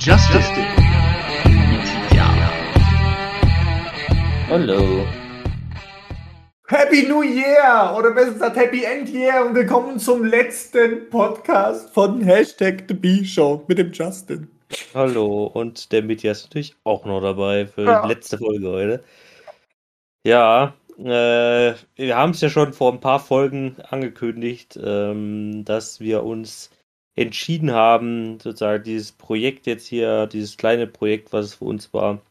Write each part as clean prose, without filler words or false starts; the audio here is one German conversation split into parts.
Justin. Ja. Hallo. Happy New Year oder besser gesagt Happy End Year und willkommen zum letzten Podcast von Hashtag The B-Show mit dem Justin. Hallo, und der Mitya ist natürlich auch noch dabei für die Ja. letzte Folge heute. Ja, wir haben es ja schon vor ein paar Folgen angekündigt, dass wir uns entschieden haben, sozusagen dieses Projekt jetzt hier, dieses kleine Projekt, was es für uns war,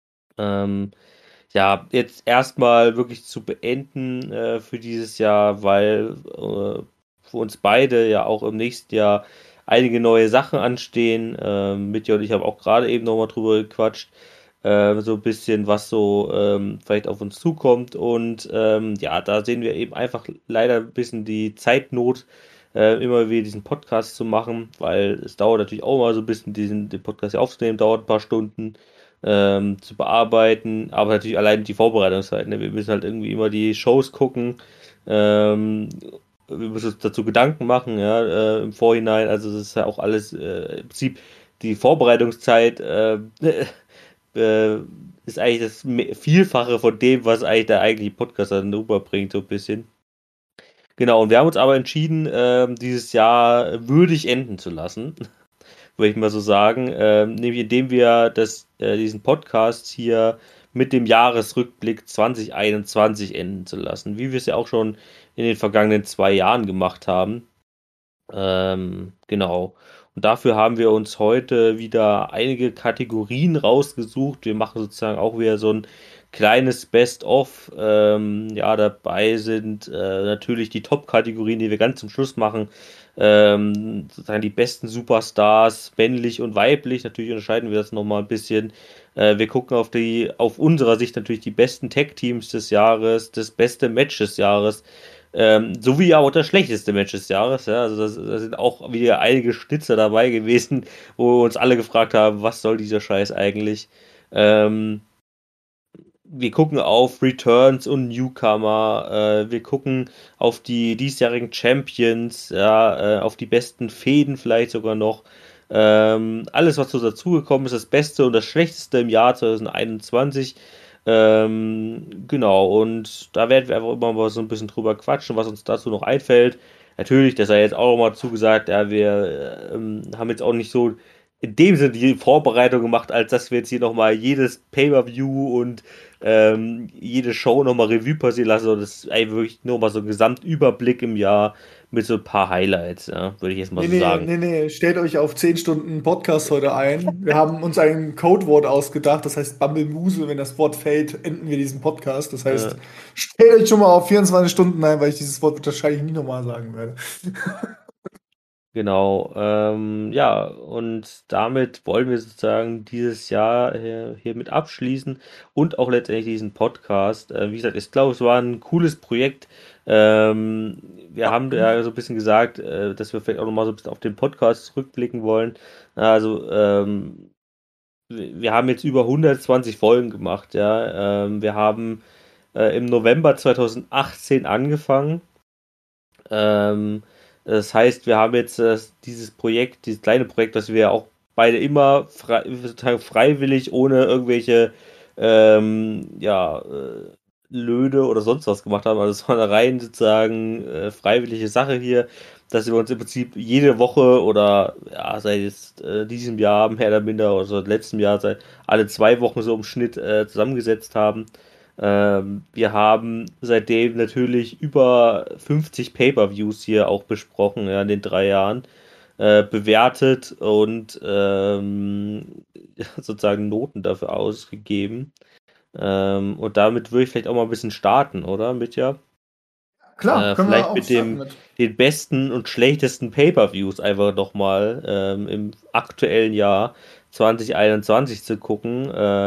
ja, jetzt erstmal wirklich zu beenden für dieses Jahr, weil für uns beide ja auch im nächsten Jahr einige neue Sachen anstehen. Mitja und ich haben auch gerade eben nochmal drüber gequatscht, so ein bisschen, was so vielleicht auf uns zukommt. Und ja, da sehen wir eben einfach leider ein bisschen die Zeitnot, immer wieder diesen Podcast zu machen, weil es dauert natürlich auch mal so ein bisschen, den Podcast hier aufzunehmen, dauert ein paar Stunden zu bearbeiten, aber natürlich allein die Vorbereitungszeit. Ne? Wir müssen halt irgendwie immer die Shows gucken, wir müssen uns dazu Gedanken machen, ja, im Vorhinein. Also das ist ja auch alles im Prinzip die Vorbereitungszeit äh, ist eigentlich das Vielfache von dem, was eigentlich der eigentliche Podcast dann rüberbringt, so ein bisschen. Genau, und wir haben uns aber entschieden, dieses Jahr würdig enden zu lassen, würde ich mal so sagen, nämlich indem wir diesen Podcast hier mit dem Jahresrückblick 2021 enden zu lassen, wie wir es ja auch schon in den vergangenen 2 Jahren gemacht haben. Genau. Und dafür haben wir uns heute wieder einige Kategorien rausgesucht. Wir machen sozusagen auch wieder so ein kleines Best-of. Ja, dabei sind natürlich die Top-Kategorien, die wir ganz zum Schluss machen. Sozusagen die besten Superstars, männlich und weiblich. Natürlich unterscheiden wir das nochmal ein bisschen. Wir gucken auf unserer Sicht natürlich die besten Tag-Teams des Jahres, das beste Match des Jahres. Sowie auch das schlechteste Match des Jahres. Ja? Also da sind auch wieder einige Schnitzer dabei gewesen, wo wir uns alle gefragt haben, was soll dieser Scheiß eigentlich? Ähm, wir gucken auf Returns und Newcomer, wir gucken auf die diesjährigen Champions, ja, auf die besten Fäden vielleicht sogar noch. Alles, was so dazugekommen ist, das Beste und das Schlechteste im Jahr 2021. Genau, und da werden wir einfach immer mal so ein bisschen drüber quatschen, was uns dazu noch einfällt. Natürlich, das sei jetzt auch noch mal zugesagt, ja, wir haben jetzt auch nicht so in dem Sinne die Vorbereitung gemacht, als dass wir jetzt hier nochmal jedes Pay-Per-View und jede Show nochmal Revue passieren lassen. Und das ist eigentlich wirklich nur mal so ein Gesamtüberblick im Jahr mit so ein paar Highlights, ja, würde ich jetzt mal so sagen. Nee, stellt euch auf 10 Stunden Podcast heute ein. Wir haben uns ein Codewort ausgedacht, das heißt Bambelmuse. Wenn das Wort fällt, enden wir diesen Podcast. Das Äh, heißt, stellt euch schon mal auf 24 Stunden ein, weil ich dieses Wort wahrscheinlich nie nochmal sagen werde. Genau, ja, und damit wollen wir sozusagen dieses Jahr hiermit abschließen und auch letztendlich diesen Podcast. Wie gesagt, ich glaube, es war ein cooles Projekt. Wir Ja. haben ja so ein bisschen gesagt, dass wir vielleicht auch nochmal so ein bisschen auf den Podcast zurückblicken wollen. Also, wir haben jetzt über 120 Folgen gemacht, ja. Wir haben im November 2018 angefangen. Ähm, Das heißt, wir haben jetzt dieses Projekt, dieses kleine Projekt, das wir auch beide immer sozusagen freiwillig, ohne irgendwelche ja, Löhne oder sonst was gemacht haben. Also es war eine rein sozusagen freiwillige Sache hier, dass wir uns im Prinzip jede Woche oder ja, seit jetzt diesem Jahr mehr oder minder oder seit letztem Jahr, seit alle 2 Wochen so im Schnitt zusammengesetzt haben. Wir haben seitdem natürlich über 50 Pay-Per-Views hier auch besprochen, ja, in den 3 Jahren, bewertet und sozusagen Noten dafür ausgegeben. Und damit würde ich vielleicht auch mal ein bisschen starten, oder? Mitja? Klar, können wir Vielleicht auch mit starten mit. den besten und schlechtesten Pay-Per-Views einfach nochmal im aktuellen Jahr 2021 zu gucken.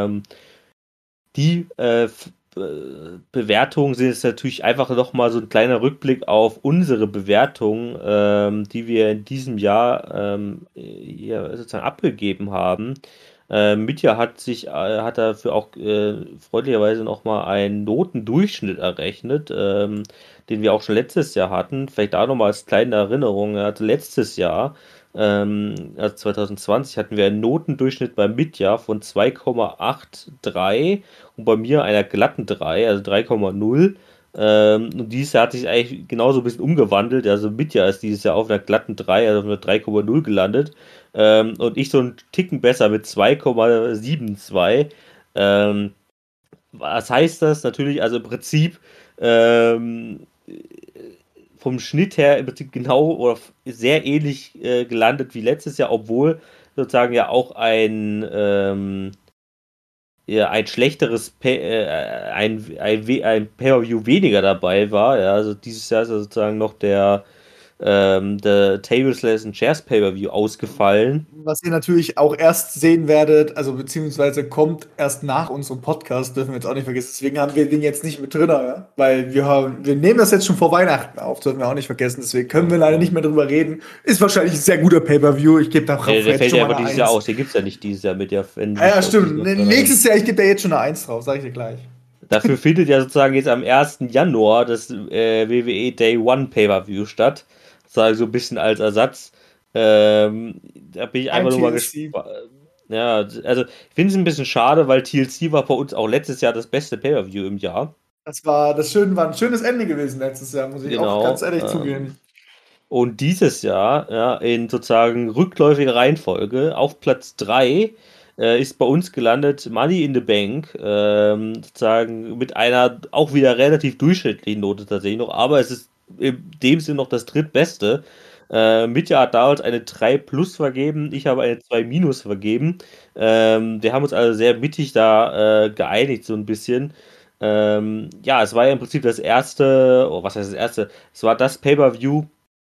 Die Bewertungen sind jetzt natürlich einfach nochmal so ein kleiner Rückblick auf unsere Bewertungen, die wir in diesem Jahr hier sozusagen abgegeben haben. Mitja hat dafür auch freundlicherweise nochmal einen Notendurchschnitt errechnet, den wir auch schon letztes Jahr hatten. Vielleicht da nochmal als kleine Erinnerung. Er hatte letztes Jahr Also 2020 hatten wir einen Notendurchschnitt beim Midjahr von 2,83 und bei mir einer glatten 3, also 3,0. Und dieses Jahr hat sich eigentlich genauso ein bisschen umgewandelt. Also Midjahr ist dieses Jahr auf einer glatten 3, also auf einer 3,0 gelandet. Und ich so einen Ticken besser mit 2,72. Ähm, Was heißt das? Natürlich, also im Prinzip ähm, vom Schnitt her im Prinzip genau oder sehr ähnlich gelandet wie letztes Jahr, obwohl sozusagen ja auch ja, ein schlechteres ein Pay-Per-View weniger dabei war. Ja, also dieses Jahr ist ja sozusagen noch der Table Slams and Chairs Pay-Per-View ausgefallen. Was ihr natürlich auch erst sehen werdet, also beziehungsweise kommt erst nach unserem Podcast, dürfen wir jetzt auch nicht vergessen. Deswegen haben wir den jetzt nicht mit drin, ja? Weil wir nehmen das jetzt schon vor Weihnachten auf, dürfen wir auch nicht vergessen. Deswegen können wir leider nicht mehr drüber reden. Ist wahrscheinlich ein sehr guter Pay-Per-View. Ich gebe da Der jetzt fällt schon ja mal aber eine dieses Jahr 1. aus. Den gibt es ja nicht dieses Jahr mit der Ja, stimmt. Nächstes Jahr, ich gebe da jetzt schon eine 1 drauf, sag ich dir gleich. Dafür findet ja sozusagen jetzt am 1. Januar das WWE Day One Pay-Per-View statt. Sozusagen so ein bisschen als Ersatz. Da bin ich einfach nur mal TLC. gespannt. Ja, also ich finde es ein bisschen schade, weil TLC war bei uns auch letztes Jahr das beste Pay-Per-View im Jahr. War ein schönes Ende gewesen letztes Jahr, muss ich auch ganz Genau. ehrlich zugeben. Und dieses Jahr, ja, in sozusagen rückläufiger Reihenfolge, auf Platz 3 ist bei uns gelandet Money in the Bank, sozusagen mit einer auch wieder relativ durchschnittlichen Note tatsächlich noch, aber es ist in dem Sinne noch das drittbeste. Mitja hat damals eine 3 plus vergeben, ich habe eine 2 minus vergeben. Wir haben uns also sehr mittig da geeinigt, so ein bisschen. Ja, es war ja im Prinzip das erste, oh, was heißt das erste? Es war das Pay-Per-View,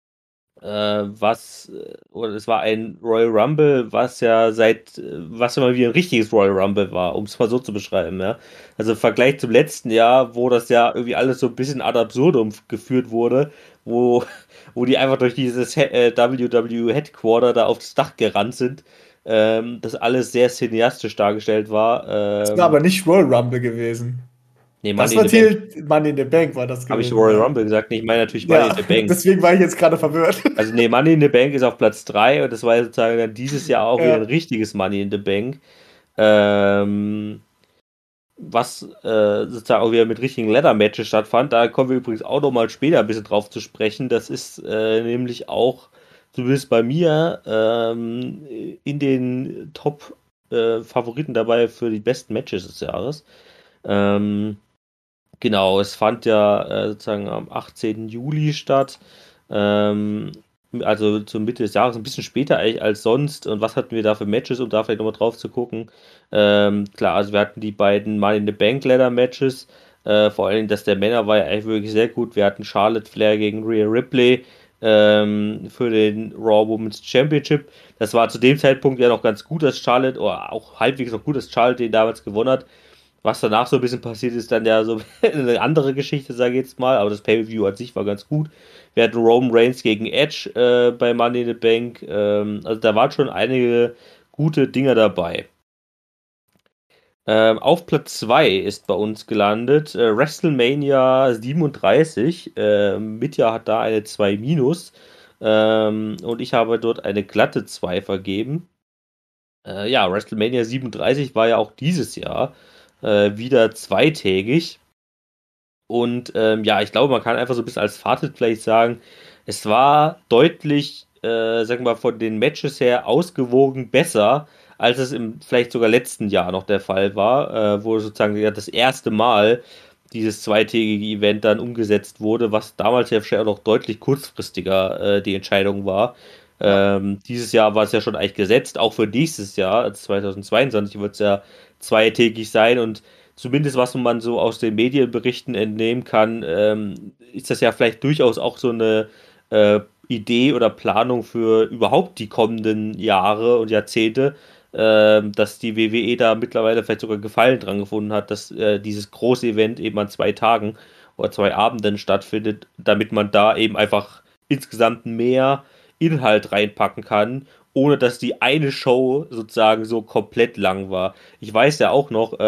oder es war ein Royal Rumble, was ja mal wie ein richtiges Royal Rumble war, um es mal so zu beschreiben, ja. Also im Vergleich zum letzten Jahr, wo das ja irgendwie alles so ein bisschen ad absurdum geführt wurde, wo, wo die einfach durch dieses WWE Headquarter da aufs Dach gerannt sind, das alles sehr cineastisch dargestellt war. Das war aber nicht Royal Rumble gewesen. Nee, Das Money war in the Bank. Money in the Bank war das Habe ich gewesen, Royal ja. Rumble gesagt? Nee, ich meine natürlich Money Ja, in the Bank. deswegen war ich jetzt gerade verwirrt. Also nee, Money in the Bank ist auf Platz 3 und das war ja sozusagen dann dieses Jahr auch wieder ein Ja. richtiges Money in the Bank. Ähm, Was sozusagen auch wieder mit richtigen Ladder-Matches stattfand. Da kommen wir übrigens auch noch mal später ein bisschen drauf zu sprechen. Das ist nämlich auch, zumindest bei mir, in den Top-Favoriten dabei für die besten Matches des Jahres. Ähm, Genau, es fand ja sozusagen am 18. Juli statt. Ähm, also zur Mitte des Jahres, ein bisschen später eigentlich als sonst. Und was hatten wir da für Matches, um da vielleicht nochmal drauf zu gucken? Klar, also wir hatten die beiden Money in the Bank Ladder Matches. Vor allem das der Männer war ja eigentlich wirklich sehr gut. Wir hatten Charlotte Flair gegen Rhea Ripley für den Raw Women's Championship. Das war zu dem Zeitpunkt ja noch ganz gut, dass Charlotte, oder auch halbwegs noch gut, dass Charlotte den damals gewonnen hat. Was danach so ein bisschen passiert ist, dann ja so eine andere Geschichte, sage ich jetzt mal. Aber das Pay-Per-View an sich war ganz gut. Wir hatten Roman Reigns gegen Edge bei Money in the Bank. Also da waren schon einige gute Dinger dabei. Auf Platz 2 ist bei uns gelandet WrestleMania 37. Mitja hat da eine 2 minus. Und ich habe dort eine glatte 2 vergeben. Ja, WrestleMania 37 war ja auch dieses Jahr wieder zweitägig. Und ja, ich glaube, man kann einfach so ein bisschen als Fazit vielleicht sagen, es war deutlich, sagen wir mal, von den Matches her ausgewogen besser, als es im vielleicht sogar letzten Jahr noch der Fall war, wo sozusagen ja, das erste Mal dieses zweitägige Event dann umgesetzt wurde, was damals ja auch noch deutlich kurzfristiger die Entscheidung war. Ja. Dieses Jahr war es ja schon eigentlich gesetzt, auch für nächstes Jahr, also 2022 wird es ja zweitägig sein und zumindest was man so aus den Medienberichten entnehmen kann, ist das ja vielleicht durchaus auch so eine Idee oder Planung für überhaupt die kommenden Jahre und Jahrzehnte, dass die WWE da mittlerweile vielleicht sogar Gefallen dran gefunden hat, dass dieses große Event eben an 2 Tagen oder 2 Abenden stattfindet, damit man da eben einfach insgesamt mehr Inhalt reinpacken kann, ohne dass die eine Show sozusagen so komplett lang war. Ich weiß ja auch noch,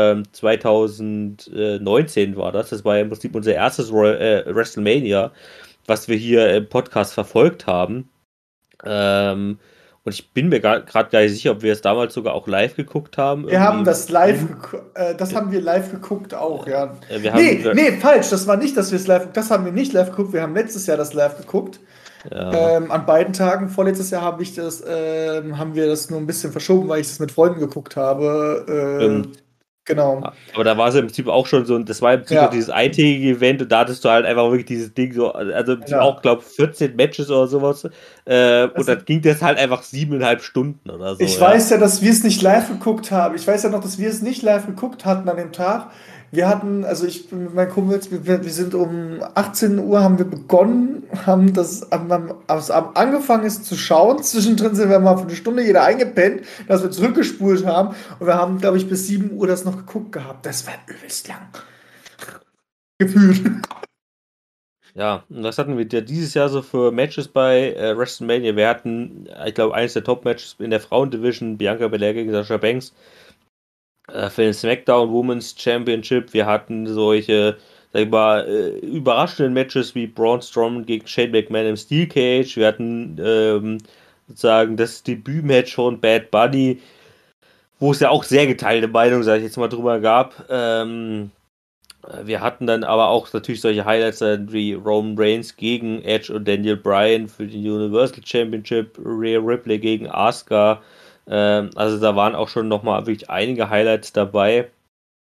2019 war das war ja im Prinzip unser erstes WrestleMania, was wir hier im Podcast verfolgt haben. Und ich bin mir gerade gar nicht sicher, ob wir es damals sogar auch live geguckt haben. Wir haben das live Stream. das haben wir live geguckt auch, ja. Wir haben, Nee, falsch, das war nicht, dass wir es live, das haben wir nicht live geguckt, wir haben letztes Jahr das live geguckt. ja, An beiden Tagen, vorletztes Jahr haben wir das nur ein bisschen verschoben, weil ich das mit Freunden geguckt habe. Genau. aber da war es im Prinzip auch schon so, das war im Prinzip auch Ja, dieses eintägige Event und da hattest du halt einfach wirklich dieses Ding so, also im Prinzip auch, ja. glaube 14 Matches oder sowas. Und Also, dann ging das halt einfach 7,5 Stunden oder so, ich ja. weiß ja, dass wir es nicht live geguckt haben. Ich weiß ja noch, dass wir es nicht live geguckt hatten an dem Tag. Wir hatten, also ich bin mit meinen Kumpels, wir sind um 18 Uhr haben wir begonnen, haben als angefangen ist zu schauen. Zwischendrin sind wir mal für eine Stunde jeder eingepennt, dass wir zurückgespult haben. Und wir haben, glaube ich, bis 7 Uhr das noch geguckt gehabt. Das war übelst lang. Gefühlt. Ja, und was hatten wir dieses Jahr so für Matches bei WrestleMania? Wir hatten, ich glaube, eines der Top-Matches in der Frauendivision, Bianca Belair gegen Sasha Banks für den SmackDown Women's Championship. Wir hatten solche, sag ich mal, überraschenden Matches wie Braun Strowman gegen Shane McMahon im Steel Cage. Wir hatten sozusagen das Debütmatch von Bad Bunny, wo es ja auch sehr geteilte Meinungen, sage ich jetzt mal, drüber gab. Wir hatten dann aber auch natürlich solche Highlights wie Roman Reigns gegen Edge und Daniel Bryan für die Universal Championship, Rhea Ripley gegen Asuka. Also da waren auch schon nochmal wirklich einige Highlights dabei.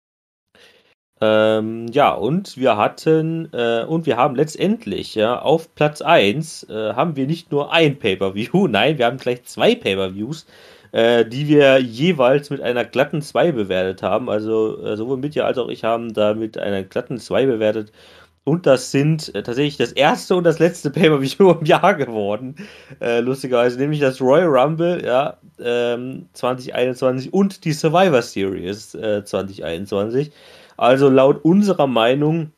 Ja, und wir haben letztendlich, ja, auf Platz 1 haben wir nicht nur ein Pay-Per-View, nein, wir haben gleich zwei Pay-Per-Views, die wir jeweils mit einer glatten 2 bewertet haben. Also sowohl Mitja als auch ich haben da mit einer glatten 2 bewertet. Und das sind tatsächlich das erste und das letzte Pay-Per-View im Jahr geworden. Lustigerweise, nämlich das Royal Rumble, ja, 2021 und die Survivor Series 2021. Also laut unserer Meinung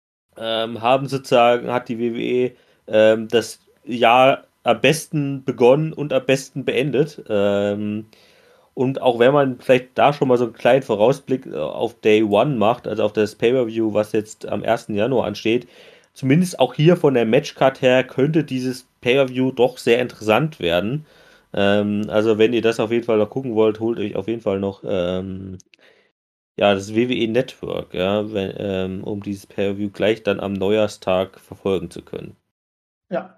hat die WWE das Jahr am besten begonnen und am besten beendet. Und auch wenn man vielleicht da schon mal so einen kleinen Vorausblick auf Day One macht, also auf das Pay-Per-View, was jetzt am 1. Januar ansteht, zumindest auch hier von der Matchcard her könnte dieses Pay-Per-View doch sehr interessant werden. Also wenn ihr das auf jeden Fall noch gucken wollt, holt euch auf jeden Fall noch ja, das WWE Network, ja, um dieses Pay-Per-View gleich dann am Neujahrstag verfolgen zu können. Ja.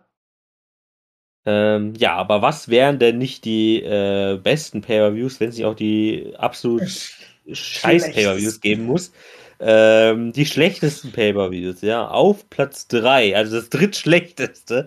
Ja, aber was wären denn nicht die besten Pay-Per-Views, wenn es nicht auch die absolut scheiß Pay-Per-Views geben muss? Die schlechtesten Pay-Per-Views, ja, auf Platz 3, also das drittschlechteste,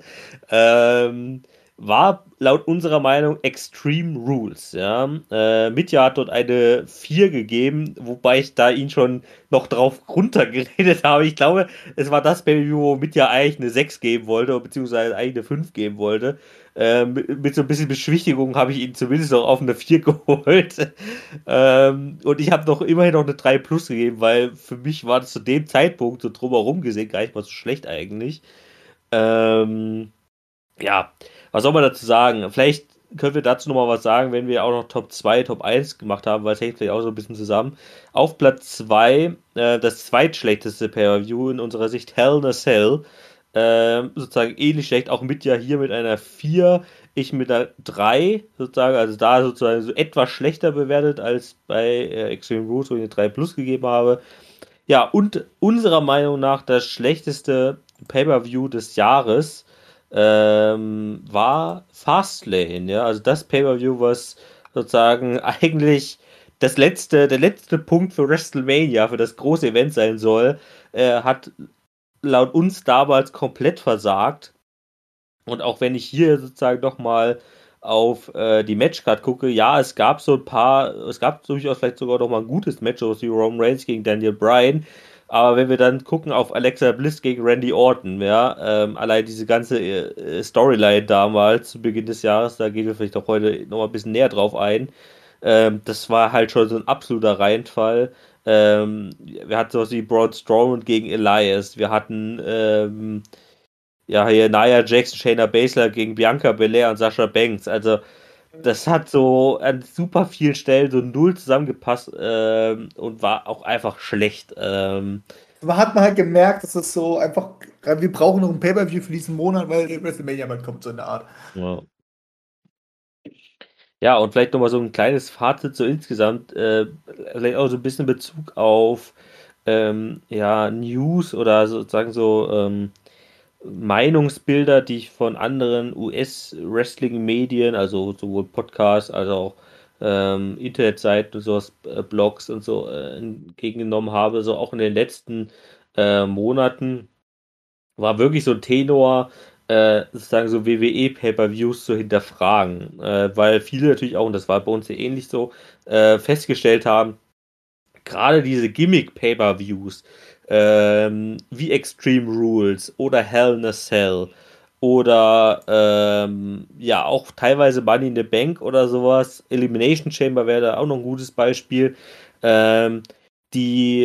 war laut unserer Meinung Extreme Rules, ja. Mitja hat dort eine 4 gegeben, wobei ich da ihn schon noch drauf runtergeredet habe. Ich glaube, es war das Pay-Per-View, wo Mitja eigentlich eine 6 geben wollte, beziehungsweise eigentlich eine 5 geben wollte. Mit so ein bisschen Beschwichtigung habe ich ihn zumindest noch auf eine 4 geholt. Und ich habe immerhin noch eine 3 plus gegeben, weil für mich war das zu dem Zeitpunkt so drumherum gesehen gar nicht mal so schlecht eigentlich. Ja, was soll man dazu sagen? Vielleicht können wir dazu nochmal was sagen, wenn wir auch noch Top 2, Top 1 gemacht haben, weil es hängt vielleicht auch so ein bisschen zusammen. Auf Platz 2, das zweitschlechteste Pay-Per-View in unserer Sicht, Hell in a Cell. Sozusagen ähnlich schlecht, auch mit hier mit einer 4, ich mit einer 3, sozusagen, also da sozusagen so etwas schlechter bewertet als bei Extreme Rules, wo ich eine 3 plus gegeben habe. Ja, und unserer Meinung nach das schlechteste Pay-Per-View des Jahres war Fastlane, ja, also das Pay-Per-View, was sozusagen eigentlich der letzte Punkt für WrestleMania, für das große Event sein soll, hat laut uns damals komplett versagt. Und auch wenn ich hier sozusagen nochmal auf die Matchcard gucke, ja, es gab durchaus vielleicht sogar noch mal ein gutes Match, so wie Roman Reigns gegen Daniel Bryan. Aber wenn wir dann gucken auf Alexa Bliss gegen Randy Orton, ja, allein diese ganze Storyline damals zu Beginn des Jahres, da gehen wir vielleicht auch heute noch mal ein bisschen näher drauf ein. Das war halt schon so ein absoluter Reinfall. Wir hatten sowas wie Braun Strowman gegen Elias. Wir hatten ja hier Nia Jax, Shayna Baszler gegen Bianca Belair und Sasha Banks. Also das hat so an super vielen Stellen so null zusammengepasst und war auch einfach schlecht. Man hat halt gemerkt, dass es so einfach, wir brauchen noch ein Pay-Per-View für diesen Monat, weil WrestleMania bald kommt, so in der Art. Ja. Ja, und vielleicht nochmal so ein kleines Fazit so insgesamt, vielleicht auch so ein bisschen Bezug auf ja, News oder sozusagen so Meinungsbilder, die ich von anderen US-Wrestling-Medien, also sowohl Podcasts als auch Internetseiten und sowas, Blogs und so entgegengenommen habe, so auch in den letzten Monaten, war wirklich so ein Tenor, sozusagen so WWE Pay-per-Views zu hinterfragen, weil viele natürlich auch, und das war bei uns ja ähnlich so, festgestellt haben, gerade diese Gimmick-Pay-per-Views, wie Extreme Rules oder Hell in a Cell oder ja auch teilweise Money in the Bank oder sowas, Elimination Chamber wäre da auch noch ein gutes Beispiel, ähm, die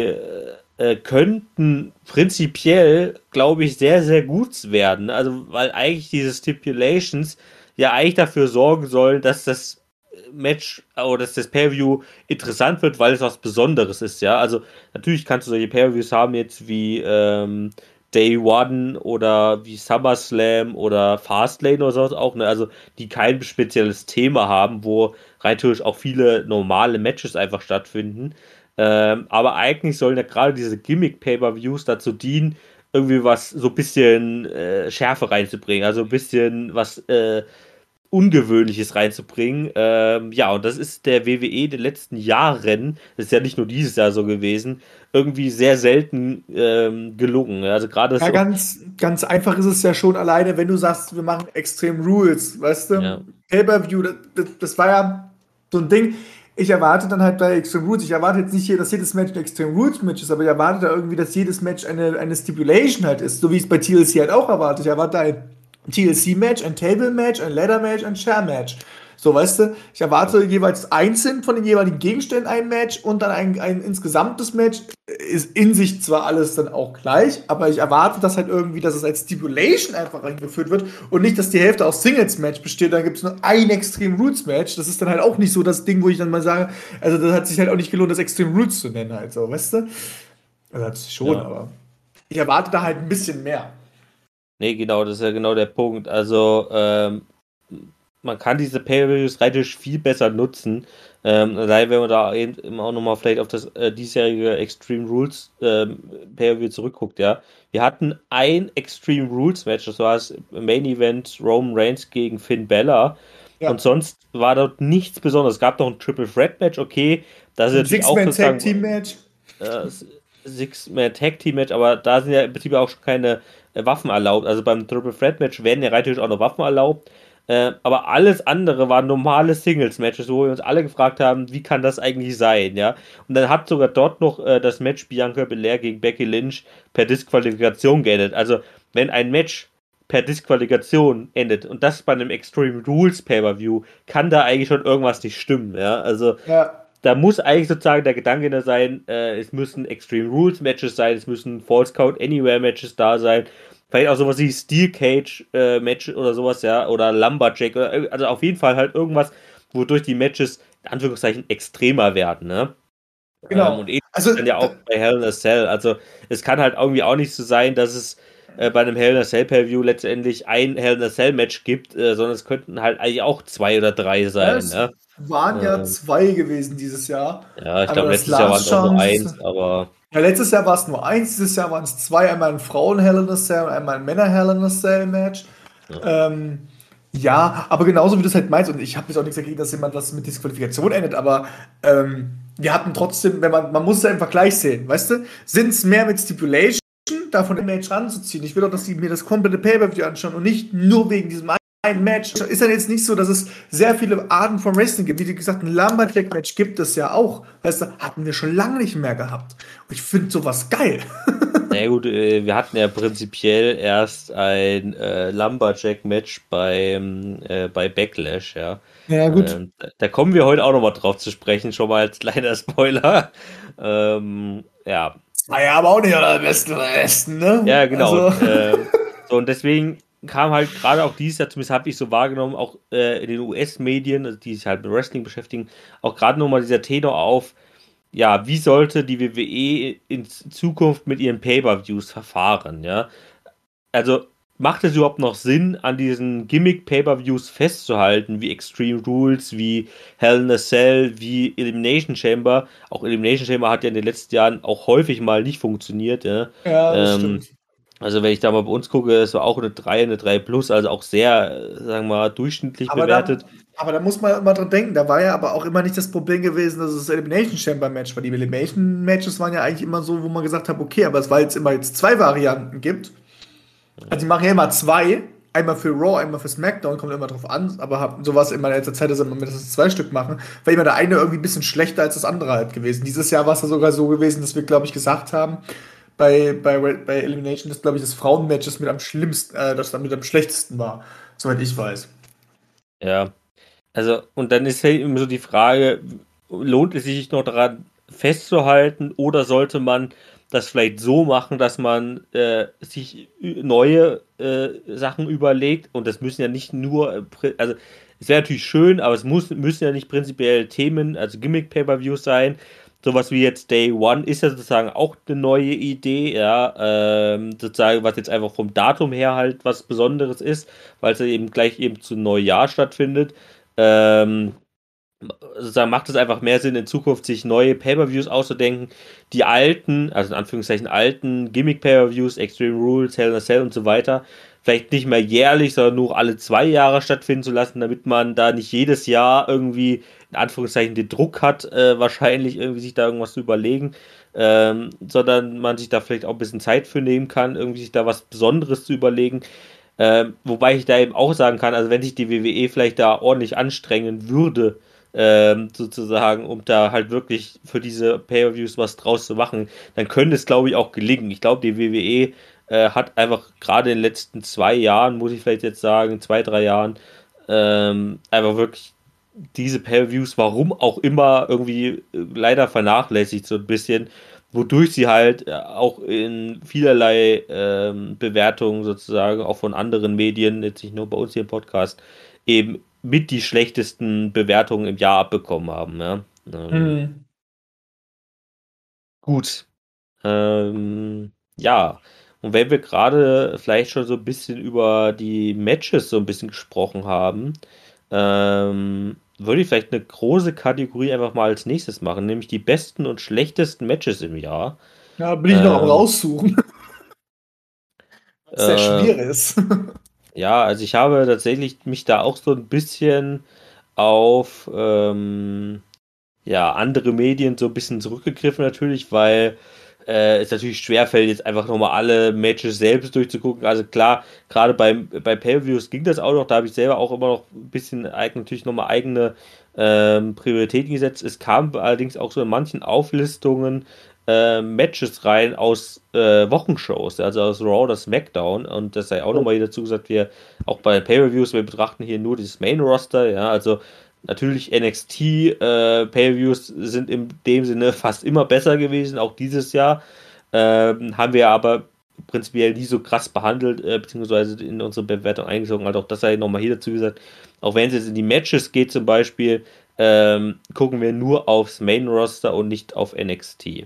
könnten prinzipiell, glaube ich, sehr, sehr gut werden. Also, weil eigentlich diese Stipulations ja eigentlich dafür sorgen sollen, dass das Match oder dass das Pay-Per-View interessant wird, weil es was Besonderes ist, ja. Also, natürlich kannst du solche Pay-Per-Views haben jetzt wie Day One oder wie SummerSlam oder Fastlane oder sowas auch, ne? Also, die kein spezielles Thema haben, wo rein theoretisch auch viele normale Matches einfach stattfinden. Aber eigentlich sollen ja gerade diese Gimmick-Pay-Per-Views dazu dienen, irgendwie was so ein bisschen Schärfe reinzubringen, also ein bisschen was Ungewöhnliches reinzubringen. Ja, und das ist der WWE in den letzten Jahren, das ist ja nicht nur dieses Jahr so gewesen, irgendwie sehr selten gelungen. Also gerade Ja, so. ganz einfach ist es ja schon alleine, wenn du sagst, wir machen Extreme Rules, weißt Ja, du? Pay-Per-View, das war ja so ein Ding. Ich erwarte dann halt bei Extreme Rules, ich erwarte jetzt nicht, dass jedes Match ein Extreme Rules Match ist, aber ich erwarte da irgendwie, dass jedes Match eine Stipulation halt ist, so wie ich es bei TLC halt auch erwarte. Ich erwarte ein TLC-Match, ein Table-Match, ein Ladder-Match, ein Chair-Match. So, weißt du, ich erwarte jeweils einzeln von den jeweiligen Gegenständen ein Match und dann ein insgesamtes Match. Ist in sich zwar alles dann auch gleich, aber ich erwarte das halt irgendwie, dass es als Stipulation einfach eingeführt wird und nicht, dass die Hälfte aus Singles-Match besteht, dann gibt es nur ein Extreme Rules-Match. Das ist dann halt auch nicht so das Ding, wo ich dann mal sage, also das hat sich halt auch nicht gelohnt, das Extreme Rules zu nennen, halt so, weißt du? Also hat sich schon, ja. aber ich erwarte da halt ein bisschen mehr. Nee, genau, das ist ja genau der Punkt. Also, man kann diese Pay-Per-Views relativ viel besser nutzen. Allein wenn man da eben auch nochmal vielleicht auf das diesjährige Extreme Rules Pay-Per-View zurückguckt, ja. Wir hatten ein Extreme Rules Match, das war das Main Event Roman Reigns gegen Finn Balor. Und Ja. sonst war dort nichts Besonderes. Es gab noch ein Triple Threat Match, okay. Das ist Ein natürlich auch sozusagen Six-Man-Tag-Team-Match. äh, Six-Man-Tag-Team-Match, aber da sind ja im Prinzip auch schon keine Waffen erlaubt. Also beim Triple Threat Match werden ja rein theoretisch auch noch Waffen erlaubt. Aber alles andere waren normale Singles-Matches, wo wir uns alle gefragt haben, wie kann das eigentlich sein, ja? Und dann hat sogar dort noch das Match Bianca Belair gegen Becky Lynch per Disqualifikation geendet. Also, wenn ein Match per Disqualifikation endet und das bei einem Extreme Rules Pay-Per-View, kann da eigentlich schon irgendwas nicht stimmen, ja? Also, Ja. da muss eigentlich sozusagen der Gedanke da sein, es müssen Extreme Rules Matches sein, es müssen False Count Anywhere Matches da sein. Vielleicht auch sowas wie Steel Cage Match oder sowas, ja, oder Lumberjack, oder, also auf jeden Fall halt irgendwas, wodurch die Matches in Anführungszeichen extremer werden, ne? Genau. Und ähnlich Also, dann ja auch bei Hell in a Cell. Also es kann halt irgendwie auch nicht so sein, dass es bei einem Hell in a Cell Pay-Per-View letztendlich ein Hell in a Cell Match gibt, sondern es könnten halt eigentlich auch zwei oder drei sein, es ne? waren ja Ähm, 2 gewesen dieses Jahr. ja, ich Einmal glaube, das letztes Jahr waren Last es auch nur Chance. eins, aber Ja, letztes Jahr war es nur eins, dieses Jahr waren es 2. Einmal ein Frauen-Hell in a Cell und einmal ein Männer-Hell in a Cell-Match. ja. Ähm, ja, aber genauso wie du es halt meinst, und ich habe jetzt auch nichts dagegen, dass jemand was mit Disqualifikation endet, aber wir hatten trotzdem, wenn man muss ja im Vergleich sehen, weißt du, sind es mehr mit Stipulation, davon ein Match ranzuziehen. Ich will doch, dass die mir das komplette Pay-Per-View anschauen und nicht nur wegen diesem einen Match. Ist dann jetzt nicht so, dass es sehr viele Arten von Wrestling gibt. Wie gesagt, ein Lumberjack-Match gibt es ja auch. Weißt du, hatten wir schon lange nicht mehr gehabt. Und ich finde sowas geil. Na ja, gut, wir hatten ja prinzipiell erst ein Lumberjack-Match bei Backlash, ja. Ja, gut. Da kommen wir heute auch nochmal drauf zu sprechen, schon mal als kleiner Spoiler. Ja. War ja aber auch nicht der Besten, ne? Ja, genau. Also, So, und deswegen kam halt gerade auch dieses Jahr, zumindest habe ich so wahrgenommen, auch in den US-Medien, also die sich halt mit Wrestling beschäftigen, auch gerade nochmal dieser Tenor auf, ja, wie sollte die WWE in Zukunft mit ihren Pay-Per-Views verfahren, ja? Also, macht es überhaupt noch Sinn, an diesen Gimmick-Pay-Per-Views festzuhalten, wie Extreme Rules, wie Hell in a Cell, wie Elimination Chamber? Auch Elimination Chamber hat ja in den letzten Jahren auch häufig mal nicht funktioniert. Ja. Ja, das Ähm, stimmt. also wenn ich da mal bei uns gucke, es war auch eine 3 plus, also auch sehr, sagen wir mal, durchschnittlich Aber bewertet. aber da muss man immer dran denken, da war ja aber auch immer nicht das Problem gewesen, dass es das Elimination Chamber Match war. Die Elimination Matches waren ja eigentlich immer so, wo man gesagt hat, okay, aber es war jetzt immer jetzt zwei Varianten gibt. Also die machen ja immer zwei. Einmal für Raw, einmal für SmackDown, kommt immer drauf an. Aber sowas in meiner letzter Zeit, dass immer mindestens zwei Stück machen, war immer der eine irgendwie ein bisschen schlechter als das andere halt gewesen. Dieses Jahr war es ja sogar so gewesen, dass wir, glaube ich, gesagt haben, bei Elimination, dass, glaube ich, das Frauenmatch das mit am schlimmsten, das dann mit am schlechtesten war. Soweit ich weiß. Ja. Also, und dann ist halt immer so die Frage, lohnt es sich noch daran festzuhalten oder sollte man das vielleicht so machen, dass man sich neue Sachen überlegt und das müssen ja nicht nur, also es wäre natürlich schön, aber müssen ja nicht prinzipiell Themen, also Gimmick-Pay-Per-Views sein. Sowas wie jetzt Day One ist ja sozusagen auch eine neue Idee, ja, sozusagen, was jetzt einfach vom Datum her halt was Besonderes ist, weil es ja eben gleich eben zu Neujahr stattfindet. Ähm, Sozusagen macht es einfach mehr Sinn, in Zukunft sich neue Pay-Per-Views auszudenken. Die alten, also in Anführungszeichen alten Gimmick-Pay-Per-Views, Extreme Rules, Hell in a Cell und so weiter, vielleicht nicht mehr jährlich, sondern nur alle 2 Jahre stattfinden zu lassen, damit man da nicht jedes Jahr irgendwie in Anführungszeichen den Druck hat, wahrscheinlich irgendwie sich da irgendwas zu überlegen, sondern man sich da vielleicht auch ein bisschen Zeit für nehmen kann, irgendwie sich da was Besonderes zu überlegen. Wobei ich da eben auch sagen kann, also wenn sich die WWE vielleicht da ordentlich anstrengen würde, sozusagen, um da halt wirklich für diese Pay-Per-Views was draus zu machen, dann könnte es, glaube ich, auch gelingen. Ich glaube, die WWE hat einfach gerade in den letzten 2 Jahren, muss ich vielleicht jetzt sagen, 2, 3 Jahren, einfach wirklich diese Pay-Per-Views, warum auch immer, irgendwie leider vernachlässigt so ein bisschen, wodurch sie halt auch in vielerlei Bewertungen sozusagen, auch von anderen Medien, jetzt nicht nur bei uns hier im Podcast, eben mit die schlechtesten Bewertungen im Jahr abbekommen haben. Ja? Mhm. Gut. Ja. Und wenn wir gerade vielleicht schon so ein bisschen über die Matches so ein bisschen gesprochen haben, würde ich vielleicht eine große Kategorie einfach mal als nächstes machen, nämlich die besten und schlechtesten Matches im Jahr. Ja, bin ich noch am Ähm, raussuchen, was sehr äh, schwierig ist. ja, also ich habe tatsächlich mich da auch so ein bisschen auf ja, andere Medien so ein bisschen zurückgegriffen natürlich, weil es natürlich schwerfällt, jetzt einfach nochmal alle Matches selbst durchzugucken. Also klar, gerade bei Pay-Per-Views ging das auch noch, da habe ich selber auch immer noch ein bisschen natürlich nochmal eigene Prioritäten gesetzt. Es kam allerdings auch so in manchen Auflistungen Matches rein aus Wochenshows, also aus Raw oder SmackDown. Und das sei auch nochmal hier dazu gesagt, wir auch bei Pay-Per-Views, wir betrachten hier nur dieses Main-Roster, ja, also natürlich NXT Pay-Views sind in dem Sinne fast immer besser gewesen, auch dieses Jahr. Haben wir aber prinzipiell nie so krass behandelt, beziehungsweise in unsere Bewertung eingezogen. Also auch das sei nochmal hier dazu gesagt. Auch wenn es jetzt in die Matches geht zum Beispiel, gucken wir nur aufs Main-Roster und nicht auf NXT.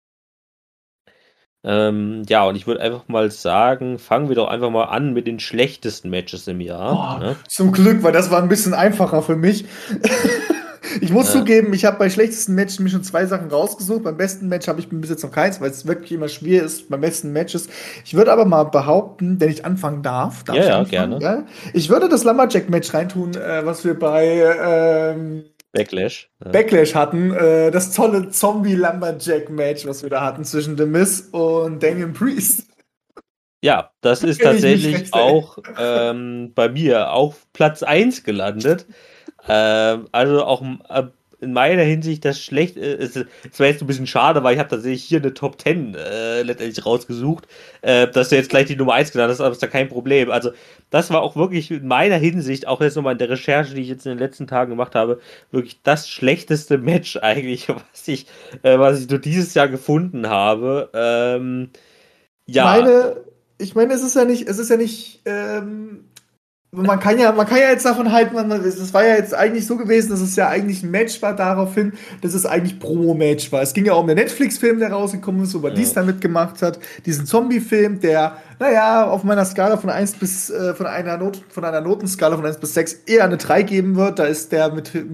Ja, und ich würde einfach mal sagen, fangen wir doch einfach mal an mit den schlechtesten Matches im Jahr. Oh, Ne? zum Glück, weil das war ein bisschen einfacher für mich. Ich muss Äh, zugeben, ich habe bei schlechtesten Matches mir schon zwei Sachen rausgesucht. Beim besten Match habe ich bis jetzt noch keins, weil es wirklich immer schwer ist beim besten Matches. Ich würde aber mal behaupten, wenn ich anfangen darf, ja, ich ja, anfangen? gerne. Ja? Ich würde das Lumberjack-Match reintun, was wir bei Backlash. Ja. Backlash hatten. Das tolle Zombie-Lumberjack-Match, was wir da hatten zwischen The Miz und Damian Priest. Ja, das ist Wenn ich mich tatsächlich recht erinnere. auch bei mir auf Platz 1 gelandet. Also auch in meiner Hinsicht das schlecht. Es war jetzt ein bisschen schade, weil ich habe tatsächlich hier eine Top 10 letztendlich rausgesucht. Dass du jetzt gleich die Nummer 1 genannt hast, aber ist da kein Problem. Also das war auch wirklich in meiner Hinsicht, auch jetzt nochmal in der Recherche, die ich jetzt in den letzten Tagen gemacht habe, wirklich das schlechteste Match eigentlich, was ich nur dieses Jahr gefunden habe. Ich Ja, meine, es ist ja nicht, man kann ja jetzt davon halten, das war ja jetzt eigentlich so gewesen, dass es ja eigentlich ein Match war daraufhin, dass es eigentlich Promo-Match war. Es ging ja auch um den Netflix-Film, der rausgekommen ist, wo Badis Ja. da mitgemacht hat. Diesen Zombie-Film, der, naja, auf meiner Skala von von einer Notenskala von 1 bis 6 eher eine 3 geben wird. Da ist der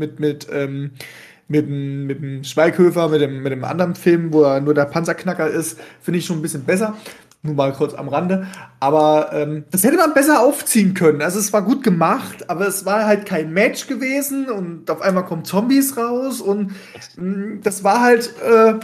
mit dem Schweighöfer, mit dem anderen Film, wo er nur der Panzerknacker ist, finde ich schon ein bisschen besser. Nur mal kurz am Rande. Aber das hätte man besser aufziehen können. Also es war gut gemacht, aber es war halt kein Match gewesen und auf einmal kommen Zombies raus und das war halt,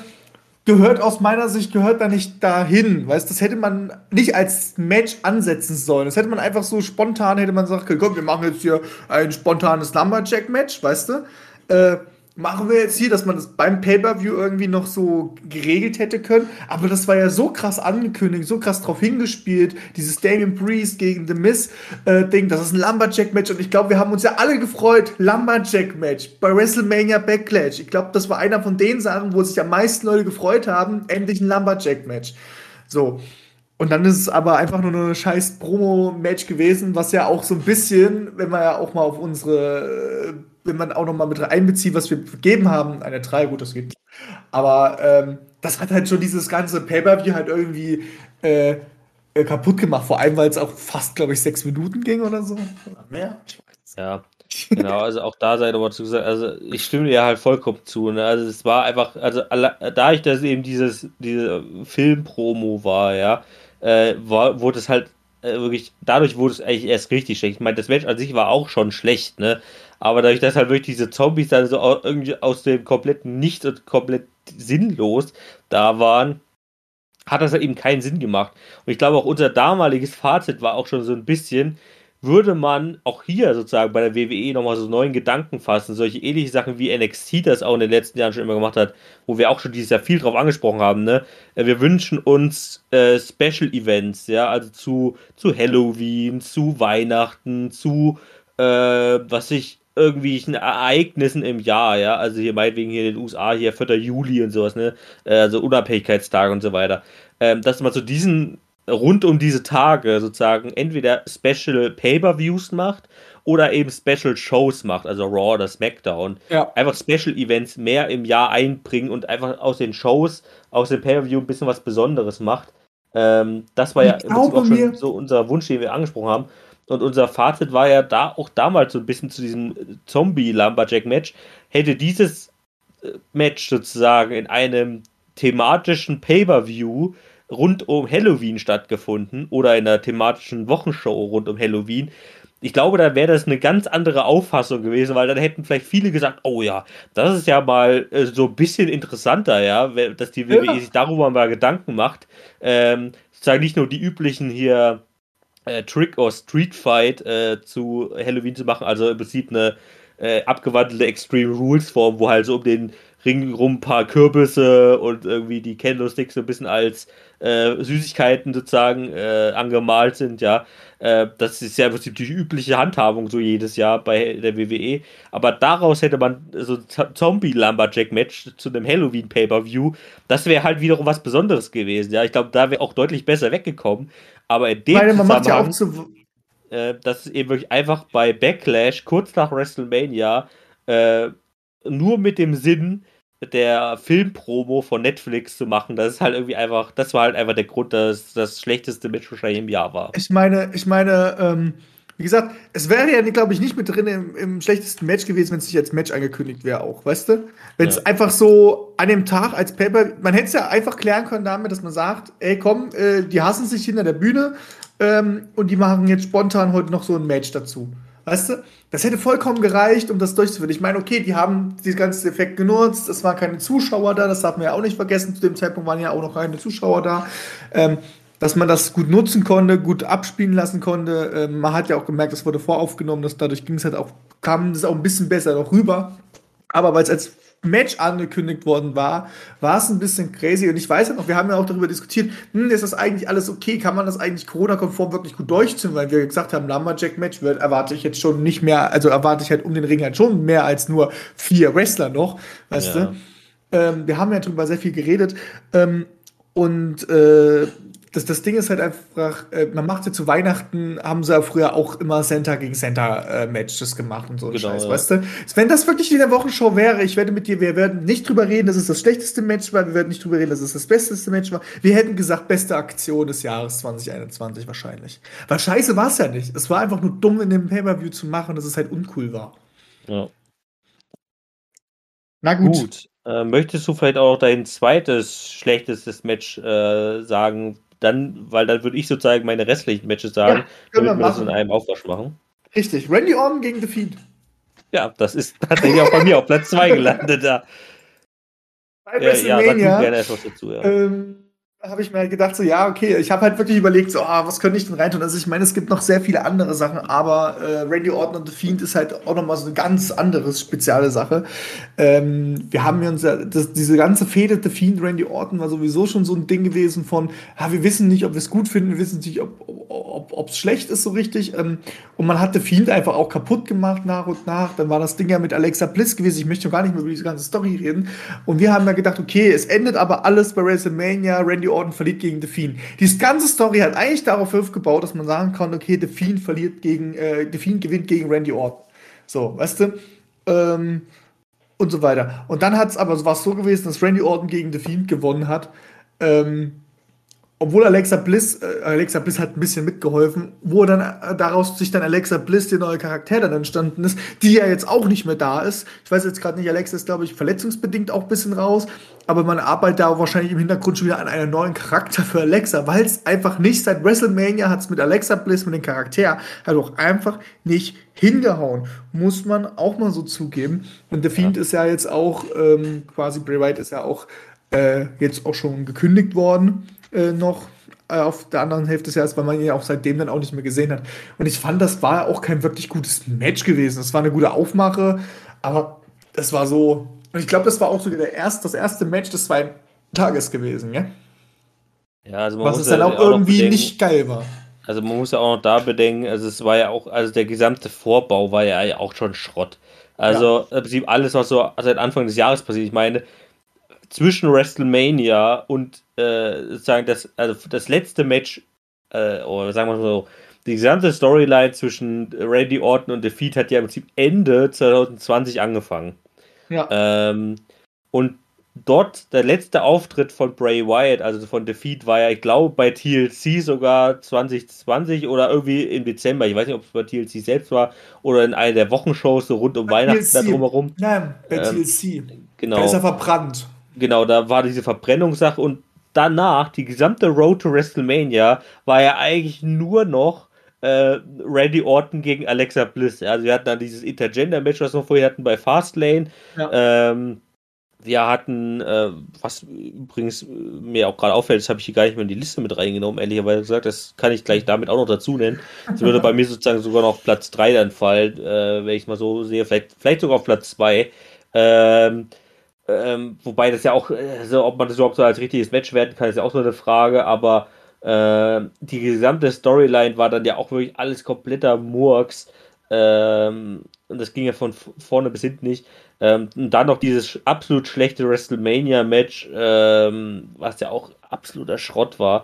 gehört aus meiner Sicht, gehört da nicht dahin. Weißt, das hätte man nicht als Match ansetzen sollen. Das hätte man einfach so spontan, hätte man gesagt, okay, komm, wir machen jetzt hier ein spontanes Lumberjack-Match, weißt du? Machen wir jetzt hier, dass man das beim Pay-Per-View irgendwie noch so geregelt hätte können. Aber das war ja so krass angekündigt, so krass drauf hingespielt. Dieses Damian Priest gegen The Miz-Ding, das ist ein Lumberjack-Match. Und ich glaube, wir haben uns ja alle gefreut. Lumberjack-Match bei WrestleMania Backlash. Ich glaube, das war einer von den Sachen, wo sich am meisten Leute gefreut haben. Endlich ein Lumberjack-Match. So. Und dann ist es aber einfach nur eine scheiß Promo-Match gewesen, was ja auch so ein bisschen, wenn man ja auch mal auf wenn man auch noch mal mit einbezieht, was wir gegeben haben, eine 3, gut, das geht nicht. Aber das hat halt schon dieses ganze Pay-Per-View halt irgendwie kaputt gemacht. Vor allem, weil es auch fast, glaube ich, 6 Minuten ging oder so. Oder mehr? Ich weiß. Ja, genau, also auch da sei nochmal zu sagen, also ich stimme dir halt vollkommen zu, ne? Also es war einfach, also dadurch, dass es eben diese Film-Promo war, ja, wurde es halt wirklich, dadurch wurde es eigentlich erst richtig schlecht. Ich meine, das Match an sich war auch schon schlecht, ne? Aber dadurch, dass halt wirklich diese Zombies dann so irgendwie aus dem kompletten Nichts und komplett sinnlos da waren, hat das halt eben keinen Sinn gemacht. Und ich glaube auch unser damaliges Fazit war auch schon so ein bisschen, würde man auch hier sozusagen bei der WWE nochmal so neuen Gedanken fassen, solche ähnliche Sachen wie NXT das auch in den letzten Jahren schon immer gemacht hat, wo wir auch schon dieses Jahr viel drauf angesprochen haben, ne? Wir wünschen uns Special Events, ja, also zu Halloween, zu Weihnachten, zu irgendwelchen Ereignissen im Jahr, ja, also hier meinetwegen hier in den USA, hier 4. Juli und sowas, ne, also Unabhängigkeitstage und so weiter, dass man zu diesen, rund um diese Tage sozusagen entweder Special Pay-Per-Views macht oder eben Special Shows macht, also Raw oder SmackDown, Ja. einfach Special Events mehr im Jahr einbringen und einfach aus den Shows, aus dem Pay-Per-View ein bisschen was Besonderes macht. Das war ja Ich im Prinzip glaube auch schon mir, so unser Wunsch, den wir angesprochen haben. Und unser Fazit war ja da auch damals so ein bisschen zu diesem Zombie-Lumberjack-Match. Hätte dieses Match sozusagen in einem thematischen Pay-Per-View rund um Halloween stattgefunden oder in einer thematischen Wochenshow rund um Halloween, ich glaube, da wäre das eine ganz andere Auffassung gewesen, weil dann hätten vielleicht viele gesagt, oh ja, das ist ja mal so ein bisschen interessanter, ja, dass die WWE ja, sich darüber mal Gedanken macht. Sozusagen nicht nur die üblichen hier Trick or Street Fight zu Halloween zu machen, also im Prinzip eine abgewandelte Extreme Rules Form, wo halt so um den Ring rum ein paar Kürbisse und irgendwie die Candlesticks so ein bisschen als Süßigkeiten sozusagen angemalt sind, ja. Das ist ja im Prinzip die übliche Handhabung so jedes Jahr bei der WWE. Aber daraus hätte man so ein Zombie-Lumberjack-Match zu einem Halloween-Pay-Per-View, das wäre halt wiederum was Besonderes gewesen, ja. Ich glaube, da wäre auch deutlich besser weggekommen. Aber in ich dem meine, man macht ja auch Zusammenhang, zu. dass es eben wirklich einfach bei Backlash, kurz nach WrestleMania, äh, nur mit dem Sinn der Filmpromo von Netflix zu machen, das ist halt irgendwie einfach, das war halt einfach der Grund, dass das schlechteste Match wahrscheinlich im Jahr war. Wie gesagt, es wäre ja, glaube ich, nicht mit drin im schlechtesten Match gewesen, wenn es nicht als Match angekündigt wäre, auch, weißt du? Wenn Ja. es einfach so an dem Tag als Paper, man hätte es ja einfach klären können damit, dass man sagt, ey, komm, die hassen sich hinter der Bühne und die machen jetzt spontan heute noch so ein Match dazu. Weißt du? Das hätte vollkommen gereicht, um das durchzuführen. Ich meine, okay, die haben diesen ganzen Effekt genutzt, es waren keine Zuschauer da, das darf man ja auch nicht vergessen, zu dem Zeitpunkt waren ja auch noch keine Zuschauer da. Dass man das gut nutzen konnte, gut abspielen lassen konnte. Man hat ja auch gemerkt, das wurde voraufgenommen, dass dadurch kam es auch ein bisschen besser noch rüber. Aber weil es als Match angekündigt worden war, war es ein bisschen crazy. Und ich weiß ja noch, wir haben ja auch darüber diskutiert, ist das eigentlich alles okay? Kann man das eigentlich Corona-konform wirklich gut durchziehen? Weil wir gesagt haben, Lumberjack-Match erwarte ich jetzt schon nicht mehr, also erwarte ich halt um den Ring halt schon mehr als nur 4 Wrestler noch, weißt Ja. du? Wir haben ja darüber sehr viel geredet. Und das Ding ist halt einfach, man macht ja zu Weihnachten, haben sie ja früher auch immer Center gegen Center Matches gemacht und so ein Genau, Scheiß, ja. weißt du? Wenn das wirklich in der Wochenshow wäre, ich wette mit dir, wir werden nicht drüber reden, dass es das schlechteste Match war, wir werden nicht drüber reden, dass es das besteste Match war. Wir hätten gesagt, beste Aktion des Jahres 2021 wahrscheinlich. Weil scheiße war es ja nicht. Es war einfach nur dumm in dem Pay-Per-View zu machen, dass es halt uncool war. Ja. Na gut. Gut. Möchtest du vielleicht auch noch dein zweites schlechtestes Match sagen? Weil dann würde ich sozusagen meine restlichen Matches sagen, Ja, können wir damit wir das in machen. einem Aufwasch machen. Richtig. Randy Orton gegen The Fiend. Ja, das ist tatsächlich auch bei mir auf Platz 2 gelandet da. Bei Ja, sag du WrestleMania gerne etwas dazu, ja. habe ich mir halt gedacht, so, ja, okay, ich habe halt wirklich überlegt, so, was könnte ich denn reintun? Also, ich meine, es gibt noch sehr viele andere Sachen, aber Randy Orton und The Fiend ist halt auch nochmal so eine ganz andere spezielle Sache. Wir haben uns ja, diese ganze Fehde The Fiend, Randy Orton war sowieso schon so ein Ding gewesen von, wir wissen nicht, ob wir es gut finden, wir wissen nicht, ob es schlecht ist so richtig. Und man hat The Fiend einfach auch kaputt gemacht nach und nach. Dann war das Ding ja mit Alexa Bliss gewesen. Ich möchte gar nicht mehr über diese ganze Story reden. Und wir haben ja gedacht, okay, es endet aber alles bei WrestleMania. Randy Orton verliert gegen The Fiend. Diese ganze Story hat eigentlich darauf aufgebaut, dass man sagen kann, okay, The Fiend gewinnt gegen Randy Orton. So, weißt du? Und so weiter. Und dann war es so gewesen, dass Randy Orton gegen The Fiend gewonnen hat. Obwohl Alexa Bliss hat ein bisschen mitgeholfen, wo dann daraus sich dann Alexa Bliss, der neue Charakter dann entstanden ist, die ja jetzt auch nicht mehr da ist. Ich weiß jetzt gerade nicht, Alexa ist, glaube ich, verletzungsbedingt auch ein bisschen raus, aber man arbeitet da wahrscheinlich im Hintergrund schon wieder an einem neuen Charakter für Alexa, weil es einfach nicht, seit WrestleMania hat es mit Alexa Bliss, mit dem Charakter, halt auch einfach nicht hingehauen. Muss man auch mal so zugeben. Und The Fiend ist ja jetzt auch, quasi Bray Wyatt ist ja auch jetzt auch schon gekündigt worden noch auf der anderen Hälfte des Jahres, weil man ihn ja auch seitdem dann auch nicht mehr gesehen hat. Und ich fand, das war auch kein wirklich gutes Match gewesen. Es war eine gute Aufmache, aber das war so. Und ich glaube, das war auch sogar das erste Match des zweiten Tages gewesen, ja? Ja, also man Was muss es dann ja auch noch irgendwie bedenken, nicht geil war. also man muss ja auch noch da bedenken, also es war ja auch, also der gesamte Vorbau war ja auch schon Schrott. Ja. Also im Prinzip alles, was so seit Anfang des Jahres passiert. Ich meine, zwischen WrestleMania und sozusagen das letzte Match, oder sagen wir mal so, die gesamte Storyline zwischen Randy Orton und The Fiend hat ja im Prinzip Ende 2020 angefangen. Ja. Und dort der letzte Auftritt von Bray Wyatt, also von The Fiend, war ja, ich glaube, bei TLC sogar 2020 oder irgendwie im Dezember. Ich weiß nicht, ob es bei TLC selbst war oder in einer der Wochenshows so rund um Weihnachten da TLC. drumherum. Nein, bei Ähm, TLC. genau. Da ist er verbrannt. Genau, da war diese Verbrennungssache und danach, die gesamte Road to WrestleMania, war ja eigentlich nur noch Randy Orton gegen Alexa Bliss. Ja, also wir hatten dann dieses Intergender-Match, was wir vorher hatten bei Fastlane. Ja. Wir hatten, was übrigens mir auch gerade auffällt, das habe ich hier gar nicht mehr in die Liste mit reingenommen, ehrlicherweise gesagt, das kann ich gleich damit auch noch dazu nennen. Das würde bei mir sozusagen sogar noch auf Platz 3 dann fallen, wenn ich es mal so sehe, vielleicht sogar auf Platz 2. Wobei das ja auch, also ob man das überhaupt so als richtiges Match werten kann, ist ja auch so eine Frage, aber die gesamte Storyline war dann ja auch wirklich alles kompletter Murks. Und das ging ja von vorne bis hinten nicht. Und dann noch dieses absolut schlechte WrestleMania-Match, was ja auch absoluter Schrott war.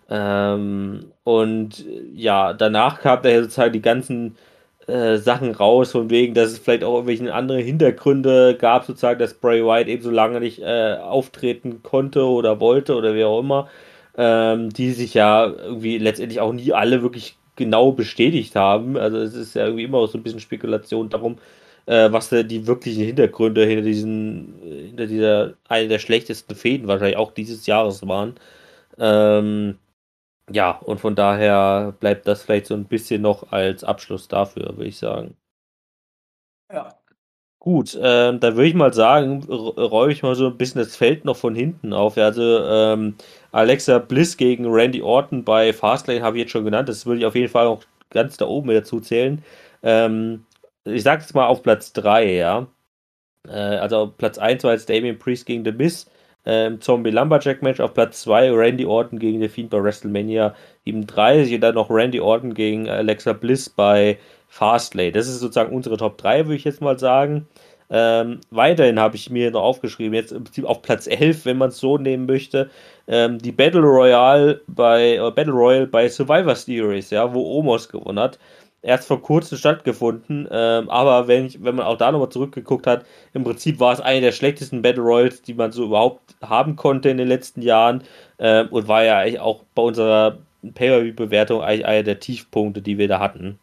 Und ja, danach kam daher sozusagen die ganzen Sachen raus, von wegen, dass es vielleicht auch irgendwelche andere Hintergründe gab, sozusagen, dass Bray Wyatt eben so lange nicht auftreten konnte oder wollte oder wie auch immer, die sich ja irgendwie letztendlich auch nie alle wirklich genau bestätigt haben. Also es ist ja irgendwie immer so ein bisschen Spekulation darum, was da die wirklichen Hintergründe hinter dieser, eine der schlechtesten Fäden wahrscheinlich auch dieses Jahres waren. Ja, und von daher bleibt das vielleicht so ein bisschen noch als Abschluss dafür, würde ich sagen. Ja. Gut, dann würde ich mal sagen, räume ich mal so ein bisschen das Feld noch von hinten auf. Ja, also Alexa Bliss gegen Randy Orton bei Fastlane habe ich jetzt schon genannt. Das würde ich auf jeden Fall auch ganz da oben mit dazu zählen. Ich sage es mal auf Platz 3, ja. Also Platz 1 war jetzt Damian Priest gegen The Miz. Zombie Lumberjack Match auf Platz 2, Randy Orton gegen The Fiend bei WrestleMania 37 und dann noch Randy Orton gegen Alexa Bliss bei Fastlane. Das ist sozusagen unsere Top 3, würde ich jetzt mal sagen. Weiterhin habe ich mir noch aufgeschrieben, jetzt im Prinzip auf Platz 11, wenn man es so nehmen möchte, die Battle Royale bei Survivor Series, ja, wo Omos gewonnen hat. Erst vor kurzem stattgefunden, aber wenn man auch da nochmal zurückgeguckt hat, im Prinzip war es eine der schlechtesten Battle Royals, die man so überhaupt haben konnte in den letzten Jahren, und war ja eigentlich auch bei unserer Pay-Per-View-Bewertung eigentlich einer der Tiefpunkte, die wir da hatten.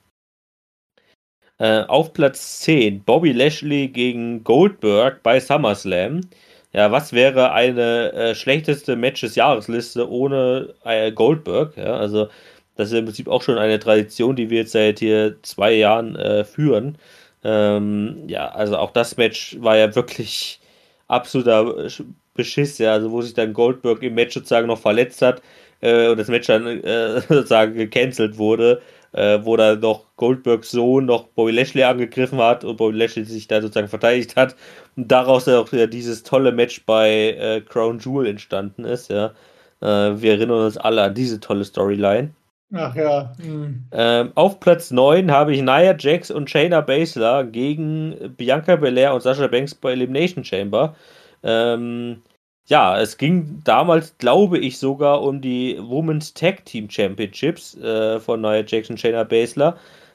Auf Platz 10 Bobby Lashley gegen Goldberg bei SummerSlam. Ja, was wäre eine schlechteste Match des Jahresliste ohne Goldberg? Ja, also das ist im Prinzip auch schon eine Tradition, die wir jetzt seit hier 2 Jahren führen. Ja, also auch das Match war ja wirklich absoluter Beschiss, ja, also wo sich dann Goldberg im Match sozusagen noch verletzt hat und das Match dann sozusagen gecancelt wurde, wo dann noch Goldbergs Sohn noch Bobby Lashley angegriffen hat und Bobby Lashley sich da sozusagen verteidigt hat und daraus ja auch dieses tolle Match bei Crown Jewel entstanden ist, ja. Wir erinnern uns alle an diese tolle Storyline. Ach ja. Auf Platz 9 habe ich Nia Jax und Shayna Baszler gegen Bianca Belair und Sasha Banks bei Elimination Chamber. Ja, es ging damals, glaube ich, sogar um die Women's Tag Team Championships von Nia Jax und Shayna Baszler.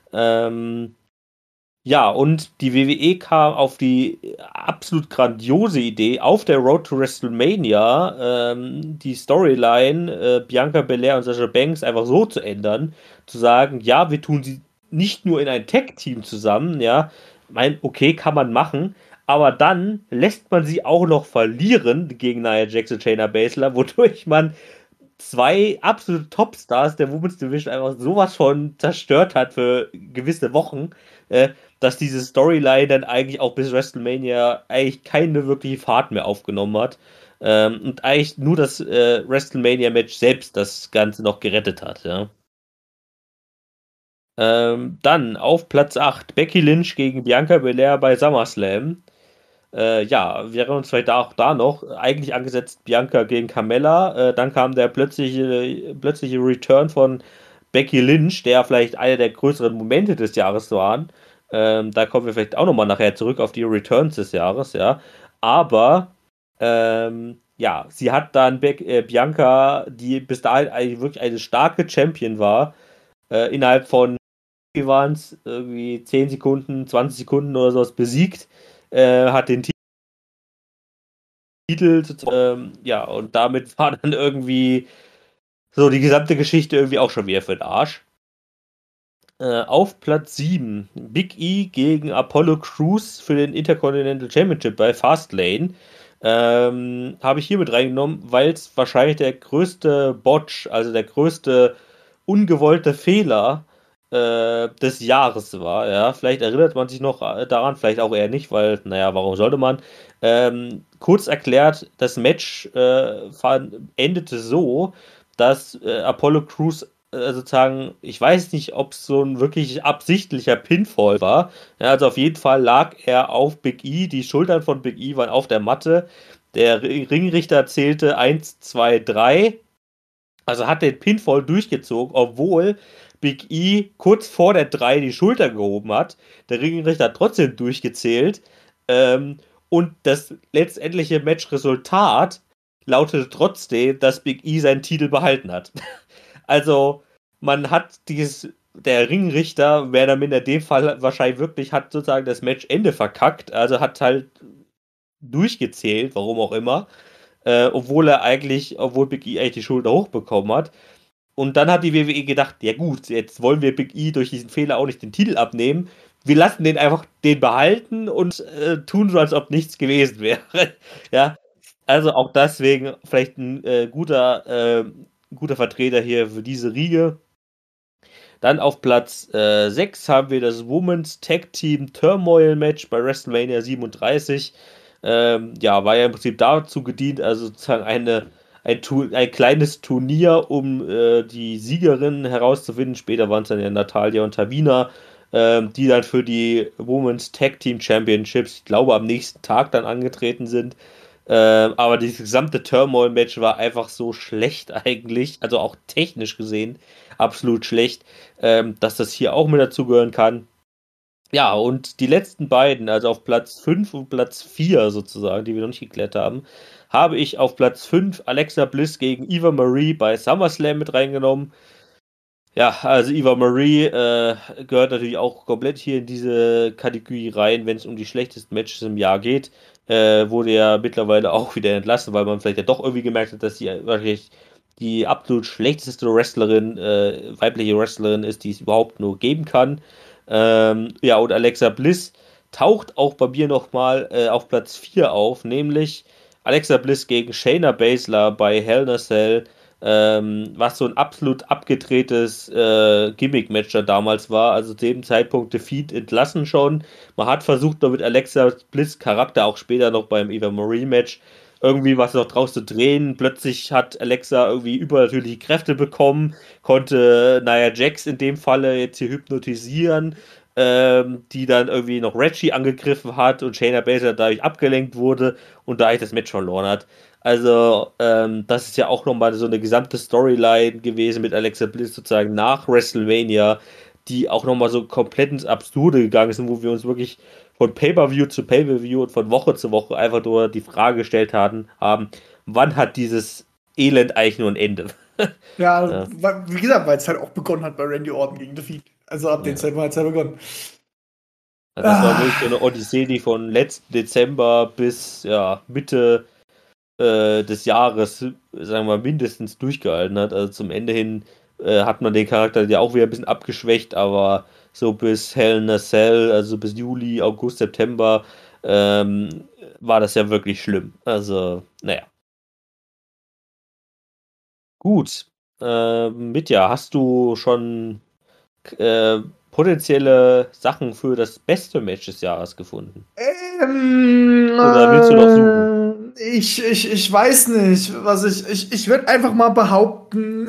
Ja, und die WWE kam auf die absolut grandiose Idee, auf der Road to WrestleMania die Storyline Bianca Belair und Sasha Banks einfach so zu ändern, zu sagen, ja, wir tun sie nicht nur in ein Tag-Team zusammen, ja, okay, kann man machen, aber dann lässt man sie auch noch verlieren gegen Nia Jax und Shayna Baszler, wodurch man zwei absolute Topstars der Women's Division einfach sowas von zerstört hat für gewisse Wochen, dass diese Storyline dann eigentlich auch bis WrestleMania eigentlich keine wirkliche Fahrt mehr aufgenommen hat. Und eigentlich nur das WrestleMania-Match selbst das Ganze noch gerettet hat, ja. Dann auf Platz 8 Becky Lynch gegen Bianca Belair bei SummerSlam. Ja, wir erinnern uns vielleicht auch da noch, eigentlich angesetzt Bianca gegen Carmella, dann kam der plötzliche Return von Becky Lynch, der vielleicht einer der größeren Momente des Jahres waren. Da kommen wir vielleicht auch nochmal nachher zurück auf die Returns des Jahres, ja. Aber, ja, sie hat dann Bianca, die bis dahin eigentlich wirklich eine starke Champion war, innerhalb von, wie waren es, irgendwie 10 Sekunden, 20 Sekunden oder sowas besiegt, hat den Titel, ja, und damit war dann irgendwie so die gesamte Geschichte irgendwie auch schon wieder für den Arsch. Auf Platz 7 Big E gegen Apollo Crews für den Intercontinental Championship bei Fastlane. Habe ich hier mit reingenommen, weil es wahrscheinlich der größte Botch, also der größte ungewollte Fehler des Jahres war. Ja, vielleicht erinnert man sich noch daran, vielleicht auch eher nicht, weil, naja, warum sollte man? Kurz erklärt, das Match endete so, dass Apollo Crews sozusagen, ich weiß nicht, ob es so ein wirklich absichtlicher Pinfall war. Ja, also auf jeden Fall lag er auf Big E, die Schultern von Big E waren auf der Matte. Der Ringrichter zählte 1, 2, 3. Also hat den Pinfall durchgezogen, obwohl Big E kurz vor der 3 die Schulter gehoben hat. Der Ringrichter hat trotzdem durchgezählt. Und das letztendliche Matchresultat lautete trotzdem, dass Big E seinen Titel behalten hat. Also, man hat der Ringrichter, mehr oder minder in dem Fall wahrscheinlich wirklich, hat sozusagen das Matchende verkackt, also hat halt durchgezählt, warum auch immer, obwohl Big E eigentlich die Schulter hochbekommen hat. Und dann hat die WWE gedacht, ja gut, jetzt wollen wir Big E durch diesen Fehler auch nicht den Titel abnehmen. Wir lassen den behalten und tun so, als ob nichts gewesen wäre. Ja, also auch deswegen vielleicht ein guter Vertreter hier für diese Riege. Dann auf Platz 6 haben wir das Women's Tag Team Turmoil Match bei WrestleMania 37. Ja, war ja im Prinzip dazu gedient, also sozusagen ein kleines Turnier, um die Siegerin herauszufinden. Später waren es dann ja Natalia und Tamina, die dann für die Women's Tag Team Championships, ich glaube, am nächsten Tag dann angetreten sind. Aber dieses gesamte Turmoil-Match war einfach so schlecht eigentlich, also auch technisch gesehen absolut schlecht, dass das hier auch mit dazugehören kann. Ja, und die letzten beiden, also auf Platz 5 und Platz 4 sozusagen, die wir noch nicht geklärt haben, habe ich auf Platz 5 Alexa Bliss gegen Eva Marie bei SummerSlam mit reingenommen. Ja, also Eva Marie gehört natürlich auch komplett hier in diese Kategorie rein, wenn es um die schlechtesten Matches im Jahr geht. Wurde ja mittlerweile auch wieder entlassen, weil man vielleicht ja doch irgendwie gemerkt hat, dass sie wirklich die absolut schlechteste Wrestlerin, weibliche Wrestlerin ist, die es überhaupt nur geben kann. Ja, und Alexa Bliss taucht auch bei mir nochmal auf Platz 4 auf, nämlich Alexa Bliss gegen Shayna Baszler bei Hell in a Cell, was so ein absolut abgedrehtes Gimmick-Match da damals war. Also zu dem Zeitpunkt Defeat entlassen schon. Man hat versucht, noch mit Alexa Bliss Charakter auch später noch beim Eva Marie Match irgendwie was noch draus zu drehen. Plötzlich hat Alexa irgendwie übernatürliche Kräfte bekommen, konnte Nia Jax in dem Falle jetzt hier hypnotisieren, die dann irgendwie noch Reggie angegriffen hat und Shayna Baszler dadurch abgelenkt wurde und dadurch das Match verloren hat. Also, das ist ja auch nochmal so eine gesamte Storyline gewesen mit Alexa Bliss sozusagen nach WrestleMania, die auch nochmal so komplett ins Absurde gegangen ist, wo wir uns wirklich von Pay-Per-View zu Pay-Per-View und von Woche zu Woche einfach nur die Frage gestellt haben, wann hat dieses Elend eigentlich nur ein Ende? Ja, Ja, wie gesagt, weil es halt auch begonnen hat bei Randy Orton gegen Defeat. Also ab dem ja. Zeitpunkt hat es halt begonnen. Also das war wirklich so Ah, eine Odyssee, die von letzten Dezember bis ja, Mitte des Jahres, sagen wir mal, mindestens durchgehalten hat. Also zum Ende hin hat man den Charakter ja auch wieder ein bisschen abgeschwächt, aber so bis Hell in a Cell, also bis Juli, August, September, war das ja wirklich schlimm. Also, naja. Gut. Mitja, hast du schon äh, potenzielle Sachen für das beste Match des Jahres gefunden? ähm, Oder willst du noch suchen? ich weiß nicht, ich würde einfach mal behaupten,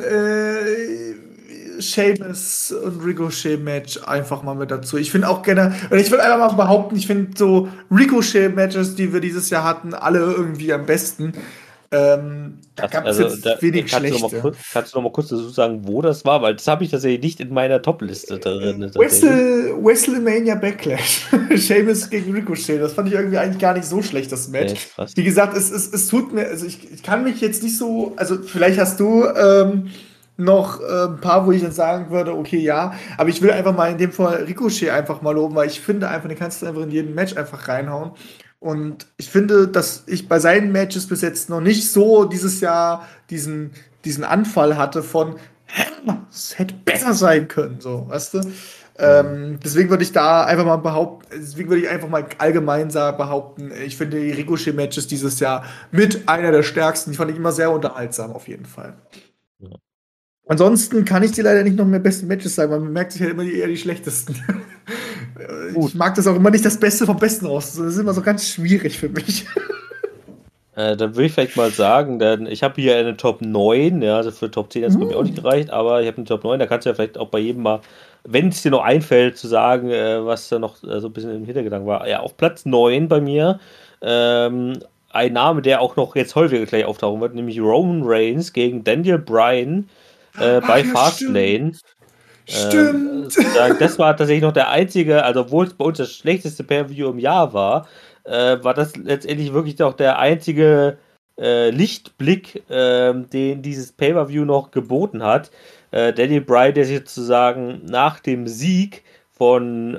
Sheamus und Ricochet-Match einfach mal mit dazu. Ich finde auch gerne, oder ich würde einfach mal behaupten, ich finde so Ricochet-Matches, die wir dieses Jahr hatten, alle irgendwie am besten. Da gab es Also, jetzt wenig schlechte. kannst du noch mal kurz dazu sagen, wo das war? Weil das habe ich tatsächlich nicht in meiner Top-Liste drin, tatsächlich. WrestleMania Backlash. Sheamus gegen Ricochet. Das fand ich irgendwie eigentlich gar nicht so schlecht, das Match. Okay, krass. Wie gesagt, es tut mir, also ich kann mich jetzt nicht so, also vielleicht hast du noch ein paar, wo ich dann sagen würde, okay, ja, aber ich will einfach mal in dem Fall Ricochet einfach mal loben, weil ich finde einfach, den kannst du einfach in jedem Match einfach reinhauen. Und ich finde, dass ich bei seinen Matches bis jetzt noch nicht so dieses Jahr diesen Anfall hatte von, es hätte besser sein können, so, weißt du? Hm. Deswegen würde ich da einfach mal behaupten, deswegen würde ich einfach mal allgemein behaupten, ich finde die Ricochet-Matches dieses Jahr mit einer der stärksten, die fand ich immer sehr unterhaltsam, auf jeden Fall. Ja. Ansonsten kann ich dir leider nicht noch mehr beste Matches sagen, weil man merkt sich halt immer eher die schlechtesten. Ich Gut. mag das auch immer nicht, das Beste vom Besten raus. Das ist immer so ganz schwierig für mich. Dann würde ich vielleicht mal sagen, denn ich habe hier eine Top 9, ja, also für Top 10 hat es bei mir auch nicht gereicht, aber ich habe eine Top 9, da kannst du ja vielleicht auch bei jedem mal, wenn es dir noch einfällt, zu sagen, was da noch so ein bisschen im Hintergedanken war. Ja, auf Platz 9 bei mir, ähm, ein Name, der auch noch jetzt häufiger gleich auftauchen wird, nämlich Roman Reigns gegen Daniel Bryan Ach bei ja, stimmt. Fastlane. Stimmt. Sozusagen, das war tatsächlich noch der einzige, also obwohl es bei uns das schlechteste Pay-Per-View im Jahr war das letztendlich wirklich noch der einzige Lichtblick, den dieses Pay-Per-View noch geboten hat. Daniel Bryan, der sich sozusagen nach dem Sieg von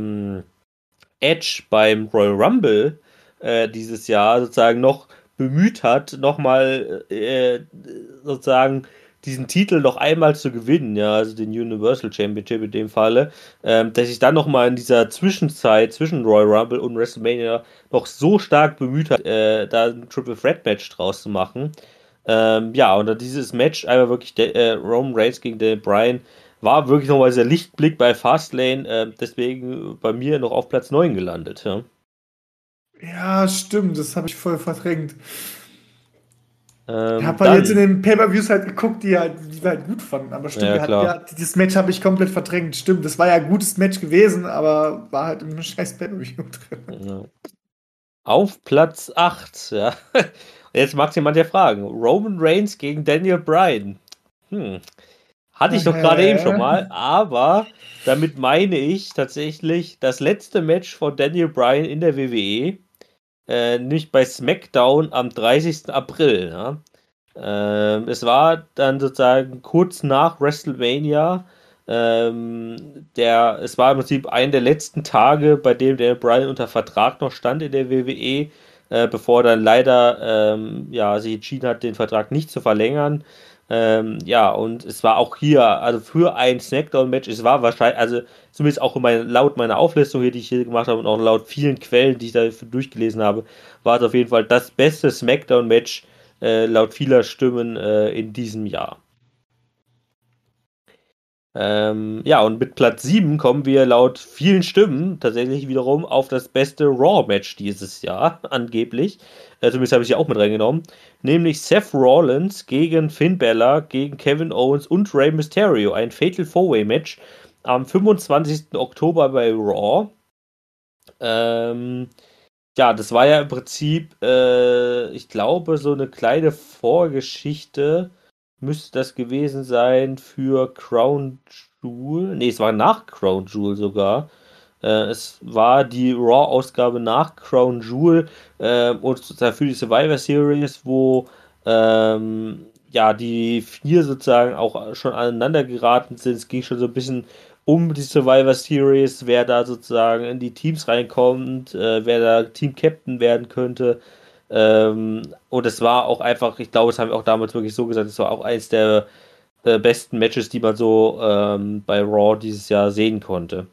Edge beim Royal Rumble dieses Jahr sozusagen noch bemüht hat, nochmal sozusagen diesen Titel noch einmal zu gewinnen, ja, also den Universal Championship in dem Falle, dass sich dann nochmal in dieser Zwischenzeit zwischen Royal Rumble und WrestleMania noch so stark bemüht hat, da ein Triple Threat Match draus zu machen. Ja, und dann dieses Match, einfach wirklich Roman Reigns gegen Daniel Bryan, war wirklich nochmal dieser Lichtblick bei Fastlane, deswegen bei mir noch auf Platz 9 gelandet. Ja, Ja, stimmt, das habe ich voll verdrängt. Ich habe halt jetzt in dann, den Pay-Per-Views halt geguckt, die wir halt gut fanden. Aber stimmt, ja wir hatten klar. ja, dieses Match habe ich komplett verdrängt. Stimmt, das war ja ein gutes Match gewesen, aber war halt im scheiß Pay-Per-View drin. Ja. Auf Platz 8, ja. Jetzt mag sich jemand ja fragen, Roman Reigns gegen Daniel Bryan. Hm. Hatte ich doch gerade eben schon mal, aber damit meine ich tatsächlich das letzte Match von Daniel Bryan in der WWE, nicht bei SmackDown am 30. April. Ja? Es war dann sozusagen kurz nach WrestleMania. Es war im Prinzip einer der letzten Tage, bei dem der Bryan unter Vertrag noch stand in der WWE, bevor er dann leider sich entschieden hat, den Vertrag nicht zu verlängern. Ja, und es war auch hier, also für ein Smackdown-Match, es war wahrscheinlich, also zumindest auch laut meiner Auflistung hier, die ich hier gemacht habe und auch laut vielen Quellen, die ich da durchgelesen habe, war es auf jeden Fall das beste Smackdown-Match laut vieler Stimmen in diesem Jahr. Und mit Platz 7 kommen wir laut vielen Stimmen tatsächlich wiederum auf das beste Raw-Match dieses Jahr, angeblich. Zumindest habe ich sie auch mit reingenommen. Nämlich Seth Rollins gegen Finn Balor, gegen Kevin Owens und Rey Mysterio. Ein Fatal 4-Way-Match am 25. Oktober bei Raw. Das war ja im Prinzip, ich glaube, so eine kleine Vorgeschichte müsste das gewesen sein für Crown Jewel. Ne, es war nach Crown Jewel sogar. Es war die Raw-Ausgabe nach Crown Jewel und sozusagen für die Survivor Series, wo die vier sozusagen auch schon aneinander geraten sind. Es ging schon so ein bisschen um die Survivor Series, wer da sozusagen in die Teams reinkommt, wer da Team-Captain werden könnte. Und es war auch einfach, ich glaube, das haben wir auch damals wirklich so gesagt, es war auch eins der besten Matches, die man so bei Raw dieses Jahr sehen konnte.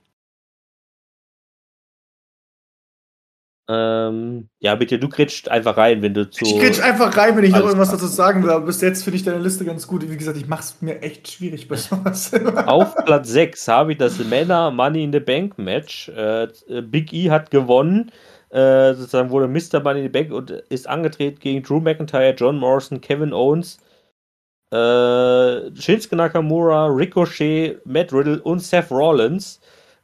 Bitte, du grätscht einfach rein, wenn du zu. Ich grätsch einfach rein, wenn ich noch irgendwas passt. dazu sagen will, aber bis jetzt finde ich deine Liste ganz gut. Wie gesagt, ich mache es mir echt schwierig bei sowas. Auf Platz 6 habe ich das Männer Money in the Bank Match. Big E hat gewonnen. Sozusagen wurde Mr. Money in the Bank und ist angetreten gegen Drew McIntyre, John Morrison, Kevin Owens, Shinsuke Nakamura, Ricochet, Matt Riddle und Seth Rollins.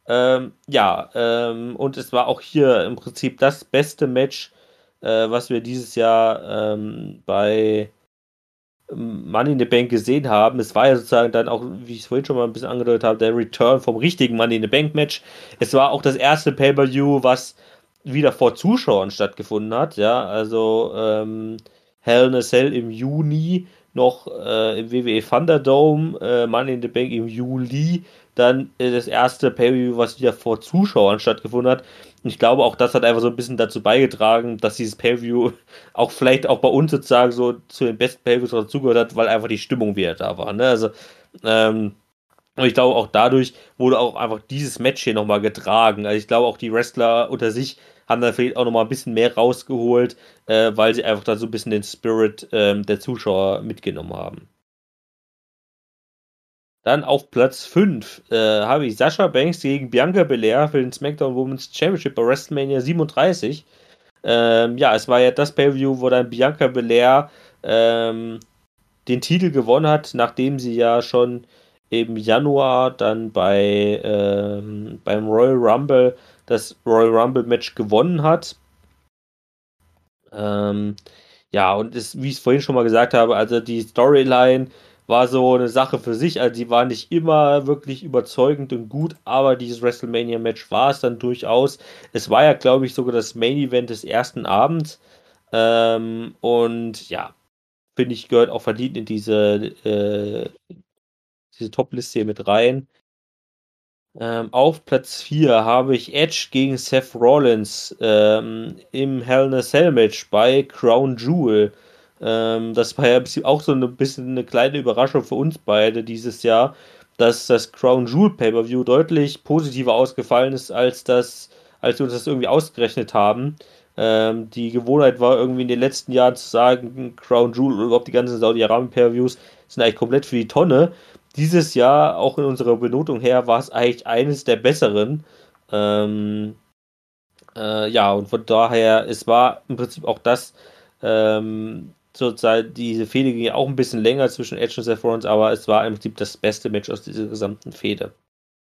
Und es war auch hier im Prinzip das beste Match, was wir dieses Jahr bei Money in the Bank gesehen haben. Es war ja sozusagen dann auch, wie ich es vorhin schon mal ein bisschen angedeutet habe, der Return vom richtigen Money in the Bank Match. Es war auch das erste Pay-Per-View, was wieder vor Zuschauern stattgefunden hat. Ja, also Hell in a Cell im Juni, noch im WWE Thunderdome, Money in the Bank im Juli, dann das erste Pay-Per-View, was wieder vor Zuschauern stattgefunden hat. Und ich glaube, auch das hat einfach so ein bisschen dazu beigetragen, dass dieses Pay-Per-View auch vielleicht auch bei uns sozusagen so zu den besten Pay-Per-Views dazugehört hat, weil einfach die Stimmung wieder da war. Ne? Also, und ich glaube, auch dadurch wurde auch einfach dieses Match hier nochmal getragen. Also ich glaube, auch die Wrestler unter sich haben da vielleicht auch nochmal ein bisschen mehr rausgeholt, weil sie einfach da so ein bisschen den Spirit der Zuschauer mitgenommen haben. Dann auf Platz 5 habe ich Sasha Banks gegen Bianca Belair für den SmackDown Women's Championship bei WrestleMania 37. Es war ja das Pay-Per-View, wo dann Bianca Belair den Titel gewonnen hat, nachdem sie ja schon im Januar dann beim Royal Rumble das Royal Rumble Match gewonnen hat. Und wie ich es vorhin schon mal gesagt habe, also die Storyline war so eine Sache für sich. Also die war nicht immer wirklich überzeugend und gut, aber dieses WrestleMania-Match war es dann durchaus. Es war ja, glaube ich, sogar das Main-Event des ersten Abends. Finde ich, gehört auch verdient in diese Top-Liste hier mit rein. Auf Platz 4 habe ich Edge gegen Seth Rollins im Hell in a Cell Match bei Crown Jewel. Das war ja auch so ein bisschen eine kleine Überraschung für uns beide dieses Jahr, dass das Crown Jewel Pay-Per-View deutlich positiver ausgefallen ist, als wir uns das irgendwie ausgerechnet haben. Die Gewohnheit war irgendwie in den letzten Jahren zu sagen, Crown Jewel oder überhaupt die ganzen Saudi-Arabien Pay-Per-Views sind eigentlich komplett für die Tonne. Dieses Jahr, auch in unserer Benotung her, war es eigentlich eines der besseren. Und von daher, es war im Prinzip auch das, sozusagen, diese Fehde ging ja auch ein bisschen länger zwischen Edge und Seth Rollins, aber es war im Prinzip das beste Match aus dieser gesamten Fehde.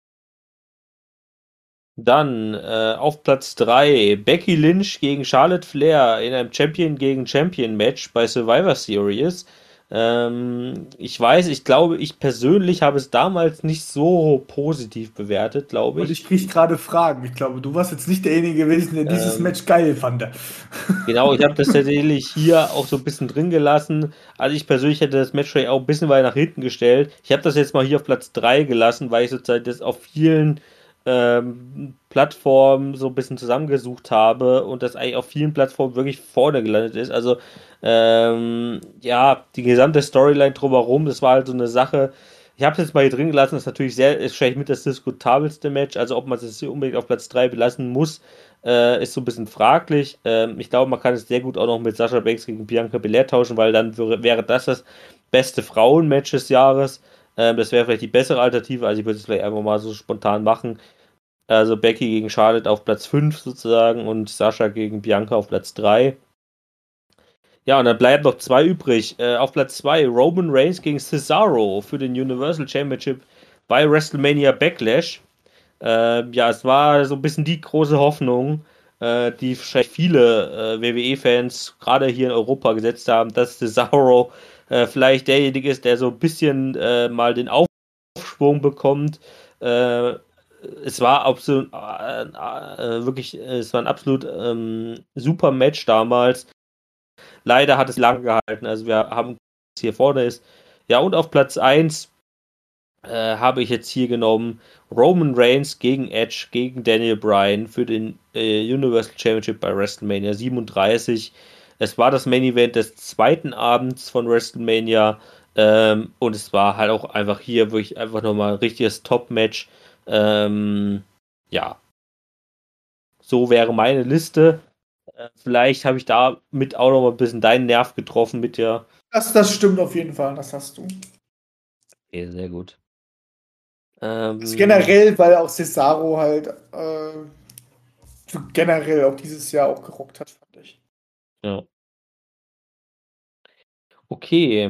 Dann auf Platz 3 Becky Lynch gegen Charlotte Flair in einem Champion gegen Champion Match bei Survivor Series. Ich glaube, ich persönlich habe es damals nicht so positiv bewertet, glaube Und ich. ich kriege gerade Fragen. Ich glaube, du warst jetzt nicht derjenige gewesen, der dieses Ähm, Match geil fand. genau, ich habe das tatsächlich hier auch so ein bisschen drin gelassen. Also ich persönlich hätte das Match vielleicht auch ein bisschen weiter nach hinten gestellt. Ich habe das jetzt mal hier auf Platz 3 gelassen, weil ich sozusagen das auf vielen Plattformen so ein bisschen zusammengesucht habe und das eigentlich auf vielen Plattformen wirklich vorne gelandet ist. Also ja, die gesamte Storyline drumherum, das war halt so eine Sache. Ich habe es jetzt mal hier drin gelassen, das ist natürlich ist wahrscheinlich mit das diskutabelste Match. Also ob man es hier unbedingt auf Platz 3 belassen muss, ist so ein bisschen fraglich. Ich glaube, man kann es sehr gut auch noch mit Sasha Banks gegen Bianca Belair tauschen, weil dann wäre das beste Frauenmatch des Jahres. Das wäre vielleicht die bessere Alternative. Also ich würde es vielleicht einfach mal so spontan machen. Also Becky gegen Charlotte auf Platz 5 sozusagen und Sasha gegen Bianca auf Platz 3. Ja, und dann bleiben noch zwei übrig. Auf Platz 2 Roman Reigns gegen Cesaro für den Universal Championship bei WrestleMania Backlash. Ja, es war so ein bisschen die große Hoffnung, die wahrscheinlich viele WWE-Fans gerade hier in Europa gesetzt haben, dass Cesaro vielleicht derjenige ist, der so ein bisschen mal den Aufschwung bekommt. Äh, Es war absolut, wirklich, es war ein absolut super Match damals. Leider hat es lange gehalten. Also wir haben es hier vorne ist. Ja, und auf Platz 1 habe ich jetzt hier genommen Roman Reigns gegen Edge, gegen Daniel Bryan für den Universal Championship bei WrestleMania 37. Es war das Main Event des zweiten Abends von WrestleMania und es war halt auch einfach hier wirklich einfach nochmal ein richtiges Top-Match. Ja, so wäre meine Liste. Vielleicht habe ich damit auch noch mal ein bisschen deinen Nerv getroffen mit der. Das stimmt auf jeden Fall, das hast du. Okay, sehr gut. Das generell, weil auch Cesaro halt generell auch dieses Jahr auch gerockt hat, fand ich. Ja. Okay.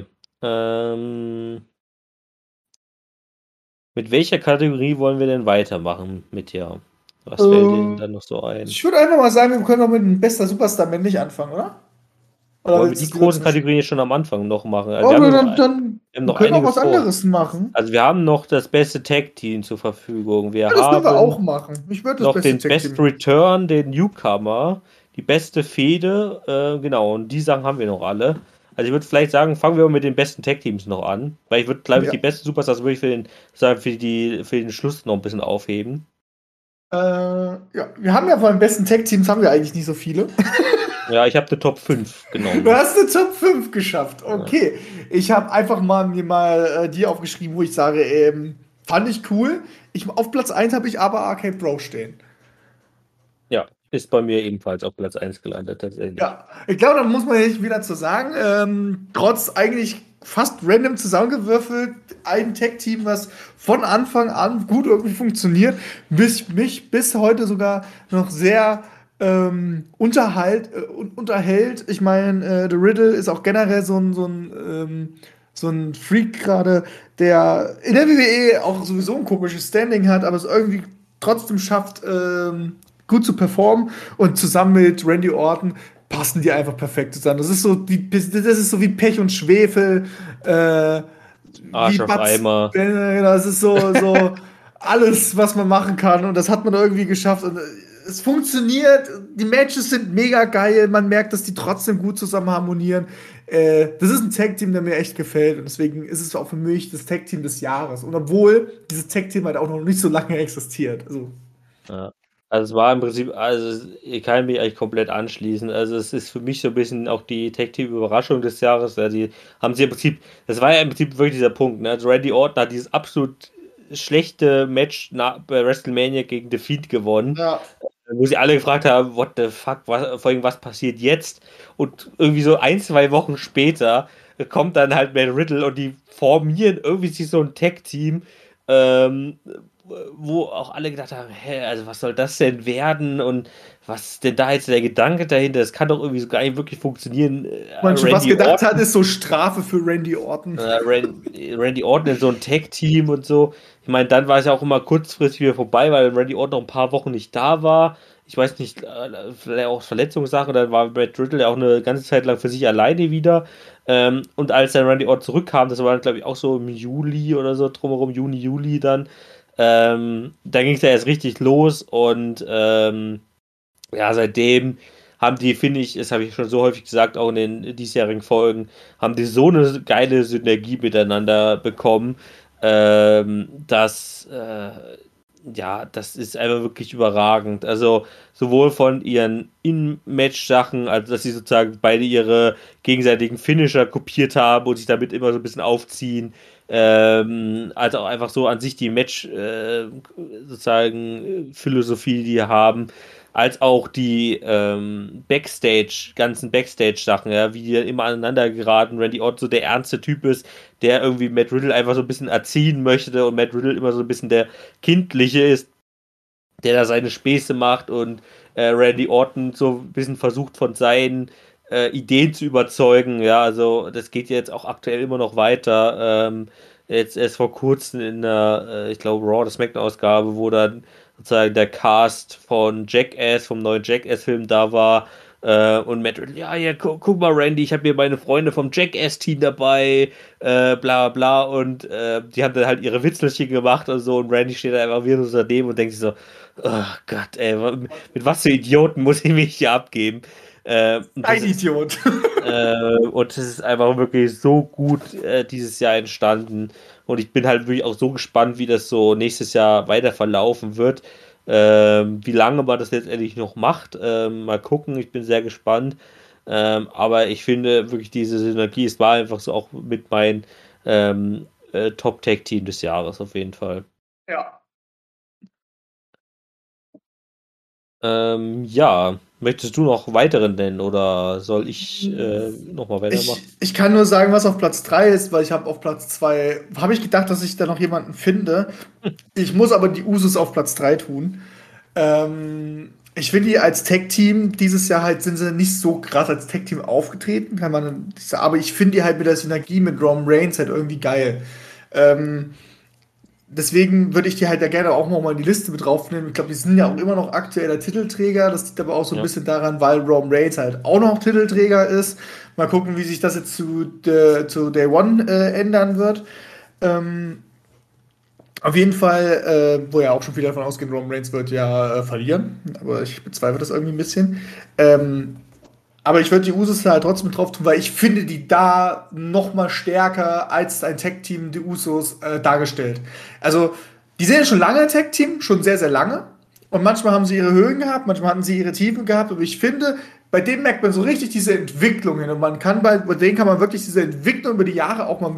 Mit welcher Kategorie wollen wir denn weitermachen mit dir? Was fällt dir denn Äh, dann noch so ein? Ich würde einfach mal sagen, wir können doch mit dem bester Superstar männlich anfangen, oder? Oder Wollen wir willst du die es lieber großen zum Schluss? Kategorien schon am Anfang noch machen? Also Oh, wir haben ja noch, dann wir haben wir noch können auch einige was vor. anderes machen. Also wir haben noch das beste Tag-Team zur Verfügung. Wir Ja, das können wir auch haben machen. Ich würde das noch beste den Tag-Team Best nehmen. Return, den Newcomer, die beste Fehde, genau, und die Sachen haben wir noch alle. Also ich würde vielleicht sagen, fangen wir mit den besten Tag-Teams noch an, weil ich würde, glaube ich, Ja. die besten Superstars würde ich für den Schluss noch ein bisschen aufheben. Ja, wir haben ja von den besten Tag-Teams haben wir eigentlich nicht so viele. Ja, ich habe eine Top 5 Du genommen. hast eine Top 5 geschafft. Ja, Okay. Ich habe einfach mir mal die aufgeschrieben, wo ich sage, fand ich cool. Auf Platz 1 habe ich aber Arcade Bro stehen. ja, ist bei mir ebenfalls auf Platz 1 gelandet, tatsächlich. Ja, ich glaube, da muss man nicht wieder zu sagen. Trotz eigentlich fast random zusammengewürfelt, ein Tech-Team, was von Anfang an gut irgendwie funktioniert, mich bis heute sogar noch sehr unterhält. Ich meine, The Riddle ist auch generell so ein Freak gerade, der in der WWE auch sowieso ein komisches Standing hat, aber es irgendwie trotzdem schafft, gut zu performen. Und zusammen mit Randy Orton passen die einfach perfekt zusammen. Das ist so wie Pech und Schwefel, wie Arsch auf Bud Eimer. Spencer, das ist so alles, was man machen kann. Und das hat man irgendwie geschafft. Und es funktioniert. Die Matches sind mega geil. Man merkt, dass die trotzdem gut zusammen harmonieren. Das ist ein Tag-Team, der mir echt gefällt. Und deswegen ist es auch für mich das Tag-Team des Jahres. Und obwohl dieses Tag-Team halt auch noch nicht so lange existiert. Also, Ja. Also es war im Prinzip, also ich kann mich eigentlich komplett anschließen. Also es ist für mich so ein bisschen auch die Tag-Team-Überraschung des Jahres. Ja, die haben sie im Prinzip, das war ja im Prinzip wirklich dieser Punkt. Ne? Also Randy Orton hat dieses absolut schlechte Match bei WrestleMania gegen The Fiend gewonnen, ja. wo sie alle gefragt haben, what the fuck, vor allem was passiert jetzt? Und irgendwie so ein, zwei Wochen später kommt dann halt Matt Riddle und die formieren irgendwie sich so ein Tag-Team, ähm, wo auch alle gedacht haben, hä, also was soll das denn werden und was ist denn da jetzt der Gedanke dahinter? Das kann doch irgendwie so gar nicht wirklich funktionieren. Man schon was Randy gedacht Orton, hat, ist so Strafe für Randy Orton. Randy Orton in so ein Tag-Team und so. Ich meine, dann war es ja auch immer kurzfristig wieder vorbei, weil Randy Orton noch ein paar Wochen nicht da war. ich weiß nicht, vielleicht auch Verletzungssache, dann war Matt Riddle ja auch eine ganze Zeit lang für sich alleine wieder. Und als dann Randy Orton zurückkam, das war dann, glaube ich, auch so im Juli oder so drumherum, Juni, Juli dann, da ging es ja erst richtig los und ja, seitdem haben die, finde ich, das habe ich schon so häufig gesagt, auch in den diesjährigen Folgen, haben die so eine geile Synergie miteinander bekommen, dass ja, das ist einfach wirklich überragend. Also sowohl von ihren In-Match-Sachen, also dass sie sozusagen beide ihre gegenseitigen Finisher kopiert haben und sich damit immer so ein bisschen aufziehen, als auch einfach so an sich die Match sozusagen Philosophie, die die haben, als auch die ganzen Backstage-Sachen, ja, wie die dann immer aneinander geraten, Randy Orton so der ernste Typ ist, der irgendwie Matt Riddle einfach so ein bisschen erziehen möchte und Matt Riddle immer so ein bisschen der Kindliche ist, der da seine Späße macht und Randy Orton so ein bisschen versucht von seinen Ideen zu überzeugen. Ja, also das geht ja jetzt auch aktuell immer noch weiter. Jetzt erst vor kurzem in der, ich glaube, Raw, der SmackDown-Ausgabe, wo dann sozusagen der Cast von Jackass, vom neuen Jackass-Film da war. Und Matt Riddle, ja, guck mal, Randy, ich habe hier meine Freunde vom Jackass-Team dabei, bla bla, und die haben dann halt ihre Witzelchen gemacht und so, und Randy steht da einfach wieder unter dem und denkt sich so, oh Gott, ey, mit was für Idioten muss ich mich hier abgeben? Ein Idiot. Und es ist einfach wirklich so gut dieses Jahr entstanden. Und ich bin halt wirklich auch so gespannt, wie das so nächstes Jahr weiter verlaufen wird. Wie lange man das letztendlich noch macht. Mal gucken, ich bin sehr gespannt. Aber ich finde wirklich diese Synergie, es war einfach so auch mit meinem Top-Tag-Team des Jahres auf jeden Fall. Ja. Ja, möchtest du noch weiteren nennen oder soll ich nochmal weitermachen? Ich kann nur sagen, was auf Platz 3 ist, weil ich habe auf Platz 2 habe ich gedacht, dass ich da noch jemanden finde. Ich muss aber die Usos auf Platz 3 tun. Ich finde die als Tag-Team dieses Jahr halt sind sie nicht so krass als Tag-Team aufgetreten, kann man nicht sagen, aber ich finde die halt mit der Synergie mit Roman Reigns halt irgendwie geil. Ähm, Deswegen würde ich die halt ja gerne auch noch mal in die Liste mit draufnehmen. Ich glaube, die sind ja auch immer noch aktueller Titelträger. Das liegt aber auch so ein Ja. bisschen daran, weil Roman Reigns halt auch noch Titelträger ist. Mal gucken, wie sich das jetzt zu Day One ändern wird. Ähm, auf jeden Fall, wo ja auch schon viele davon ausgehen, Roman Reigns wird ja verlieren. Aber ich bezweifle das irgendwie ein bisschen. Ähm, aber ich würde die Usos halt trotzdem mit drauf tun, weil ich finde die da noch mal stärker als ein Tag-Team, die Usos, dargestellt. Also, die sind ja schon lange ein Tag-Team, schon sehr, sehr lange. Und manchmal haben sie ihre Höhen gehabt, manchmal hatten sie ihre Tiefen gehabt. Aber ich finde, bei denen merkt man so richtig diese Entwicklungen. Und man kann bei denen kann man wirklich diese Entwicklung über die Jahre auch mal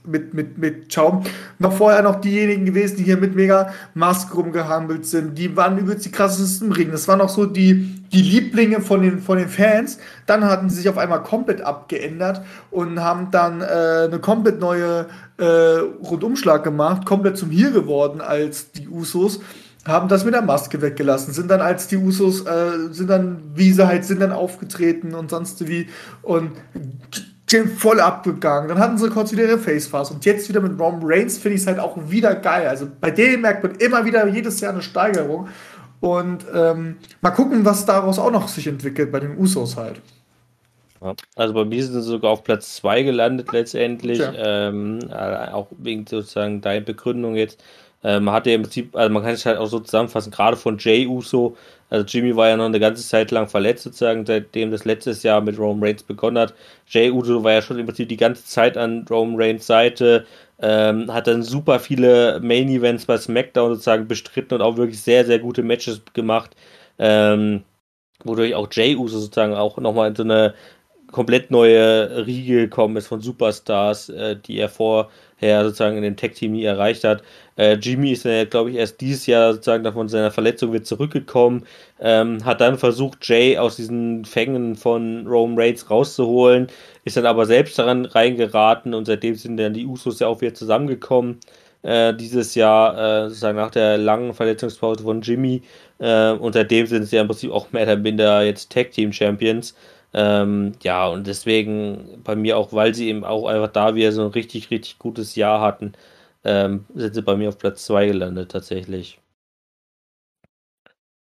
mit schauen. Noch vorher noch diejenigen gewesen, die hier mit mega Mask rumgehampelt sind. Die waren übelst die krassesten im Ring. Das waren auch so die Lieblinge von den Fans. Dann hatten sie sich auf einmal komplett abgeändert und haben dann eine komplett neue Rundumschlag gemacht, komplett zum Heel geworden als die Usos, haben das mit der Maske weggelassen, sind dann als die Usos, sind dann, wie sie halt sind, dann aufgetreten und sonst wie und sind voll abgegangen. Dann hatten sie kurz wieder ihre Facefass und jetzt wieder mit Roman Reigns finde ich es halt auch wieder geil. Also bei denen merkt man immer wieder jedes Jahr eine Steigerung und mal gucken, was daraus auch noch sich entwickelt bei den Usos halt. Ja. Also bei mir sind sie sogar auf Platz 2 gelandet letztendlich, Tja. auch wegen sozusagen deiner Begründung jetzt. Man hatte ja im Prinzip, also man kann es halt auch so zusammenfassen, gerade von Jey Uso, also Jimmy war ja noch eine ganze Zeit lang verletzt sozusagen, seitdem das letztes Jahr mit Roman Reigns begonnen hat. Jey Uso war ja schon im Prinzip die ganze Zeit an Roman Reigns Seite, hat dann super viele Main Events bei SmackDown sozusagen bestritten und auch wirklich sehr, sehr gute Matches gemacht, wodurch auch Jey Uso sozusagen auch nochmal in so eine komplett neue Riege gekommen ist von Superstars, die er vorher sozusagen in dem Tag-Team nie erreicht hat. Jimmy ist ja, glaube ich, erst dieses Jahr sozusagen von seiner Verletzung wieder zurückgekommen, hat dann versucht, Jay aus diesen Fängen von Roman Reigns rauszuholen, ist dann aber selbst daran reingeraten und seitdem sind dann die Usos ja auch wieder zusammengekommen. Dieses Jahr, sozusagen nach der langen Verletzungspause von Jimmy. Und seitdem sind sie ja im Prinzip auch mehr oder minder jetzt Tag-Team-Champions. Ja, und deswegen bei mir auch, weil sie eben auch einfach da wieder so ein richtig, richtig gutes Jahr hatten, sind sie bei mir auf Platz 2 gelandet tatsächlich.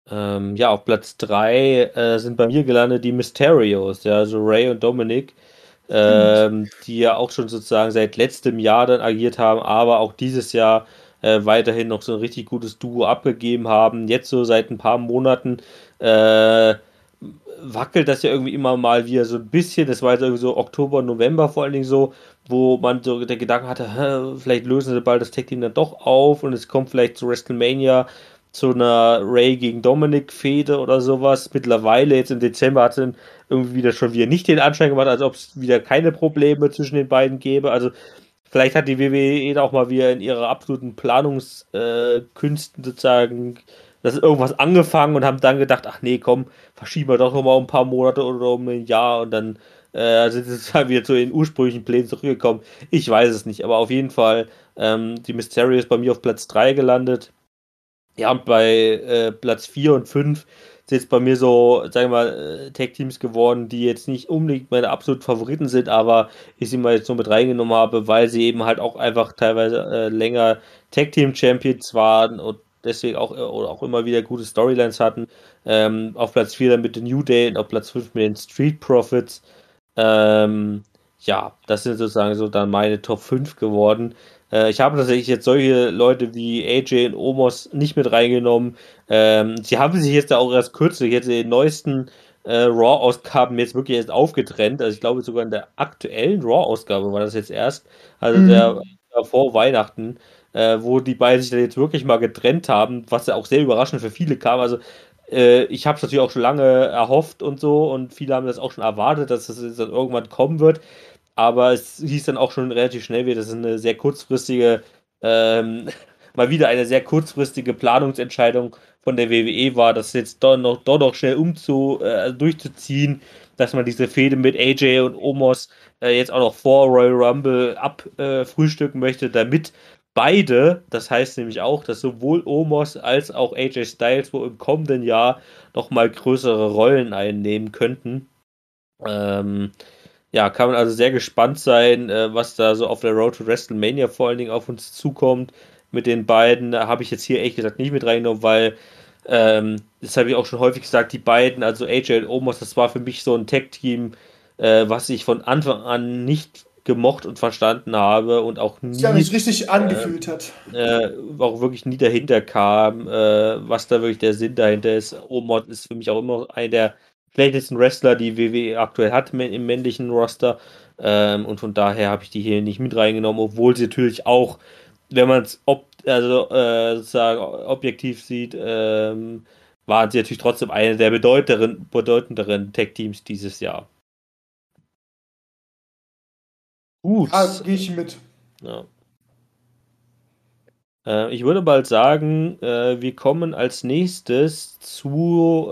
Ja, auf Platz 3 sind bei mir gelandet die Mysterios, ja, also Ray und Dominic, Stimmt. die ja auch schon sozusagen seit letztem Jahr dann agiert haben, aber auch dieses Jahr weiterhin noch so ein richtig gutes Duo abgegeben haben. Jetzt so seit ein paar Monaten äh, wackelt das ja irgendwie immer mal wieder so ein bisschen. Das war jetzt irgendwie so Oktober, November vor allen Dingen so, wo man so der Gedanke hatte, vielleicht lösen sie bald das Tag Team dann doch auf und es kommt vielleicht zu WrestleMania zu einer Ray gegen Dominic Fehde oder sowas. Mittlerweile, jetzt im Dezember, hat es irgendwie wieder schon wieder nicht den Anschein gemacht, als ob es wieder keine Probleme zwischen den beiden gäbe. Also vielleicht hat die WWE da auch mal wieder in ihrer absoluten Planungskünsten sozusagen das ist irgendwas angefangen und haben dann gedacht, ach nee, komm, verschieben wir doch noch mal um ein paar Monate oder um ein Jahr und dann sind sie sozusagen wieder zu den ursprünglichen Plänen zurückgekommen. Ich weiß es nicht, aber auf jeden Fall die Mysterio ist bei mir auf Platz 3 gelandet. Ja, und bei Platz 4 und 5 sind jetzt bei mir so, sagen wir mal, Tag-Teams geworden, die jetzt nicht unbedingt meine absoluten Favoriten sind, aber ich sie mal jetzt nur mit reingenommen habe, weil sie eben halt auch einfach teilweise länger Tag-Team-Champions waren und deswegen auch, oder auch immer wieder gute Storylines hatten. Auf Platz 4 dann mit den New Day und auf Platz 5 mit den Street Profits. Ähm, ja, das sind sozusagen so dann meine Top 5 geworden. Ich habe tatsächlich jetzt solche Leute wie AJ und Omos nicht mit reingenommen. Sie haben sich jetzt auch erst kürzlich, jetzt in den neuesten Raw-Ausgaben jetzt wirklich erst aufgetrennt. Also ich glaube sogar in der aktuellen Raw-Ausgabe war das jetzt erst. Also der Mhm. vor Weihnachten, wo die beiden sich dann jetzt wirklich mal getrennt haben, was ja auch sehr überraschend für viele kam. Also ich habe es natürlich auch schon lange erhofft und so und viele haben das auch schon erwartet, dass das jetzt dann irgendwann kommen wird. Aber es hieß dann auch schon relativ schnell wieder, das ist eine sehr kurzfristige, ähm, mal wieder eine sehr kurzfristige Planungsentscheidung von der WWE war, das jetzt doch noch schnell durchzuziehen, dass man diese Fehde mit AJ und Omos jetzt auch noch vor Royal Rumble abfrühstücken möchte, damit beide, das heißt nämlich auch, dass sowohl Omos als auch AJ Styles wohl im kommenden Jahr noch mal größere Rollen einnehmen könnten. Ähm, ja, kann man also sehr gespannt sein, was da so auf der Road to WrestleMania vor allen Dingen auf uns zukommt. Mit den beiden habe ich jetzt hier ehrlich gesagt nicht mit reingenommen, weil das habe ich auch schon häufig gesagt, die beiden, also AJ und Omos, das war für mich so ein Tag-Team, was ich von Anfang an nicht gemocht und verstanden habe und Sich ja nicht richtig äh, angefühlt hat. auch wirklich nie dahinter kam, was da wirklich der Sinn dahinter ist. Omos ist für mich auch immer einer der schlechtesten Wrestler, die WWE aktuell hat im männlichen Roster. Und von daher habe ich die hier nicht mit reingenommen, obwohl sie natürlich auch, wenn man es also, sozusagen objektiv sieht, waren sie natürlich trotzdem eine der bedeutenderen Tech-Teams dieses Jahr. Ja, Gut. gehe ich mit. Ja. Ich würde bald sagen, wir kommen als nächstes zu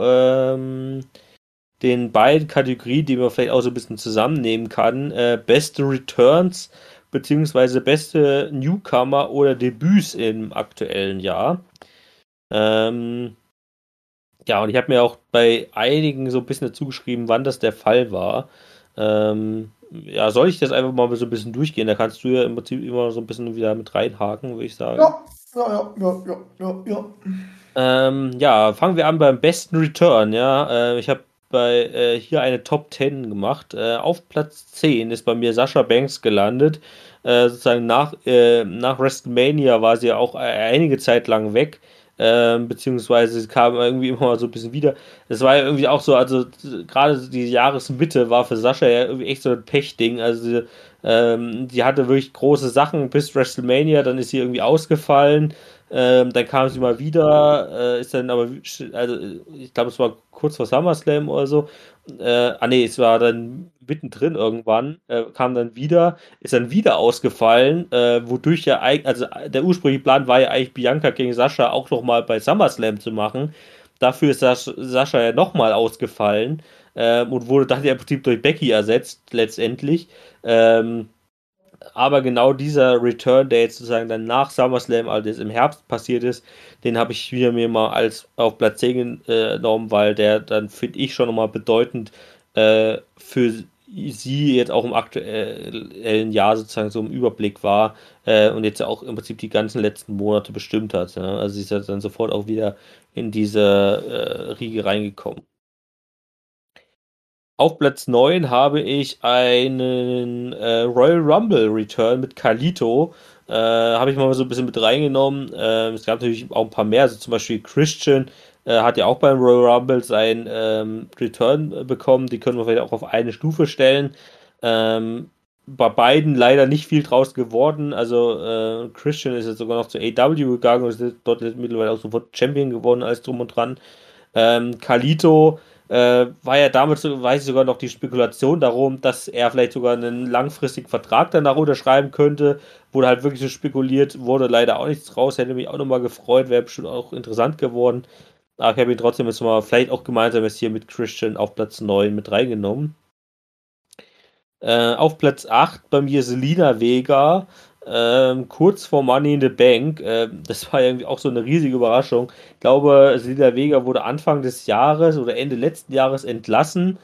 den beiden Kategorien, die man vielleicht auch so ein bisschen zusammennehmen kann. Beste Returns beziehungsweise beste Newcomer oder Debüts im aktuellen Jahr. Ähm, ja, und ich habe mir auch bei einigen so ein bisschen dazu geschrieben, wann das der Fall war. Ja, soll ich das einfach mal so ein bisschen durchgehen? Da kannst du ja im Prinzip immer so ein bisschen wieder mit reinhaken, würde ich sagen. Ja, ja, ja, ja, ja, ja, ja. Ja, fangen wir an beim besten Return, ja. Ich habe bei hier eine Top 10 gemacht. Auf Platz 10 ist bei mir Sasha Banks gelandet. Sozusagen nach WrestleMania war sie ja auch einige Zeit lang weg. Beziehungsweise sie kam irgendwie immer mal so ein bisschen wieder. Es war ja irgendwie auch so, also gerade die Jahresmitte war für Sascha ja irgendwie echt so ein Pechding. Also die hatte wirklich große Sachen bis WrestleMania, dann ist sie irgendwie ausgefallen. Dann kam sie mal wieder, ist dann aber, also ich glaube, es war kurz vor SummerSlam oder so. Nee, es war dann mittendrin irgendwann, kam dann wieder, ist dann wieder ausgefallen, wodurch ja eigentlich, also der ursprüngliche Plan war ja eigentlich Bianca gegen Sascha auch nochmal bei SummerSlam zu machen. Dafür ist Sascha ja nochmal ausgefallen und wurde dann ja im Prinzip durch Becky ersetzt, letztendlich. Ähm, aber genau dieser Return, der jetzt sozusagen dann nach SummerSlam, also jetzt im Herbst passiert ist, den habe ich wieder mir mal als auf Platz 10 genommen, weil der dann, finde ich, schon nochmal bedeutend für sie jetzt auch im aktuellen Jahr sozusagen so im Überblick war und jetzt auch im Prinzip die ganzen letzten Monate bestimmt hat. Ja? Also sie ist ja dann sofort auch wieder in diese Riege reingekommen. Auf Platz 9 habe ich einen Royal Rumble Return mit Carlito. Habe ich mal so ein bisschen mit reingenommen. Es gab natürlich auch ein paar mehr, also zum Beispiel Christian hat ja auch beim Royal Rumble seinen Return bekommen. Die können wir vielleicht auch auf eine Stufe stellen. Bei beiden leider nicht viel draus geworden. Also Christian ist jetzt sogar noch zu AEW gegangen und ist dort jetzt mittlerweile auch sofort Champion geworden, alles drum und dran. Carlito war ja damals, weiß ich sogar noch, die Spekulation darum, dass er vielleicht sogar einen langfristigen Vertrag danach unterschreiben könnte. Wurde halt wirklich so spekuliert, wurde leider auch nichts raus. Hätte mich auch nochmal gefreut, wäre bestimmt auch interessant geworden. Aber ich habe ihn trotzdem jetzt mal vielleicht auch gemeinsam jetzt hier mit Christian auf Platz 9 mit reingenommen. Auf Platz 8 bei mir Selina Vega, kurz vor Money in the Bank. Das war irgendwie auch so eine riesige Überraschung. Ich glaube, Selina Vega wurde Anfang des Jahres oder Ende letzten Jahres entlassen.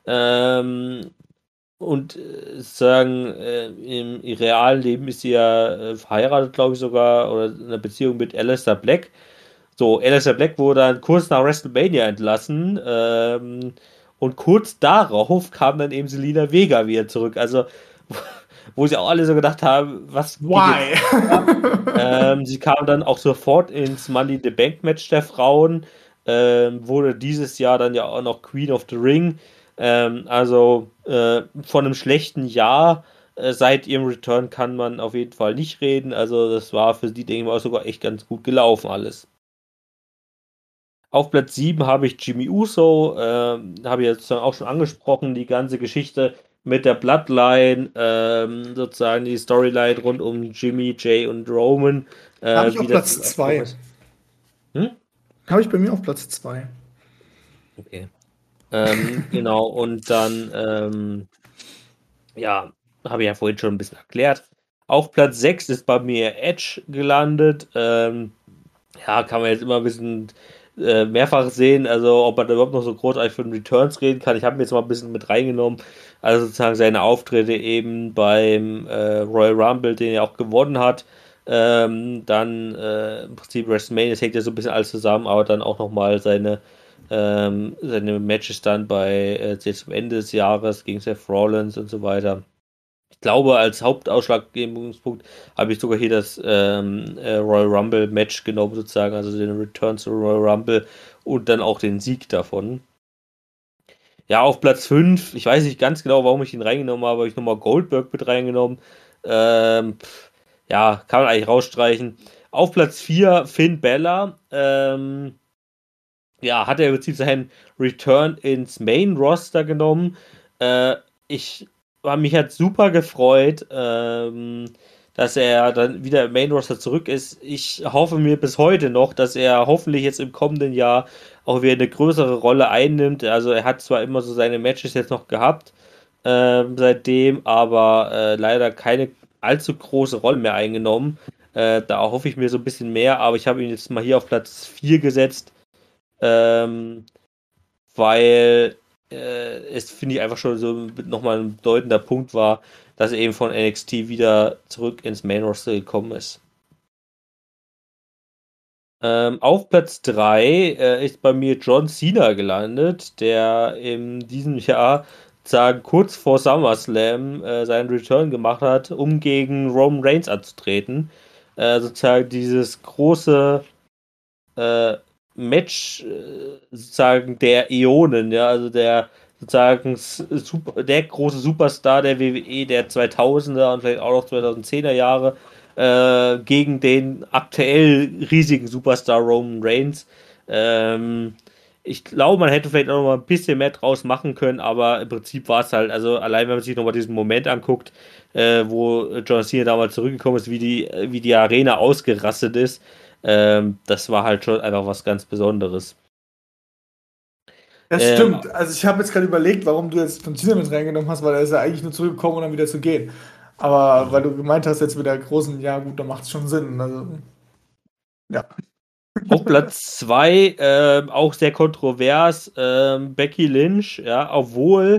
Und sagen, im realen Leben ist sie ja verheiratet, glaube ich sogar, oder in einer Beziehung mit Aleister Black. So, Aleister Black wurde dann kurz nach WrestleMania entlassen. Und kurz darauf kam dann eben Selina Vega wieder zurück. Also, wo sie auch alle so gedacht haben, was geht Why? jetzt ab? Sie kam dann auch sofort ins Money in the Bank Match der Frauen. Wurde dieses Jahr dann ja auch noch Queen of the Ring. Also von einem schlechten Jahr seit ihrem Return kann man auf jeden Fall nicht reden. Also das war für die, denke ich mal, sogar echt ganz gut gelaufen alles. Auf Platz 7 habe ich Jimmy Uso, habe ich jetzt auch schon angesprochen, die ganze Geschichte mit der Bloodline, sozusagen die Storyline rund um Jimmy, Jay und Roman. Habe ich wie auf das Platz 2. Hm? Habe ich bei mir auf Platz 2. Okay. Genau, und dann, ja, habe ich ja vorhin schon ein bisschen erklärt. Auf Platz 6 ist bei mir Edge gelandet. Ja, kann man jetzt immer ein bisschen mehrfach sehen, also ob man da überhaupt noch so großartig von Returns reden kann. Ich habe mir jetzt mal ein bisschen mit reingenommen. Also sozusagen seine Auftritte eben beim Royal Rumble, den er auch gewonnen hat. Dann im Prinzip WrestleMania, das hängt ja so ein bisschen alles zusammen, aber dann auch nochmal seine Matches dann bei jetzt zum Ende des Jahres gegen Seth Rollins und so weiter. Ich glaube, als Hauptausschlaggebungspunkt habe ich sogar hier das Royal Rumble Match genommen, sozusagen, also den Return zu Royal Rumble und dann auch den Sieg davon. Ja, auf Platz 5, ich weiß nicht ganz genau, warum ich ihn reingenommen habe, habe ich nochmal Goldberg mit reingenommen. Ja, kann man eigentlich rausstreichen. Auf Platz 4 Finn Balor. Ja, hat er im Prinzip seinen Return ins Main Roster genommen. Ich mich hat super gefreut, dass er dann wieder im Main Roster zurück ist. Ich hoffe mir bis heute noch, dass er hoffentlich jetzt im kommenden Jahr auch wieder eine größere Rolle einnimmt. Also er hat zwar immer so seine Matches jetzt noch gehabt seitdem, aber leider keine allzu große Rolle mehr eingenommen. Da hoffe ich mir so ein bisschen mehr, aber ich habe ihn jetzt mal hier auf Platz 4 gesetzt. Weil es, finde ich, einfach schon so nochmal ein bedeutender Punkt war, dass er eben von NXT wieder zurück ins Main Roster gekommen ist. Auf Platz 3 ist bei mir John Cena gelandet, der in diesem Jahr sagen kurz vor SummerSlam seinen Return gemacht hat, um gegen Roman Reigns anzutreten. Sozusagen dieses große Match sozusagen der Äonen, ja, also der sozusagen der große Superstar der WWE der 2000er und vielleicht auch noch 2010er Jahre gegen den aktuell riesigen Superstar Roman Reigns. Ich glaube, man hätte vielleicht auch noch mal ein bisschen mehr draus machen können, aber im Prinzip war es halt, also allein wenn man sich noch mal diesen Moment anguckt, wo John Cena damals zurückgekommen ist, wie die Arena ausgerastet ist, das war halt schon einfach was ganz Besonderes. Das stimmt. Also ich habe jetzt gerade überlegt, warum du jetzt von Cena mit reingenommen hast, weil er ist ja eigentlich nur zurückgekommen, um dann wieder zu gehen. Aber weil du gemeint hast, jetzt mit der großen, ja gut, da macht es schon Sinn. Also, ja. Auf Platz 2, auch sehr kontrovers, Becky Lynch, ja, obwohl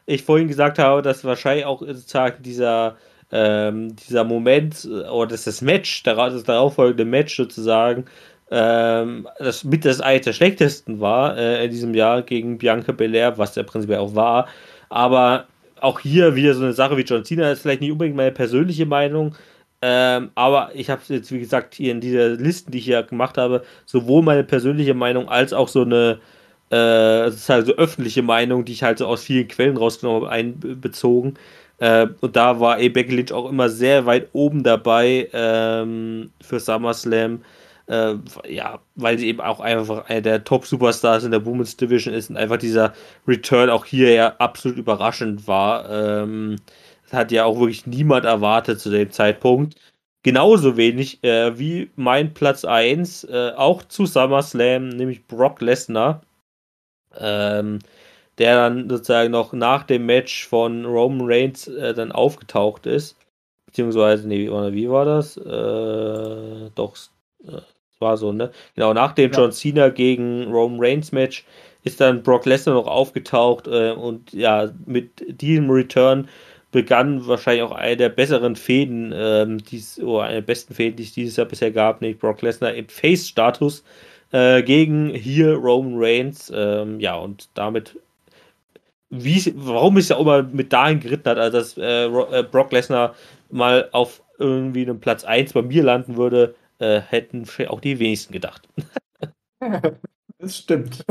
ich vorhin gesagt habe, dass wahrscheinlich auch sozusagen dieser Moment oder das Match, das darauffolgende Match sozusagen, das mit das eines der schlechtesten war in diesem Jahr gegen Bianca Belair, was der prinzipiell auch war. Aber auch hier wieder so eine Sache wie John Cena ist vielleicht nicht unbedingt meine persönliche Meinung. Aber ich habe jetzt, wie gesagt, hier in dieser Listen, die ich hier gemacht habe, sowohl meine persönliche Meinung als auch so eine sozusagen so öffentliche Meinung, die ich halt so aus vielen Quellen rausgenommen habe, einbezogen. Und da war Becky Lynch auch immer sehr weit oben dabei für SummerSlam. Ja, weil sie eben auch einfach einer der Top-Superstars in der Women's Division ist und einfach dieser Return auch hier ja absolut überraschend war. Das hat ja auch wirklich niemand erwartet zu dem Zeitpunkt. Genauso wenig wie mein Platz 1, auch zu SummerSlam, nämlich Brock Lesnar, ähm, der dann sozusagen noch nach dem Match von Roman Reigns dann aufgetaucht ist. Beziehungsweise, nee, wie war das? Doch, es war so, ne? Genau, nach dem Ja. John Cena gegen Roman Reigns Match ist dann Brock Lesnar noch aufgetaucht und ja, mit diesem Return begann wahrscheinlich auch eine der besseren Fäden, oder eine der besten Fäden, die es dieses Jahr bisher gab, nämlich Brock Lesnar im Face-Status gegen hier Roman Reigns. Ja, und damit, warum es ja auch immer mit dahin geritten hat, also dass Brock Lesnar mal auf irgendwie einem Platz 1 bei mir landen würde, hätten auch die wenigsten gedacht. Das stimmt.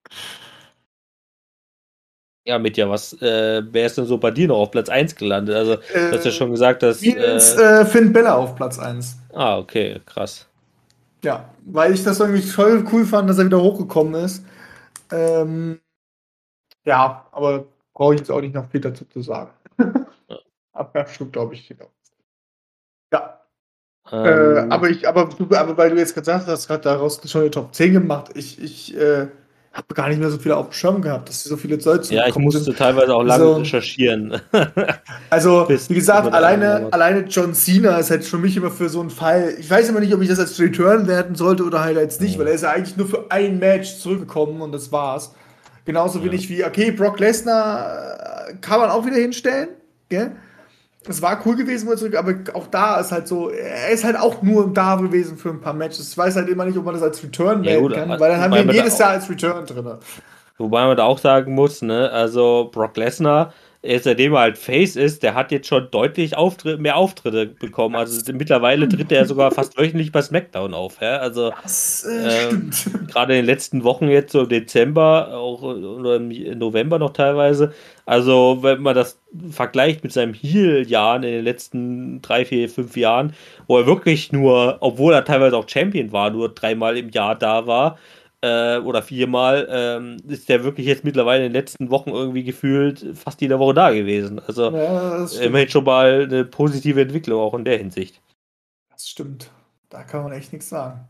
Ja, Mitja, wer ist denn so bei dir noch auf Platz 1 gelandet? Also, du hast ja schon gesagt, dass. Mir ist Finn Bella auf Platz 1. Okay, krass. Ja, weil ich das irgendwie voll cool fand, dass er wieder hochgekommen ist. Ähm, ja, aber brauche ich jetzt auch nicht noch viel dazu zu sagen. Ja. Aber stimmt, glaube ich. Genau. Ja. Ähm, Aber weil du jetzt gesagt hast, gerade daraus schon eine Top 10 gemacht, ich habe gar nicht mehr so viele auf dem Schirm gehabt, dass so viele Leute ja, ich zurückgekommen sind. musste teilweise auch lange Also, recherchieren. Also, wie Bis man gesagt, da angenommen hat. alleine John Cena ist halt für mich immer für so einen Fall. Ich weiß immer nicht, ob ich das als Return werten sollte oder halt als nicht, weil er ist ja eigentlich nur für ein Match zurückgekommen und das war's. Genauso Ja. wenig wie, okay, Brock Lesnar kann man auch wieder hinstellen, gell? Es war cool gewesen, wo er zurück, aber auch da ist halt so, er ist halt auch nur da gewesen für ein paar Matches. Ich weiß halt immer nicht, ob man das als Return Ja, melden gut, kann, weil dann haben wir wobei ihn man da jedes Jahr als Return drin. Wobei man da auch sagen muss, ne, also Brock Lesnar, seitdem er halt Face ist, der hat jetzt schon deutlich mehr Auftritte bekommen. Also mittlerweile tritt er sogar fast wöchentlich bei SmackDown auf. Ja? Also Das äh, stimmt. gerade in den letzten Wochen jetzt, so im Dezember, auch oder im November noch teilweise. Also wenn man das vergleicht mit seinem Heel-Jahren in den letzten 3, 4, 5 Jahren, wo er wirklich nur, obwohl er teilweise auch Champion war, nur 3-mal im Jahr da war, oder 4-mal, ist der wirklich jetzt mittlerweile in den letzten Wochen irgendwie gefühlt fast jede Woche da gewesen. Also Ja, das immerhin stimmt. schon mal eine positive Entwicklung auch in der Hinsicht. Das stimmt. Da kann man echt nichts sagen.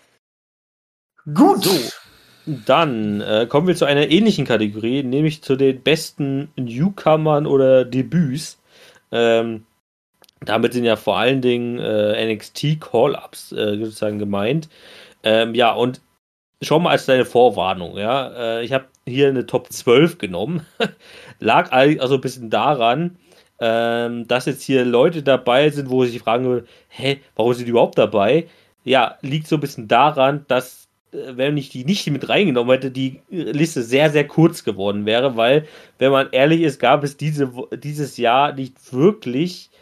Gut. So, dann kommen wir zu einer ähnlichen Kategorie, nämlich zu den besten Newcomern oder Debüts. Ähm, damit sind ja vor allen Dingen NXT Call-Ups sozusagen gemeint. Ja, und schon mal als deine Vorwarnung, ja. Ich habe hier eine Top 12 genommen. Lag eigentlich also ein bisschen daran, dass jetzt hier Leute dabei sind, wo ich sich fragen würde, hä, warum sind die überhaupt dabei? Ja, liegt so ein bisschen daran, dass, wenn ich die nicht mit reingenommen hätte, die Liste sehr, sehr kurz geworden wäre, weil, wenn man ehrlich ist, gab es dieses Jahr nicht wirklich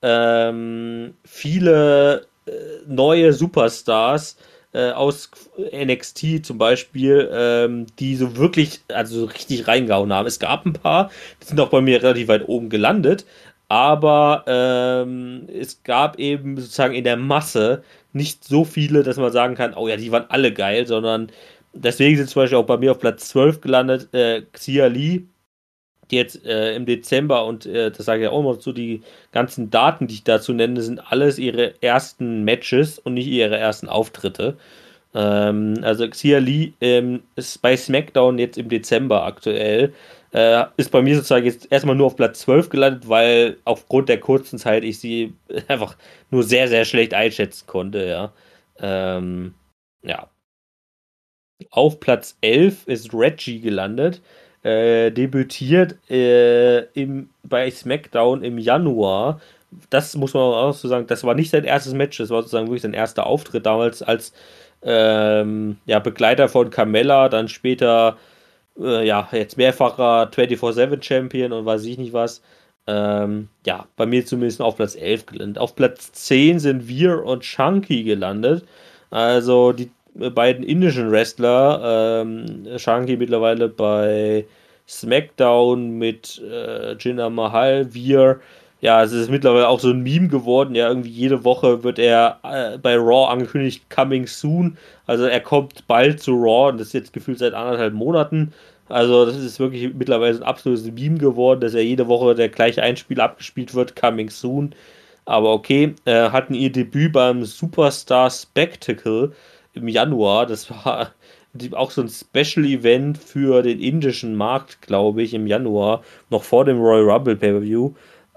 viele neue Superstars aus NXT zum Beispiel, die so wirklich, also so richtig reingehauen haben. Es gab ein paar, die sind auch bei mir relativ weit oben gelandet, aber es gab eben sozusagen in der Masse nicht so viele, dass man sagen kann, oh ja, die waren alle geil, sondern deswegen sind zum Beispiel auch bei mir auf Platz 12 gelandet, Xia Li, die jetzt im Dezember, und das sage ich ja auch noch zu, die ganzen Daten, die ich dazu nenne, sind alles ihre ersten Matches und nicht ihre ersten Auftritte. Also Xia Li ist bei SmackDown jetzt im Dezember aktuell. Ist bei mir sozusagen jetzt erstmal nur auf Platz 12 gelandet, weil aufgrund der kurzen Zeit ich sie einfach nur sehr, sehr schlecht einschätzen konnte, ja. Ja. Auf Platz 11 ist Reggie gelandet. debütiert bei SmackDown im Januar. Das muss man auch so sagen, das war nicht sein erstes Match, das war sozusagen wirklich sein erster Auftritt damals als ja, Begleiter von Carmella, dann später ja, jetzt mehrfacher 24/7 Champion und weiß ich nicht was. Ja, bei mir zumindest auf Platz 11 gelandet. Auf Platz 10 sind wir und Chunky gelandet. Also die beiden indischen Wrestler. Chunky mittlerweile bei SmackDown mit Jinder Mahal. Wir, ja, es ist mittlerweile auch so ein Meme geworden. Ja, irgendwie jede Woche wird er bei Raw angekündigt, coming soon. Also er kommt bald zu Raw und das ist jetzt gefühlt seit 1,5 Monaten. Also das ist wirklich mittlerweile ein absolutes Meme geworden, dass ja jede Woche der gleiche Einspieler abgespielt wird, coming soon. Aber okay, hatten ihr Debüt beim Superstar Spectacle im Januar. Das war auch so ein Special Event für den indischen Markt, glaube ich, im Januar, noch vor dem Royal Rumble Pay-Per-View.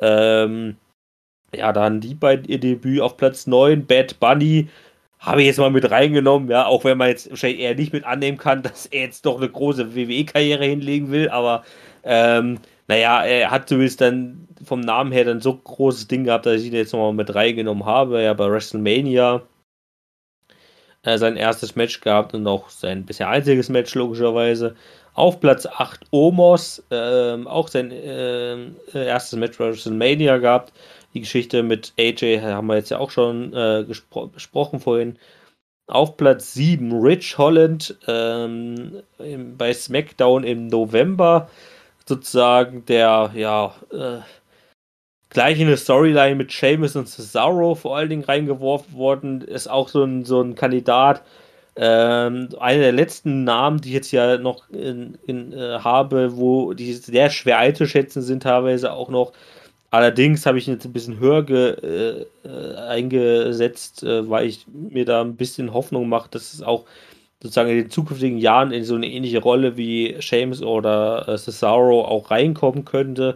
Ja, da haben die beiden ihr Debüt auf Platz 9. Bad Bunny habe ich jetzt mal mit reingenommen, ja, auch wenn man jetzt wahrscheinlich eher nicht mit annehmen kann, dass er jetzt doch eine große WWE-Karriere hinlegen will, aber naja, er hat zumindest dann vom Namen her dann so großes Ding gehabt, dass ich ihn jetzt nochmal mit reingenommen habe, ja, bei WrestleMania sein erstes Match gehabt und auch sein bisher einziges Match logischerweise. Auf Platz 8 Omos, auch sein erstes Match bei WrestleMania gehabt. Die Geschichte mit AJ haben wir jetzt ja auch schon besprochen vorhin. Auf Platz 7 Rich Holland bei SmackDown im November. Sozusagen der, ja, gleich in eine Storyline mit Sheamus und Cesaro vor allen Dingen reingeworfen worden. Ist auch so ein Kandidat. Einer der letzten Namen, die ich jetzt ja noch habe, wo die sehr schwer einzuschätzen sind, teilweise auch noch. Allerdings habe ich ihn jetzt ein bisschen höher eingesetzt, weil ich mir da ein bisschen Hoffnung mache, dass es auch sozusagen in den zukünftigen Jahren in so eine ähnliche Rolle wie Sheamus oder Cesaro auch reinkommen könnte.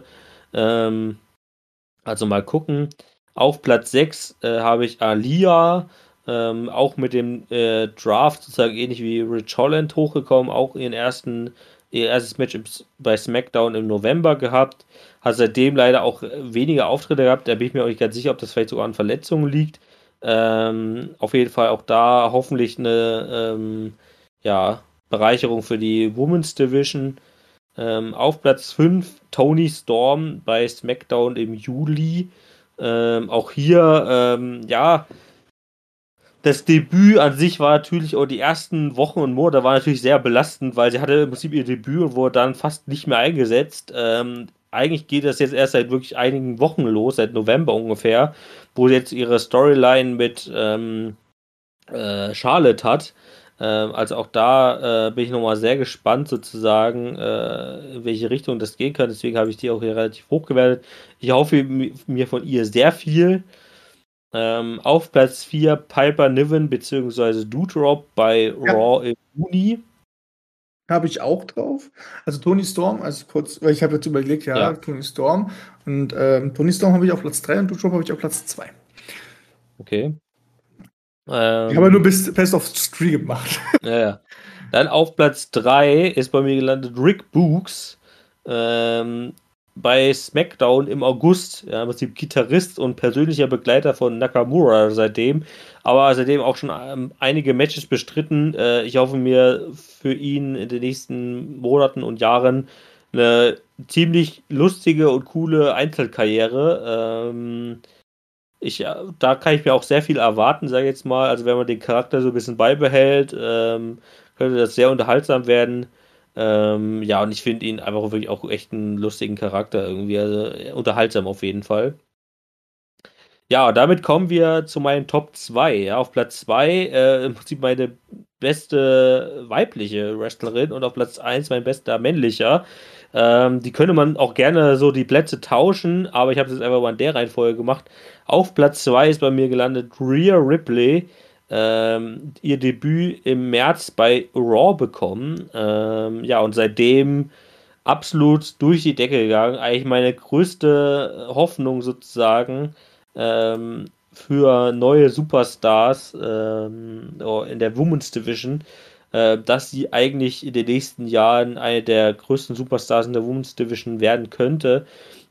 Also mal gucken. Auf Platz 6 habe ich Aliyah, auch mit dem Draft sozusagen ähnlich wie Rich Holland hochgekommen, auch ihr erstes Match bei SmackDown im November gehabt. Hat seitdem leider auch weniger Auftritte gehabt. Da bin ich mir auch nicht ganz sicher, ob das vielleicht sogar an Verletzungen liegt. Auf jeden Fall auch da hoffentlich eine ja, Bereicherung für die Women's Division. Auf Platz 5 Toni Storm bei SmackDown im Juli. Auch hier, ja, das Debüt an sich war natürlich, oder die ersten Wochen und Monate war natürlich sehr belastend, weil sie hatte im Prinzip ihr Debüt und wurde dann fast nicht mehr eingesetzt. Eigentlich geht das jetzt erst seit wirklich einigen Wochen los, seit November ungefähr, wo sie jetzt ihre Storyline mit Charlotte hat. Also auch da bin ich nochmal sehr gespannt sozusagen, in welche Richtung das gehen kann. Deswegen habe ich die auch hier relativ hoch gewertet. Ich hoffe mir von ihr sehr viel. Auf Platz 4 Piper Niven bzw. Doudrop bei Raw im Juni. Habe ich auch drauf. Also Toni Storm, also kurz, weil ich habe jetzt überlegt, ja. Toni Storm. Und Toni Storm habe ich auf Platz 3 und Doudrop habe ich auf Platz 2. Okay. Ich habe nur Best of 3 gemacht. Ja. Dann auf Platz 3 ist bei mir gelandet Rick Books bei SmackDown im August. Ja, im Prinzip Gitarrist und persönlicher Begleiter von Nakamura seitdem. Aber seitdem auch schon einige Matches bestritten. Ich hoffe mir für ihn in den nächsten Monaten und Jahren eine ziemlich lustige und coole Einzelkarriere. Da kann ich mir auch sehr viel erwarten, sage ich jetzt mal. Also wenn man den Charakter so ein bisschen beibehält, könnte das sehr unterhaltsam werden. Ja, und ich finde ihn einfach wirklich auch echt einen lustigen Charakter irgendwie. Also unterhaltsam auf jeden Fall. Ja, und damit kommen wir zu meinen Top 2. Ja, auf Platz 2 im Prinzip meine beste weibliche Wrestlerin und auf Platz 1 mein bester männlicher. Die könnte man auch gerne so die Plätze tauschen, aber ich habe es jetzt einfach mal in der Reihenfolge gemacht. Auf Platz 2 ist bei mir gelandet Rhea Ripley. Ihr Debüt im März bei Raw bekommen. Ja, und seitdem absolut durch die Decke gegangen. Eigentlich meine größte Hoffnung sozusagen für neue Superstars in der Women's Division. dass sie eigentlich in den nächsten Jahren eine der größten Superstars in der Women's Division werden könnte.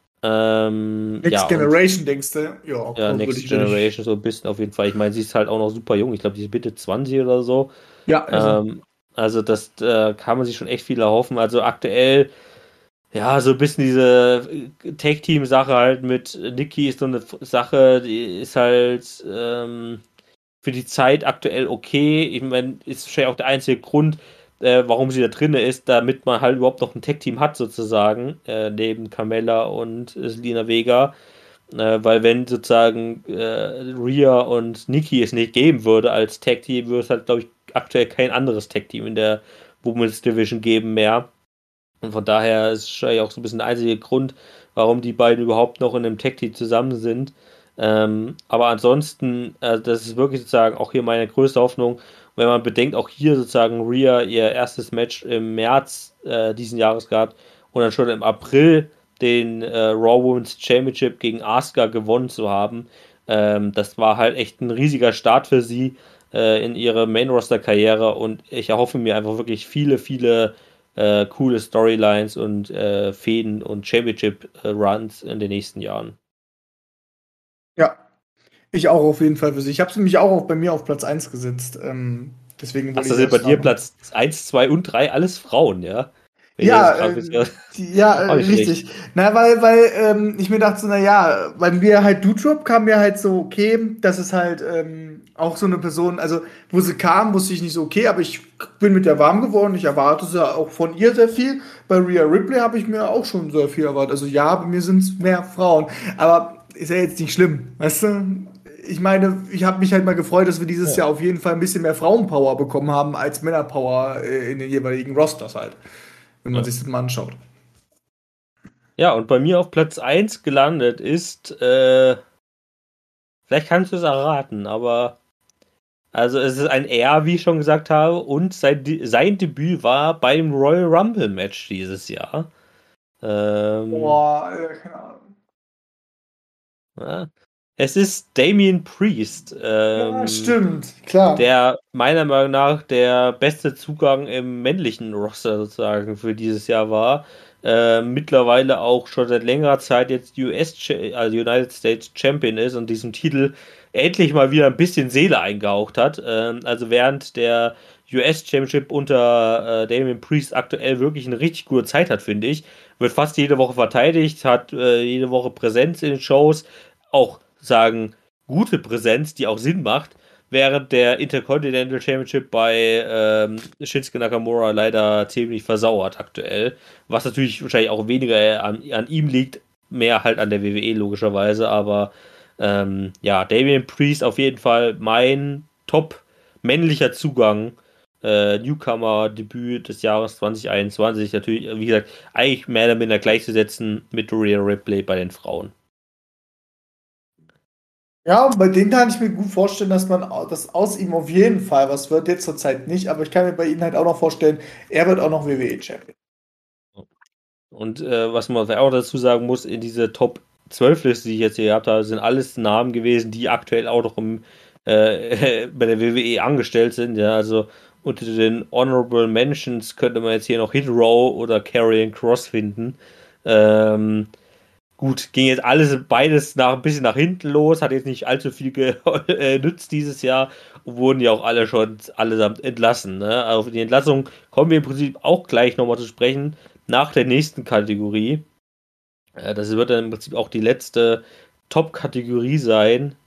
Next Generation, denkst du? Ja, ja, Next Generation so ein bisschen auf jeden Fall. Ich meine, sie ist halt auch noch super jung. Ich glaube, die ist Mitte 20 oder so. Ja, also das kann man sich schon echt viel erhoffen. Also aktuell, ja, so ein bisschen diese Tag-Team-Sache halt mit Nikki ist so eine Sache, die ist halt für die Zeit aktuell okay. Ich meine, ist wahrscheinlich auch der einzige Grund, warum sie da drin ist, damit man halt überhaupt noch ein Tag-Team hat, sozusagen, neben Carmella und Selena Vega. Weil wenn sozusagen Rhea und Nikki es nicht geben würde als Tag-Team, würde es halt, glaube ich, aktuell kein anderes Tag-Team in der Women's Division geben mehr. Und von daher ist es wahrscheinlich auch so ein bisschen der einzige Grund, warum die beiden überhaupt noch in einem Tag-Team zusammen sind. Aber ansonsten, das ist wirklich sozusagen auch hier meine größte Hoffnung. Wenn man bedenkt, auch hier sozusagen Rhea ihr erstes Match im März diesen Jahres gehabt und dann schon im April den Raw Women's Championship gegen Asuka gewonnen zu haben. Das war halt echt ein riesiger Start für sie in ihre Main-Roster-Karriere und ich erhoffe mir einfach wirklich viele, viele coole Storylines und Fäden und Championship-Runs in den nächsten Jahren. Ja, ich auch auf jeden Fall für sie. Ich habe sie nämlich auch bei mir auf Platz 1 gesetzt. Deswegen wollte ich bei dir Platz 1, 2 und 3 alles Frauen, ja? Ja, richtig. Na, weil ich mir dachte so, naja, bei mir halt Doudrop kam mir halt so, okay, das ist halt auch so eine Person, also wo sie kam, wusste ich nicht so, okay, aber ich bin mit der warm geworden, ich erwarte ja auch von ihr sehr viel. Bei Rhea Ripley habe ich mir auch schon sehr viel erwartet. Also ja, bei mir sind es mehr Frauen, aber ist ja jetzt nicht schlimm, weißt du? Ich meine, ich habe mich halt mal gefreut, dass wir dieses Jahr auf jeden Fall ein bisschen mehr Frauenpower bekommen haben als Männerpower in den jeweiligen Rosters halt, wenn man sich das mal anschaut. Ja, und bei mir auf Platz 1 gelandet ist, vielleicht kannst du es erraten, aber also es ist ein R, wie ich schon gesagt habe, und sein Debüt war beim Royal Rumble Match dieses Jahr. Boah, keine Ahnung. Ja. Es ist Damian Priest. Ja, stimmt, klar. Der meiner Meinung nach der beste Zugang im männlichen Roster sozusagen für dieses Jahr war. Mittlerweile auch schon seit längerer Zeit jetzt also United States Champion ist und diesen Titel endlich mal wieder ein bisschen Seele eingehaucht hat. Also während der US Championship unter Damian Priest aktuell wirklich eine richtig gute Zeit hat, finde ich. Wird fast jede Woche verteidigt, hat jede Woche Präsenz in den Shows, auch sagen gute Präsenz, die auch Sinn macht, während der Intercontinental Championship bei Shinsuke Nakamura leider ziemlich versauert aktuell. Was natürlich wahrscheinlich auch weniger an ihm liegt, mehr halt an der WWE logischerweise, aber ja, Damian Priest auf jeden Fall mein top männlicher Zugang. Newcomer-Debüt des Jahres 2021. Natürlich, wie gesagt, eigentlich mehr oder minder gleichzusetzen mit Rhea Ripley bei den Frauen. Ja, bei denen kann ich mir gut vorstellen, dass dass aus ihm auf jeden Fall was wird. Jetzt zur Zeit nicht, aber ich kann mir bei ihm halt auch noch vorstellen, er wird auch noch WWE-Champion. Und was man auch dazu sagen muss, in diese Top 12 Liste, die ich jetzt hier gehabt habe, sind alles Namen gewesen, die aktuell auch noch bei der WWE angestellt sind. Ja, also unter den Honorable Mentions könnte man jetzt hier noch Hit Row oder Karrion Kross finden. Gut, ging jetzt beides ein bisschen nach hinten los, hat jetzt nicht allzu viel genützt dieses Jahr und wurden ja auch alle schon allesamt entlassen. Ne? Auf die Entlassung kommen wir im Prinzip auch gleich nochmal zu sprechen, nach der nächsten Kategorie. Das wird dann im Prinzip auch die letzte Top-Kategorie sein,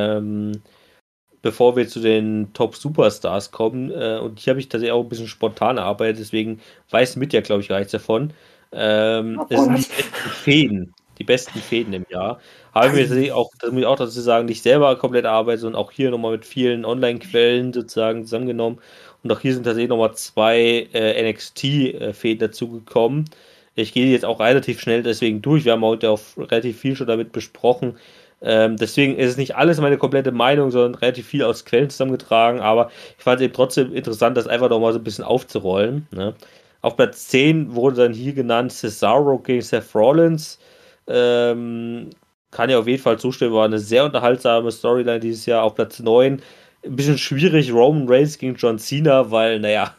bevor wir zu den Top-Superstars kommen. Und hier habe ich tatsächlich auch ein bisschen spontan erarbeitet, deswegen weiß mit ja, glaube ich, gar nichts davon. Es sind die besten Fäden im Jahr. Habe ich mir auch, das muss ich auch dazu sagen, nicht selber komplett erarbeitet, sondern auch hier nochmal mit vielen Online-Quellen sozusagen zusammengenommen. Und auch hier sind tatsächlich nochmal 2 NXT-Fäden dazugekommen. Ich gehe jetzt auch relativ schnell deswegen durch. Wir haben heute auch relativ viel schon damit besprochen. Deswegen ist es nicht alles meine komplette Meinung, sondern relativ viel aus Quellen zusammengetragen. Aber ich fand es eben trotzdem interessant, das einfach nochmal so ein bisschen aufzurollen. Ne? Auf Platz 10 wurde dann hier genannt Cesaro gegen Seth Rollins. Kann ja auf jeden Fall zustimmen, war eine sehr unterhaltsame Storyline dieses Jahr. Auf Platz 9 ein bisschen schwierig, Roman Reigns gegen John Cena, weil, naja,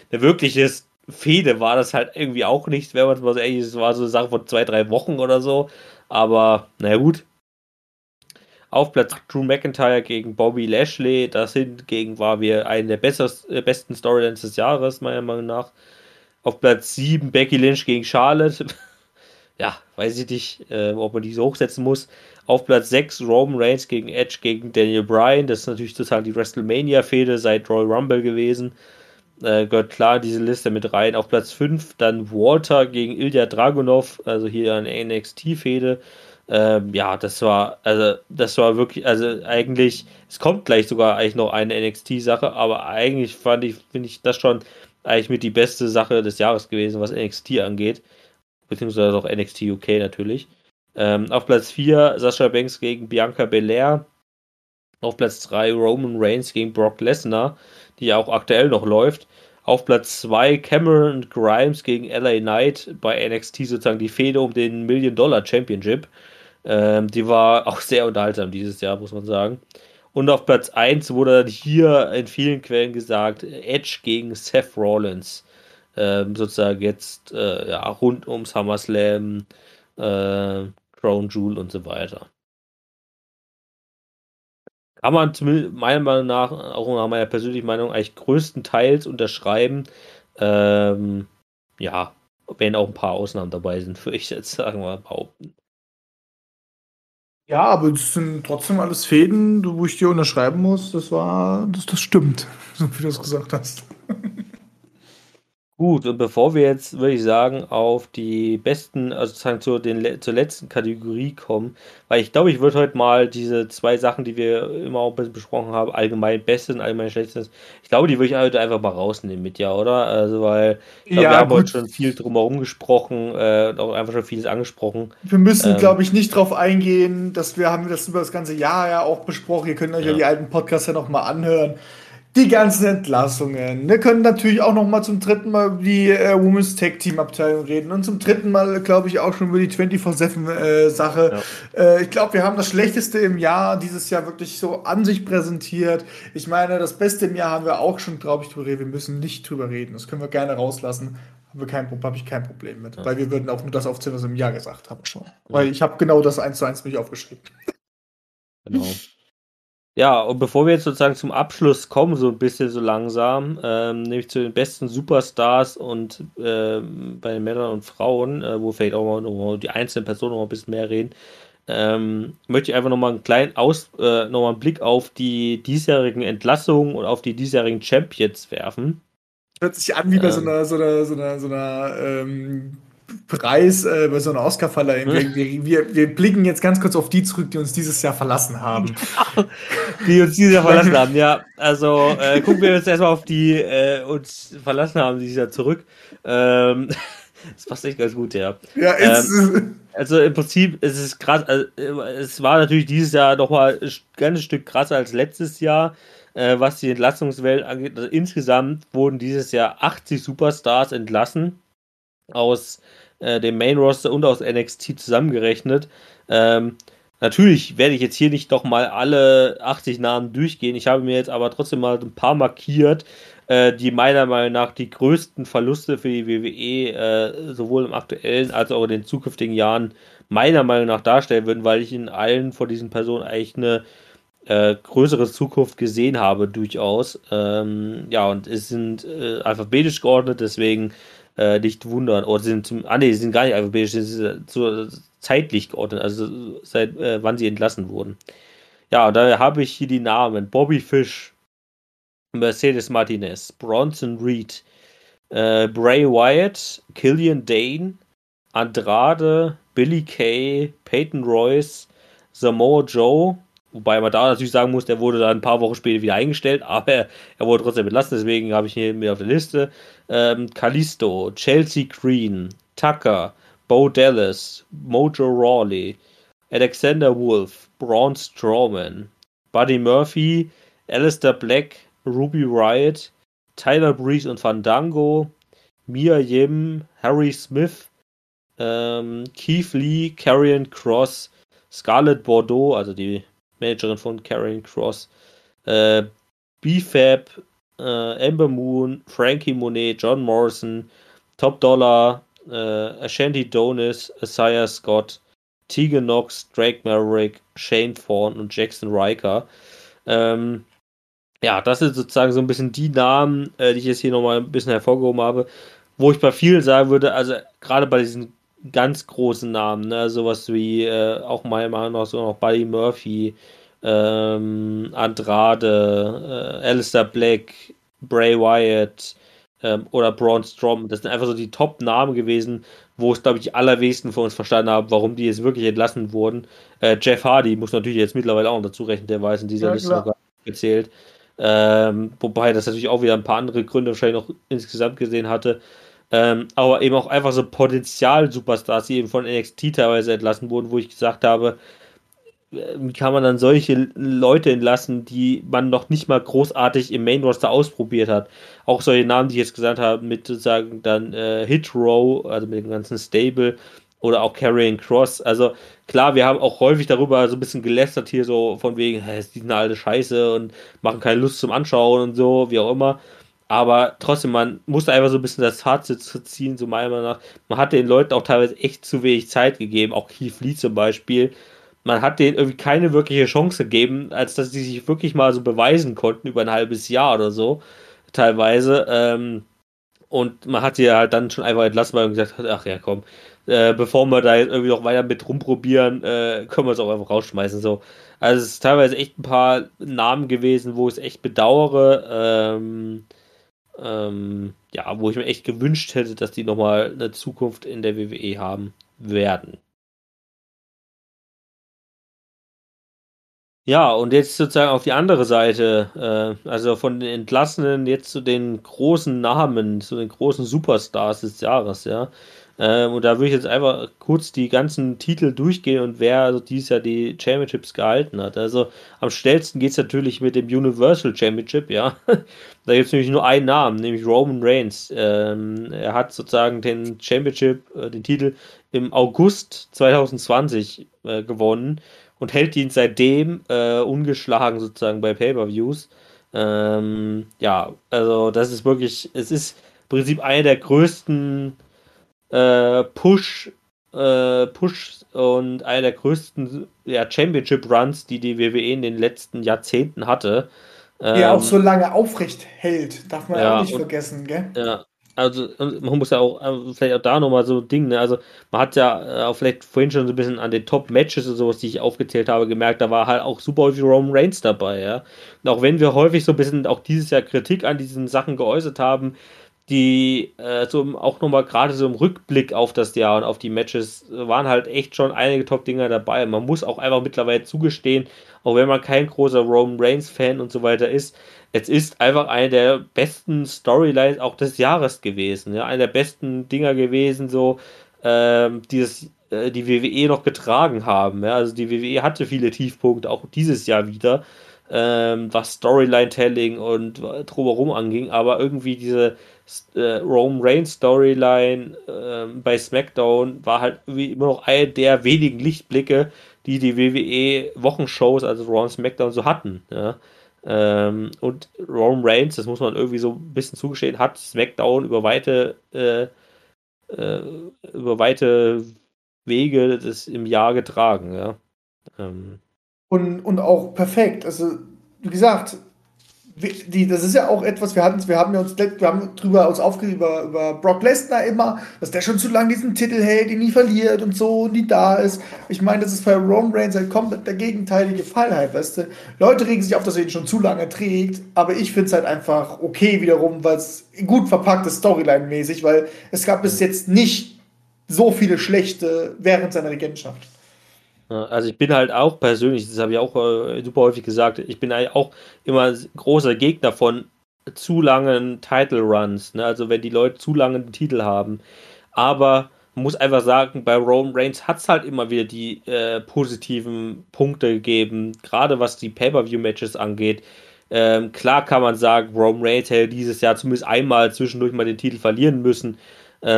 eine wirkliche Fehde war das halt irgendwie auch nicht, wenn man es mal so ehrlich ist. Es war so eine Sache von 2-3 Wochen oder so. Aber, naja, gut. Auf Platz 8 Drew McIntyre gegen Bobby Lashley. Das hingegen war wir eine der besten Storylines des Jahres, meiner Meinung nach. Auf Platz 7 Becky Lynch gegen Charlotte. Ja, weiß ich nicht, ob man die so hochsetzen muss. Auf Platz 6 Roman Reigns gegen Edge gegen Daniel Bryan. Das ist natürlich total die WrestleMania-Fehde seit Royal Rumble gewesen. Gehört klar in diese Liste mit rein. Auf Platz 5 dann Walter gegen Ilya Dragunov, also hier eine NXT-Fehde. Ja, das war wirklich, also eigentlich, es kommt gleich sogar eigentlich noch eine NXT-Sache, aber eigentlich finde ich das schon eigentlich mit die beste Sache des Jahres gewesen, was NXT angeht. Beziehungsweise auch NXT UK natürlich. Auf Platz 4 Sasha Banks gegen Bianca Belair. Auf Platz 3 Roman Reigns gegen Brock Lesnar, die ja auch aktuell noch läuft. Auf Platz 2 Cameron Grimes gegen LA Knight bei NXT sozusagen die Fehde um den $1 Million Championship. Die war auch sehr unterhaltsam dieses Jahr, muss man sagen. Und auf Platz 1 wurde dann hier in vielen Quellen gesagt, Edge gegen Seth Rollins. Sozusagen jetzt ja, rund um SummerSlam, Crown Jewel und so weiter. Kann man zumindest meiner Meinung nach, auch nach meiner persönlichen Meinung, eigentlich größtenteils unterschreiben. Ja, wenn auch ein paar Ausnahmen dabei sind, würde ich jetzt sagen, mal behaupten. Ja, aber es sind trotzdem alles Fäden, wo ich dir unterschreiben muss. Das stimmt, so wie du es gesagt hast. Gut, und bevor wir jetzt, würde ich sagen, auf die besten, also sozusagen zur letzten Kategorie kommen, weil ich glaube, ich würde heute mal diese zwei Sachen, die wir immer auch ein bisschen besprochen haben, allgemein Bestes und allgemein Schlechtes, ich glaube, die würde ich heute einfach mal rausnehmen mit, ja, oder? Also, weil ich glaube, wir Ja, haben heute gut. schon viel drumherum gesprochen, und auch einfach schon vieles angesprochen. Wir müssen, Ähm, glaube ich, nicht drauf eingehen, dass haben das über das ganze Jahr ja auch besprochen. Ihr könnt euch ja ja, die alten Podcasts ja noch mal anhören. Die ganzen Entlassungen. Wir können natürlich auch noch mal zum dritten Mal über die Women's Tag Team Abteilung reden und zum dritten Mal, glaube ich, auch schon über die 24/7 Sache. ja, Ich glaube, wir haben das Schlechteste im Jahr dieses Jahr wirklich so an sich präsentiert. Ich meine, das Beste im Jahr haben wir auch schon, glaube ich, drüber reden. Wir müssen nicht drüber reden. Das können wir gerne rauslassen. Habe ich kein Problem mit. ja, Weil wir würden auch nur das aufzählen, was wir im Jahr gesagt haben schon. ja, Weil ich habe genau das 1:1 mich aufgeschrieben. genau. Ja, und bevor wir jetzt sozusagen zum Abschluss kommen, so ein bisschen so langsam, nämlich zu den besten Superstars und bei den Männern und Frauen, wo vielleicht auch mal noch die einzelnen Personen noch mal ein bisschen mehr reden, möchte ich einfach nochmal einen kleinen nochmal einen Blick auf die diesjährigen Entlassungen und auf die diesjährigen Champions werfen. Hört sich an wie bei Ähm, so einer Preis, bei so einer Oscarverleihung. Wir blicken jetzt ganz kurz auf die zurück, die uns dieses Jahr verlassen haben. Die uns dieses Jahr verlassen haben, ja. Also gucken wir jetzt erstmal auf die uns verlassen haben dieses Jahr zurück. Das passt echt ganz gut, ja. Ja, Also im Prinzip ist es krass, also, es war natürlich dieses Jahr nochmal ein ganzes Stück krasser als letztes Jahr, was die Entlassungswellen angeht. Also insgesamt wurden dieses Jahr 80 Superstars entlassen aus dem Main Roster und aus NXT zusammengerechnet. Natürlich werde ich jetzt hier nicht nochmal alle 80 Namen durchgehen. Ich habe mir jetzt aber trotzdem mal ein paar markiert, die meiner Meinung nach die größten Verluste für die WWE sowohl im aktuellen als auch in den zukünftigen Jahren meiner Meinung nach darstellen würden, weil ich in allen von diesen Personen eigentlich eine größere Zukunft gesehen habe, durchaus. Ja, und es sind alphabetisch geordnet, deswegen nicht wundern. Oder sie sind gar nicht alphabetisch, sie sind so zeitlich geordnet, also seit wann sie entlassen wurden. Ja, und da habe ich hier die Namen: Bobby Fish, Mercedes Martinez, Bronson Reed, Bray Wyatt, Killian Dane, Andrade, Billy Kay, Peyton Royce, Samoa Joe, wobei man da natürlich sagen muss, der wurde dann ein paar Wochen später wieder eingestellt, aber er wurde trotzdem entlassen, deswegen habe ich ihn mit auf der Liste. Kalisto, Chelsea Green, Tucker, Bo Dallas, Mojo Rawley, Alexander Wolf, Braun Strowman, Buddy Murphy, Alistair Black, Ruby Riott, Tyler Breeze und Fandango, Mia Yim, Harry Smith, Keith Lee, Karrion Kross, Scarlett Bordeaux, also die Managerin von Karrion Kross, BFAB, Ember Moon, Frankie Monet, John Morrison, Top Dollar, Ashanti Donis, Isaiah Scott, Tegan Knox, Drake Maverick, Shane Thorne und Jackson Riker. Ja, das sind sozusagen so ein bisschen die Namen, die ich jetzt hier nochmal ein bisschen hervorgehoben habe, wo ich bei vielen sagen würde, also gerade bei diesen ganz großen Namen, ne, sowas wie auch meiner Meinung nach so noch Buddy Murphy, Andrade, Alistair Black, Bray Wyatt oder Braun Strowman, das sind einfach so die Top-Namen gewesen, wo es, glaube ich, die allerwenigsten von uns verstanden haben, warum die jetzt wirklich entlassen wurden. Jeff Hardy muss natürlich jetzt mittlerweile auch noch dazu rechnen, der weiß in dieser Liste noch gar nicht gezählt. Wobei das natürlich auch wieder ein paar andere Gründe wahrscheinlich noch insgesamt gesehen hatte. Aber eben auch einfach so Potenzial-Superstars, die eben von NXT teilweise entlassen wurden, wo ich gesagt habe, wie kann man dann solche Leute entlassen, die man noch nicht mal großartig im Main Roster ausprobiert hat. Auch solche Namen, die ich jetzt gesagt habe, mit sozusagen dann Hit Row, also mit dem ganzen Stable oder auch Karrion Kross. Also klar, wir haben auch häufig darüber so ein bisschen gelästert hier, so von wegen, die sind alle scheiße und machen keine Lust zum Anschauen und so, wie auch immer. Aber trotzdem, man musste einfach so ein bisschen das Fazit ziehen, so meiner Meinung nach. Man hat den Leuten auch teilweise echt zu wenig Zeit gegeben, auch Keith Lee zum Beispiel. Man hat denen irgendwie keine wirkliche Chance gegeben, als dass sie sich wirklich mal so beweisen konnten über ein halbes Jahr oder so, teilweise. Und man hat sie halt dann schon einfach entlassen, weil man gesagt hat, ach ja, komm, bevor wir da jetzt irgendwie noch weiter mit rumprobieren, können wir es auch einfach rausschmeißen. So. Also es ist teilweise echt ein paar Namen gewesen, wo ich es echt bedauere. Ja, wo ich mir echt gewünscht hätte, dass die nochmal eine Zukunft in der WWE haben werden. Ja, und jetzt sozusagen auf die andere Seite, also von den Entlassenen jetzt zu den großen Namen, zu den großen Superstars des Jahres, ja. Und da würde ich jetzt einfach kurz die ganzen Titel durchgehen und wer also dieses Jahr die Championships gehalten hat. Also am schnellsten geht es natürlich mit dem Universal Championship, ja. Da gibt es nämlich nur einen Namen, nämlich Roman Reigns. Er hat sozusagen den Championship, den Titel im August 2020 gewonnen und hält ihn seitdem ungeschlagen sozusagen bei Pay-Per-Views. Ja, also das ist wirklich, es ist im Prinzip einer der größten Push und einer der größten Championship-Runs, die die WWE in den letzten Jahrzehnten hatte. Der auch so lange aufrecht hält, darf man ja, auch nicht vergessen, gell? Ja, also man muss ja auch vielleicht auch da nochmal so ein Ding, ne? Also man hat ja auch vielleicht vorhin schon so ein bisschen an den Top-Matches und sowas, die ich aufgezählt habe, gemerkt, da war halt auch super häufig Roman Reigns dabei, ja. Und auch wenn wir häufig so ein bisschen auch dieses Jahr Kritik an diesen Sachen geäußert haben, die so auch nochmal gerade so im Rückblick auf das Jahr und auf die Matches waren halt echt schon einige Top-Dinger dabei. Man muss auch einfach mittlerweile zugestehen, auch wenn man kein großer Roman Reigns-Fan und so weiter ist, es ist einfach eine der besten Storylines auch des Jahres gewesen. Ja? Eine der besten Dinger gewesen, so die WWE noch getragen haben. Ja? Also die WWE hatte viele Tiefpunkte, auch dieses Jahr wieder, was Storyline-Telling und drumherum anging, aber irgendwie diese Roman Reigns Storyline bei SmackDown war halt irgendwie immer noch eine der wenigen Lichtblicke, die die WWE Wochenshows, also Raw und SmackDown, so hatten. Ja? Und Roman Reigns, das muss man irgendwie so ein bisschen zugestehen, hat SmackDown über weite Wege das im Jahr getragen. Ja? Und auch perfekt. Also, wie gesagt, das ist ja auch etwas, wir haben drüber uns aufgeregt über Brock Lesnar immer, dass der schon zu lange diesen Titel hält, ihn nie verliert und so, nie da ist. Ich meine, das ist bei Roman Reigns halt komplett der gegenteilige Fall halt, weißt du. Leute regen sich auf, dass er ihn schon zu lange trägt, aber ich finde es halt einfach okay wiederum, weil es gut verpackt ist, Storyline-mäßig, weil es gab bis jetzt nicht so viele schlechte während seiner Regentschaft. Ja, also ich bin halt auch persönlich, das habe ich auch super häufig gesagt, ich bin eigentlich auch immer großer Gegner von zu langen Title Runs, ne? Also wenn die Leute zu lange den Titel haben. Aber man muss einfach sagen, bei Roman Reigns hat es halt immer wieder die positiven Punkte gegeben, gerade was die Pay-Per-View-Matches angeht. Klar kann man sagen, Roman Reigns hätte dieses Jahr zumindest einmal zwischendurch mal den Titel verlieren müssen.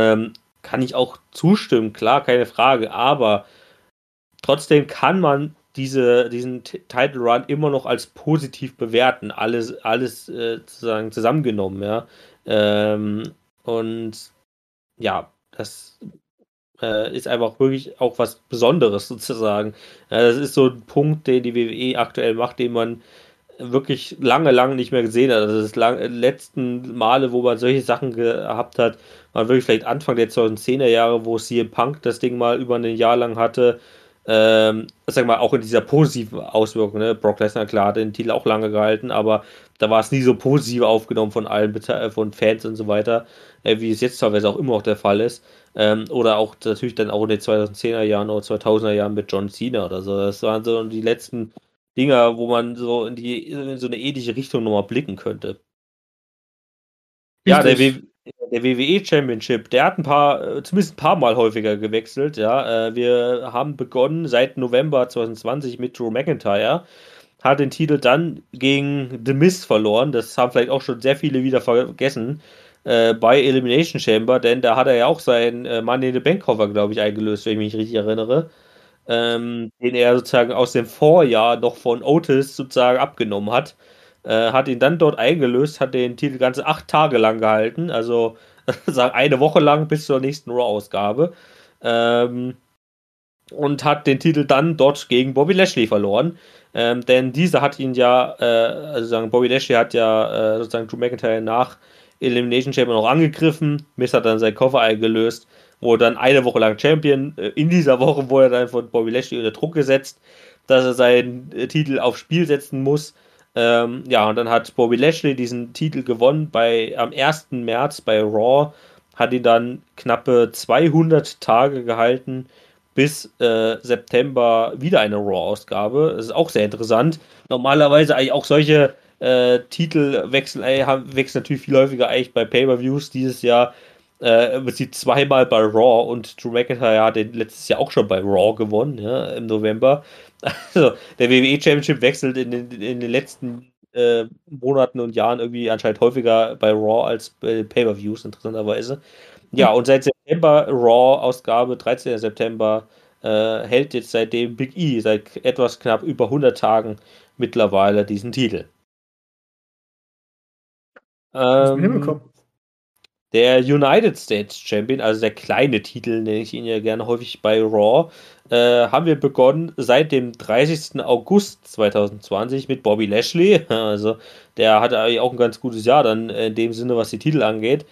Kann ich auch zustimmen, klar, keine Frage, aber trotzdem kann man diesen Title Run immer noch als positiv bewerten, alles sozusagen zusammengenommen, ja. Und ja, das ist einfach wirklich auch was Besonderes sozusagen. Das ist so ein Punkt, den die WWE aktuell macht, den man wirklich lange nicht mehr gesehen hat. Also letzten Male, wo man solche Sachen gehabt hat, waren wirklich vielleicht Anfang der 2010er Jahre, wo CM Punk das Ding mal über ein Jahr lang hatte. Sag mal, auch in dieser positiven Auswirkung, ne? Brock Lesnar, klar, hat den Titel auch lange gehalten, aber da war es nie so positiv aufgenommen von allen von Fans und so weiter, wie es jetzt teilweise auch immer noch der Fall ist. Oder auch natürlich dann auch in den 2010er Jahren oder 2000er Jahren mit John Cena oder so. Das waren so die letzten Dinger, wo man so in so eine ähnliche Richtung nochmal blicken könnte. Ja, Richtig. der WWE Championship, der hat zumindest ein paar Mal häufiger gewechselt, ja. Wir haben begonnen seit November 2020 mit Drew McIntyre, hat den Titel dann gegen The Miz verloren. Das haben vielleicht auch schon sehr viele wieder vergessen. Bei Elimination Chamber, denn da hat er ja auch seinen Money in the Bank Koffer, glaube ich, eingelöst, wenn ich mich richtig erinnere. Den er sozusagen aus dem Vorjahr noch von Otis sozusagen abgenommen hat. Hat ihn dann dort eingelöst, hat den Titel ganze 8 Tage lang gehalten, also sagen eine Woche lang bis zur nächsten Raw-Ausgabe. Und hat den Titel dann dort gegen Bobby Lashley verloren. Denn dieser hat ihn ja, also sagen, Bobby Lashley hat ja sozusagen Drew McIntyre nach Elimination Chamber noch angegriffen. Miz hat dann seinen Koffer eingelöst, wurde dann eine Woche lang Champion. In dieser Woche wurde er dann von Bobby Lashley unter Druck gesetzt, dass er seinen Titel aufs Spiel setzen muss. Ja, und dann hat Bobby Lashley diesen Titel gewonnen am 1. März bei Raw, hat ihn dann knappe 200 Tage gehalten, bis September wieder eine Raw-Ausgabe. Das ist auch sehr interessant. Normalerweise eigentlich auch solche Titelwechsel wechseln natürlich viel häufiger eigentlich bei Pay-Per-Views dieses Jahr. Im Prinzip zweimal bei Raw und Drew McIntyre hat den letztes Jahr auch schon bei Raw gewonnen, ja, im November. Also der WWE Championship wechselt in den letzten Monaten und Jahren irgendwie anscheinend häufiger bei Raw als bei Pay-Per-Views, interessanterweise. Ja, und seit September, Raw-Ausgabe, 13. September, hält jetzt seitdem Big E seit etwas knapp über 100 Tagen mittlerweile diesen Titel. Muss man hinbekommen. Der United States Champion, also der kleine Titel, nenne ich ihn ja gerne häufig bei Raw, haben wir begonnen seit dem 30. August 2020 mit Bobby Lashley. Also der hatte eigentlich auch ein ganz gutes Jahr dann in dem Sinne, was die Titel angeht.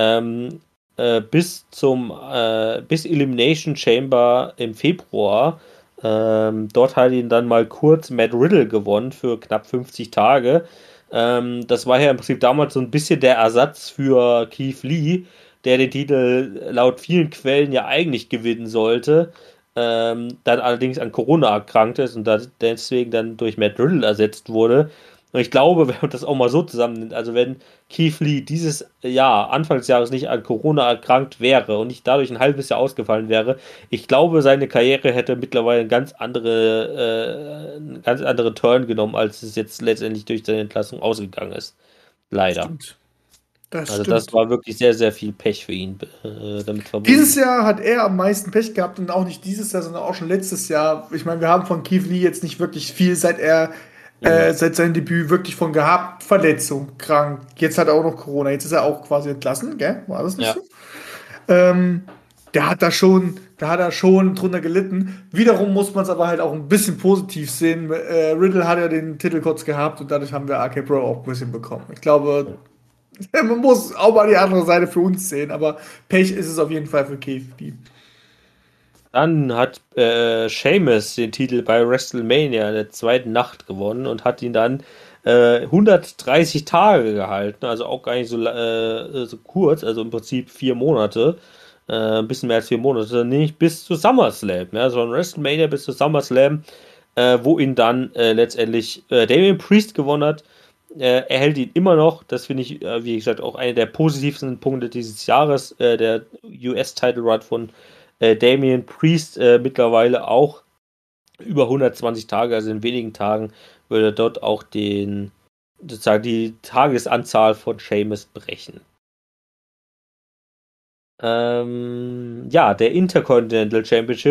Bis Elimination Chamber im Februar. Dort hat ihn dann mal kurz Matt Riddle gewonnen für knapp 50 Tage. Das war ja im Prinzip damals so ein bisschen der Ersatz für Keith Lee, der den Titel laut vielen Quellen ja eigentlich gewinnen sollte, dann allerdings an Corona erkrankt ist und deswegen dann durch Matt Riddle ersetzt wurde. Und ich glaube, wenn man das auch mal so zusammennimmt, also wenn Keith Lee dieses Jahr, Anfang des Jahres nicht an Corona erkrankt wäre und nicht dadurch ein halbes Jahr ausgefallen wäre, ich glaube, seine Karriere hätte mittlerweile einen ganz anderen Turn genommen, als es jetzt letztendlich durch seine Entlassung ausgegangen ist. Leider. Stimmt. Das Also stimmt. das war wirklich sehr, sehr viel Pech für ihn damit verbunden. Dieses Jahr hat er am meisten Pech gehabt und auch nicht dieses Jahr, sondern auch schon letztes Jahr. Ich meine, wir haben von Keith Lee jetzt nicht wirklich viel, seit seinem Debüt wirklich von gehabt. Verletzung, krank. Jetzt hat er auch noch Corona. Jetzt ist er auch quasi entlassen, gell? War das nicht Ja. so? Da hat er schon drunter gelitten. Wiederum muss man es aber halt auch ein bisschen positiv sehen. Riddle hat ja den Titel kurz gehabt und dadurch haben wir RK Bro auch ein bisschen bekommen. Ich glaube, man muss auch mal die andere Seite für uns sehen, aber Pech ist es auf jeden Fall für Keith Lee. Dann hat Sheamus den Titel bei WrestleMania in der zweiten Nacht gewonnen und hat ihn dann 130 Tage gehalten, also auch gar nicht so kurz, also im Prinzip 4 Monate, ein bisschen mehr als 4 Monate, nämlich bis zu SummerSlam, ja, also von WrestleMania bis zu SummerSlam, wo ihn dann letztendlich Damian Priest gewonnen hat. Er hält ihn immer noch, das finde ich, wie gesagt, auch einer der positivsten Punkte dieses Jahres, der US-Title Run von Damian Priest mittlerweile auch über 120 Tage, also in wenigen Tagen, würde dort auch sozusagen die Tagesanzahl von Sheamus brechen. Ja, der Intercontinental Championship,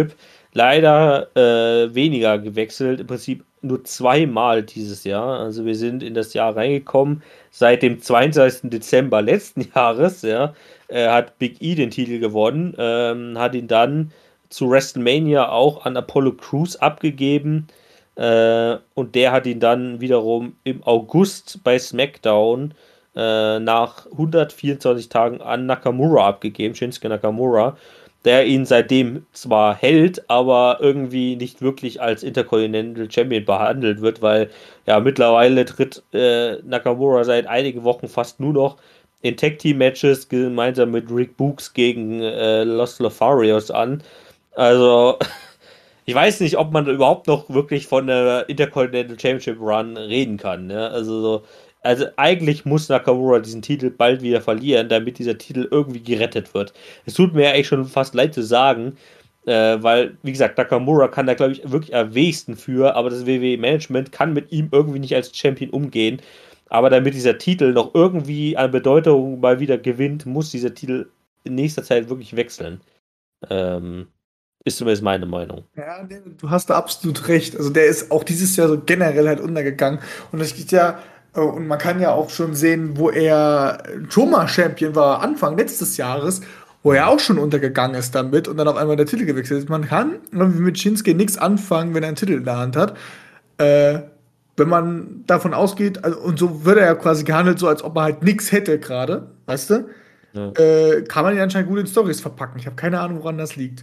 leider weniger gewechselt, im Prinzip nur zweimal dieses Jahr. Also wir sind in das Jahr reingekommen seit dem 22. Dezember letzten Jahres, ja, hat Big E den Titel gewonnen, hat ihn dann zu WrestleMania auch an Apollo Crews abgegeben. Und der hat ihn dann wiederum im August bei SmackDown nach 124 Tagen an Nakamura abgegeben, Shinsuke Nakamura, der ihn seitdem zwar hält, aber irgendwie nicht wirklich als Intercontinental Champion behandelt wird, weil ja mittlerweile tritt Nakamura seit einigen Wochen fast nur noch in Tag Team Matches gemeinsam mit Rick Books gegen Los Lotharios an. Also ich weiß nicht, ob man da überhaupt noch wirklich von der Intercontinental Championship Run reden kann. Ne? Also eigentlich muss Nakamura diesen Titel bald wieder verlieren, damit dieser Titel irgendwie gerettet wird. Es tut mir ja eigentlich schon fast leid zu sagen, weil, wie gesagt, Nakamura kann da, glaube ich, wirklich am wenigsten für, aber das WWE-Management kann mit ihm irgendwie nicht als Champion umgehen. Aber damit dieser Titel noch irgendwie an Bedeutung mal wieder gewinnt, muss dieser Titel in nächster Zeit wirklich wechseln. Ähm, Ist zumindest meine Meinung. Ja, nee, du hast da absolut recht. Also der ist auch dieses Jahr so generell halt untergegangen. Und es geht ja, und man kann ja auch schon sehen, wo er schon mal Champion war, Anfang letztes Jahres, wo er auch schon untergegangen ist damit und dann auf einmal der Titel gewechselt ist. Man kann irgendwie mit Shinsuke nichts anfangen, wenn er einen Titel in der Hand hat. Äh, Wenn man davon ausgeht, also, und so wird er ja quasi gehandelt, so als ob er halt nichts hätte gerade, weißt du? Ja. Kann man ihn anscheinend gut in Storys verpacken. Ich habe keine Ahnung, woran das liegt.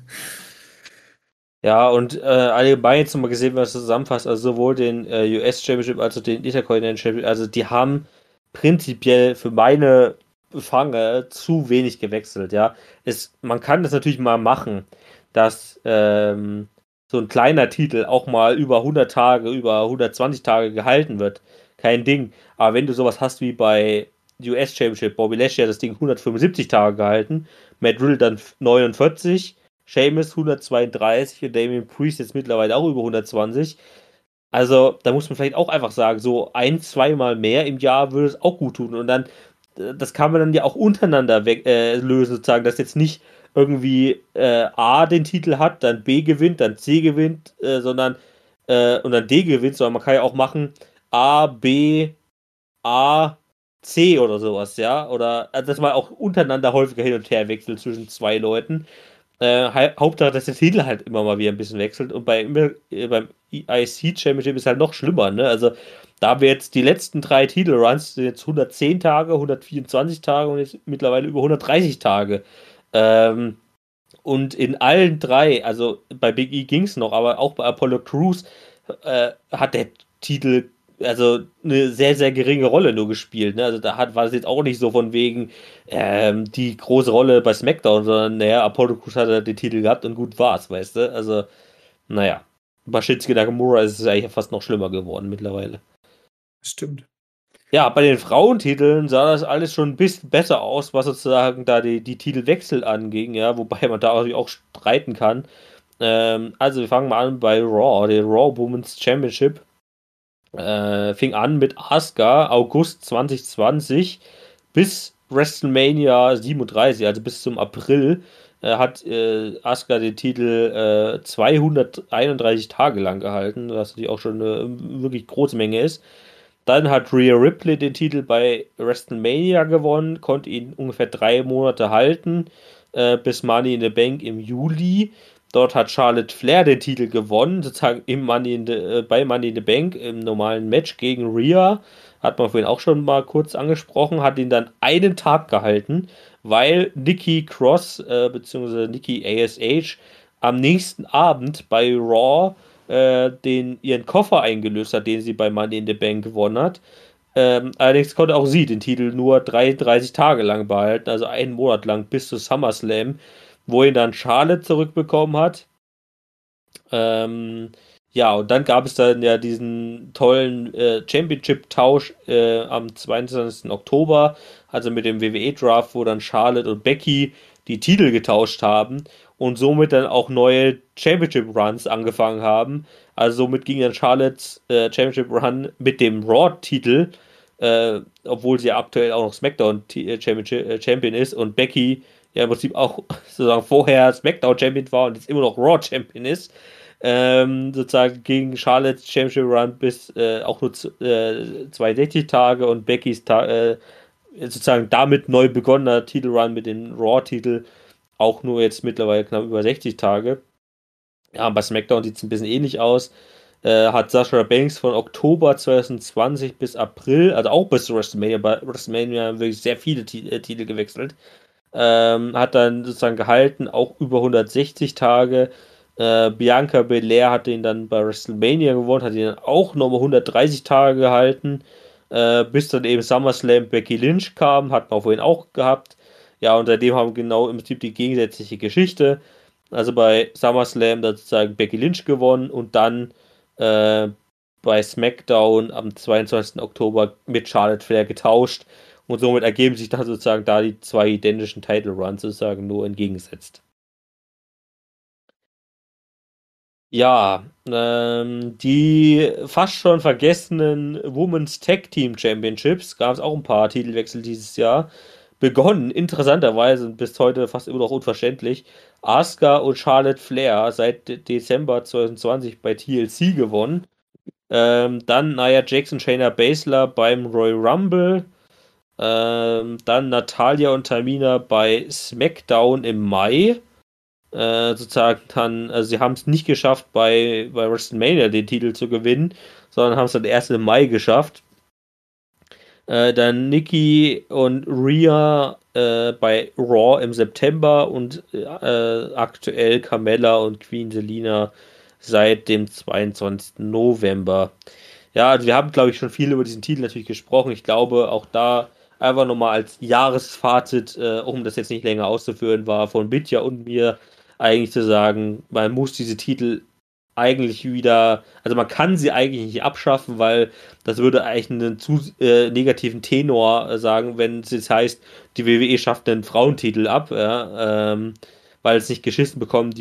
Ja, und allgemein jetzt nochmal gesehen, wenn man das zusammenfasst, also sowohl den US Championship als auch den Intercontinental Championship, also die haben prinzipiell für meine Befange zu wenig gewechselt, ja. Man kann das natürlich mal machen, dass so ein kleiner Titel auch mal über 100 Tage, über 120 Tage gehalten wird. Kein Ding. Aber wenn du sowas hast wie bei US Championship, Bobby Lashley hat das Ding 175 Tage gehalten, Matt Riddle dann 49, Sheamus 132 und Damian Priest jetzt mittlerweile auch über 120. Also, da muss man vielleicht auch einfach sagen, so ein, zweimal mehr im Jahr würde es auch gut tun. Und dann, das kann man dann ja auch untereinander lösen, sozusagen, dass jetzt nicht irgendwie A den Titel hat, dann B gewinnt, dann C gewinnt, sondern und dann D gewinnt, sondern man kann ja auch machen A, B, A, C oder sowas, ja. Oder dass man auch untereinander häufiger hin und her wechselt zwischen zwei Leuten. Hauptsache, dass der Titel halt immer mal wieder ein bisschen wechselt. Und beim IC Championship ist halt noch schlimmer, ne? Also, da haben wir jetzt die letzten drei Titelruns, sind jetzt 110 Tage, 124 Tage und jetzt mittlerweile über 130 Tage. Ähm, und in allen drei, also bei Big E ging es noch, aber auch bei Apollo Crews hat der Titel also eine sehr, sehr geringe Rolle nur gespielt. Ne? Also war es jetzt auch nicht so von wegen die große Rolle bei SmackDown, sondern naja, Apollo Crews hat den Titel gehabt und gut war's, weißt du? Also, naja. Bei Shinsuke Nakamura ist es eigentlich fast noch schlimmer geworden mittlerweile. Stimmt. Ja, bei den Frauentiteln sah das alles schon ein bisschen besser aus, was sozusagen da die Titelwechsel anging, ja, wobei man da natürlich auch streiten kann. Also wir fangen mal an bei Raw, der Raw Women's Championship. Fing an mit Asuka August 2020 bis WrestleMania 37, also bis zum April, hat Asuka den Titel 231 Tage lang gehalten, was natürlich auch schon eine wirklich große Menge ist. Dann hat Rhea Ripley den Titel bei WrestleMania gewonnen, konnte ihn ungefähr 3 Monate halten, bis Money in the Bank im Juli. Dort hat Charlotte Flair den Titel gewonnen, sozusagen bei Money in the Bank im normalen Match gegen Rhea. Hat man vorhin auch schon mal kurz angesprochen, hat ihn dann einen Tag gehalten, weil Nikki Cross bzw. Nikki ASH am nächsten Abend bei Raw ihren Koffer eingelöst hat, den sie bei Money in the Bank gewonnen hat. Allerdings konnte auch sie den Titel nur 33 Tage lang behalten, also einen Monat lang bis zu SummerSlam, wo ihn dann Charlotte zurückbekommen hat. Ja, und dann gab es dann ja diesen tollen Championship-Tausch am 22. Oktober, also mit dem WWE-Draft, wo dann Charlotte und Becky die Titel getauscht haben und somit dann auch neue Championship-Runs angefangen haben. Also somit ging dann Charlottes Championship-Run mit dem Raw-Titel, obwohl sie ja aktuell auch noch SmackDown Champion ist, und Becky ja im Prinzip auch sozusagen vorher SmackDown Champion war und jetzt immer noch Raw Champion ist, sozusagen gegen Charlotte's Championship Run bis auch nur 62 Tage und Beckys sozusagen damit neu begonnener Titelrun mit dem Raw-Titel auch nur jetzt mittlerweile knapp über 60 Tage. Ja, bei SmackDown sieht es ein bisschen ähnlich aus. Hat Sasha Banks von Oktober 2020 bis April, also auch bis WrestleMania, bei WrestleMania wirklich sehr viele Titel gewechselt. Hat dann sozusagen gehalten, auch über 160 Tage. Bianca Belair hat ihn dann bei WrestleMania gewonnen, hat ihn dann auch nochmal 130 Tage gehalten, bis dann eben SummerSlam Becky Lynch kam, hat man vorhin auch gehabt. Ja, und seitdem haben wir genau im Prinzip die gegensätzliche Geschichte. Also bei SummerSlam dann sozusagen Becky Lynch gewonnen und dann bei SmackDown am 22. Oktober mit Charlotte Flair getauscht. Und somit ergeben sich dann sozusagen da die zwei identischen Title Runs sozusagen nur entgegengesetzt. Ja, die fast schon vergessenen Women's Tag Team Championships gab es auch ein paar Titelwechsel dieses Jahr. Begonnen, interessanterweise und bis heute fast immer noch unverständlich, Asuka und Charlotte Flair seit Dezember 2020 bei TLC gewonnen. Dann Nia Jax und Shayna Baszler beim Royal Rumble. Dann Natalia und Tamina bei SmackDown im Mai. Sozusagen dann, also sie haben es nicht geschafft, bei WrestleMania den Titel zu gewinnen, sondern haben es dann erst im Mai geschafft. Dann Nikki und Rhea bei Raw im September und aktuell Carmella und Queen Selina seit dem 22. November. Ja, also wir haben, glaube ich, schon viel über diesen Titel natürlich gesprochen. Ich glaube, auch da einfach nochmal als Jahresfazit, um das jetzt nicht länger auszuführen, war von Bitja und mir eigentlich zu sagen, man muss diese Titel eigentlich wieder, also man kann sie eigentlich nicht abschaffen, weil das würde eigentlich einen zu negativen Tenor sagen, wenn es jetzt heißt, die WWE schafft einen Frauentitel ab, ja, weil es nicht geschissen bekommt,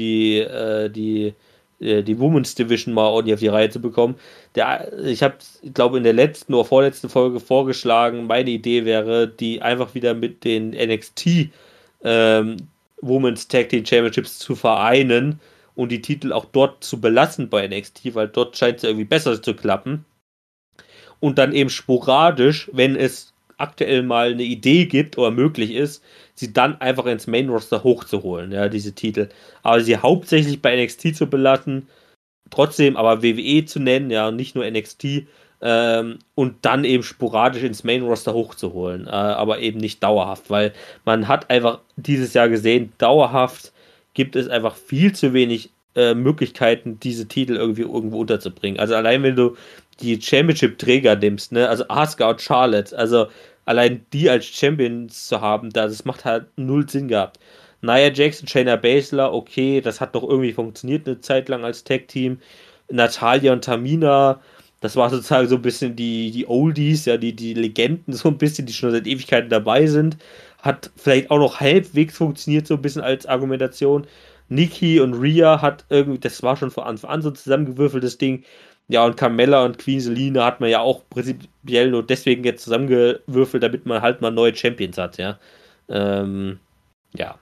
die Women's Division mal ordentlich auf die Reihe zu bekommen. Ich habe, glaube in der letzten oder vorletzten Folge vorgeschlagen, meine Idee wäre, die einfach wieder mit den NXT Women's Tag Team Championships zu vereinen und die Titel auch dort zu belassen bei NXT, weil dort scheint es irgendwie besser zu klappen. Und dann eben sporadisch, wenn es aktuell mal eine Idee gibt oder möglich ist, sie dann einfach ins Main Roster hochzuholen, ja, diese Titel. Aber sie hauptsächlich bei NXT zu belassen, trotzdem aber WWE zu nennen, ja, und nicht nur NXT, und dann eben sporadisch ins Main Roster hochzuholen, aber eben nicht dauerhaft, weil man hat einfach dieses Jahr gesehen, dauerhaft gibt es einfach viel zu wenig Möglichkeiten, diese Titel irgendwie irgendwo unterzubringen. Also allein wenn du die Championship-Träger nimmst, ne, also Asuka und Charlotte, also allein die als Champions zu haben, das macht halt null Sinn gehabt. Nia Jax und Shayna Baszler, okay, das hat noch irgendwie funktioniert eine Zeit lang als Tag-Team. Natalia und Tamina, das war sozusagen so ein bisschen die Oldies, ja, die Legenden so ein bisschen, die schon seit Ewigkeiten dabei sind. Hat vielleicht auch noch halbwegs funktioniert, so ein bisschen als Argumentation. Nikki und Rhea hat irgendwie, das war schon von Anfang an so ein zusammengewürfeltes Ding. Ja, und Carmella und Queen Selina hat man ja auch prinzipiell nur deswegen jetzt zusammengewürfelt, damit man halt mal neue Champions hat, ja. Ja.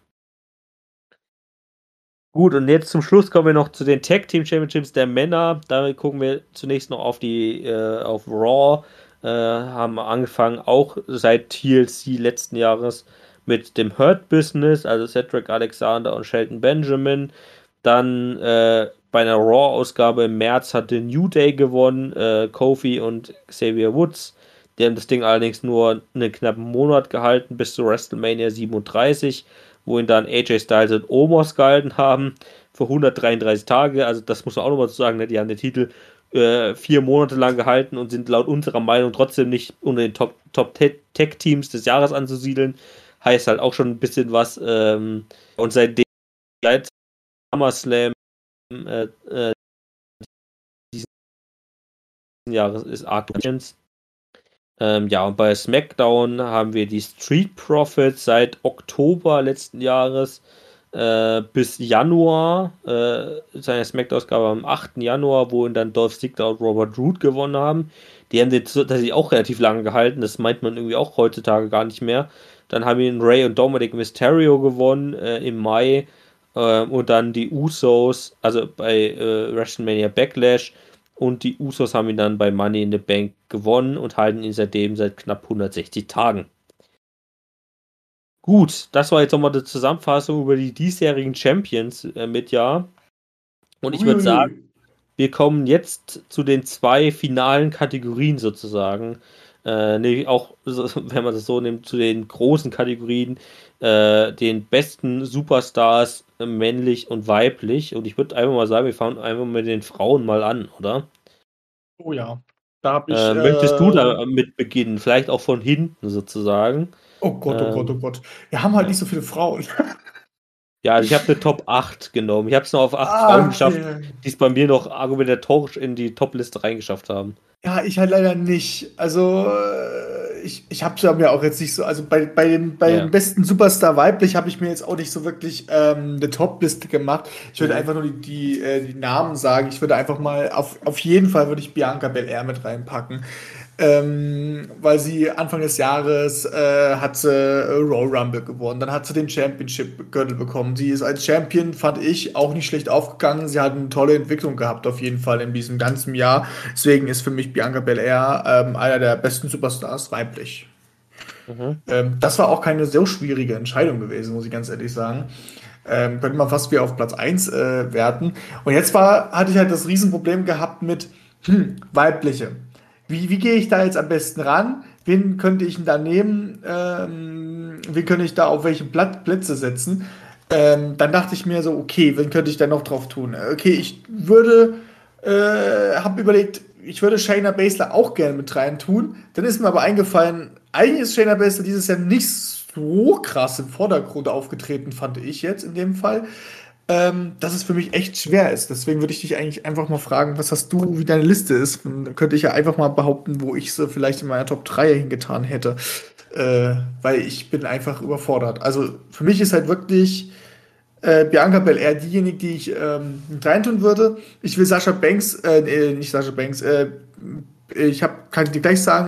Gut, und jetzt zum Schluss kommen wir noch zu den Tag Team Championships der Männer. Da gucken wir zunächst noch auf auf Raw. Haben angefangen auch seit TLC letzten Jahres mit dem Hurt Business, also Cedric Alexander und Shelton Benjamin. Dann bei einer Raw-Ausgabe im März hatte New Day gewonnen, Kofi und Xavier Woods. Die haben das Ding allerdings nur einen knappen Monat gehalten, bis zu WrestleMania 37, wo ihn dann AJ Styles und Omos gehalten haben für 133 Tage. Also das muss man auch nochmal so sagen, ne? Die haben den Titel 4 Monate lang gehalten und sind laut unserer Meinung trotzdem nicht unter den Top Tech Teams des Jahres anzusiedeln. Heißt halt auch schon ein bisschen was. Und seitdem seit SummerSlam diesen Jahres ist Arc Legends. Ja, und bei SmackDown haben wir die Street Profits seit Oktober letzten Jahres. bis Januar, seine Smackdown-Ausgabe am 8. Januar, wo ihn dann Dolph Ziggler und Robert Roode gewonnen haben. Die haben den tatsächlich auch relativ lange gehalten, das meint man irgendwie auch heutzutage gar nicht mehr. Dann haben ihn Ray und Dominic Mysterio gewonnen im Mai und dann die Usos, also bei WrestleMania Backlash, und die Usos haben ihn dann bei Money in the Bank gewonnen und halten ihn seitdem seit knapp 160 Tagen. Gut, das war jetzt nochmal die Zusammenfassung über die diesjährigen Champions mit Jahr. Und ich würde sagen, wir kommen jetzt zu den 2 finalen Kategorien sozusagen. Nämlich auch, wenn man das so nimmt, zu den großen Kategorien, den besten Superstars, männlich und weiblich. Und ich würde einfach mal sagen, wir fangen einfach mit den Frauen mal an, oder? Oh ja. Da habe ich. Möchtest du da mit beginnen? Vielleicht auch von hinten sozusagen. Oh Gott, oh Gott, oh Gott. Wir haben halt nicht so viele Frauen. Ja, also ich habe eine Top 8 genommen. Ich habe es noch auf 8 Frauen geschafft, die es bei mir noch argumentatorisch in die Top-Liste reingeschafft haben. Ja, ich halt leider nicht. Also, ich habe es mir auch jetzt nicht so. Also, bei dem besten Superstar weiblich habe ich mir jetzt auch nicht so wirklich eine Top-Liste gemacht. Ich würde einfach nur die Namen sagen. Ich würde einfach mal, auf jeden Fall würde ich Bianca Belair mit reinpacken. Weil sie Anfang des Jahres hat sie Royal Rumble gewonnen, dann hat sie den Championship-Gürtel bekommen. Sie ist als Champion, fand ich, auch nicht schlecht aufgegangen. Sie hat eine tolle Entwicklung gehabt, auf jeden Fall in diesem ganzen Jahr. Deswegen ist für mich Bianca Belair einer der besten Superstars weiblich. Das war auch keine so schwierige Entscheidung gewesen, muss ich ganz ehrlich sagen. Könnte man fast wie auf Platz 1 werten. Und jetzt hatte ich halt das Riesenproblem gehabt mit weibliche. Wie gehe ich da jetzt am besten ran? Wen könnte ich denn da nehmen? Wen könnte ich da auf welche Plätze setzen? Dann dachte ich mir so, okay, wen könnte ich da noch drauf tun? Okay, habe überlegt, ich würde Shayna Baszler auch gerne mit rein tun. Dann ist mir aber eingefallen, eigentlich ist Shayna Baszler dieses Jahr nicht so krass im Vordergrund aufgetreten, fand ich jetzt in dem Fall. Dass es für mich echt schwer ist. Deswegen würde ich dich eigentlich einfach mal fragen, was hast du, wie deine Liste ist? Dann könnte ich ja einfach mal behaupten, wo ich sie vielleicht in meiner Top 3 hingetan hätte. Weil ich bin einfach überfordert. Also für mich ist halt wirklich Bianca Belair diejenige, die ich mit reintun würde. Ich will Sasha Banks, nicht Sasha Banks, kann ich dir gleich sagen,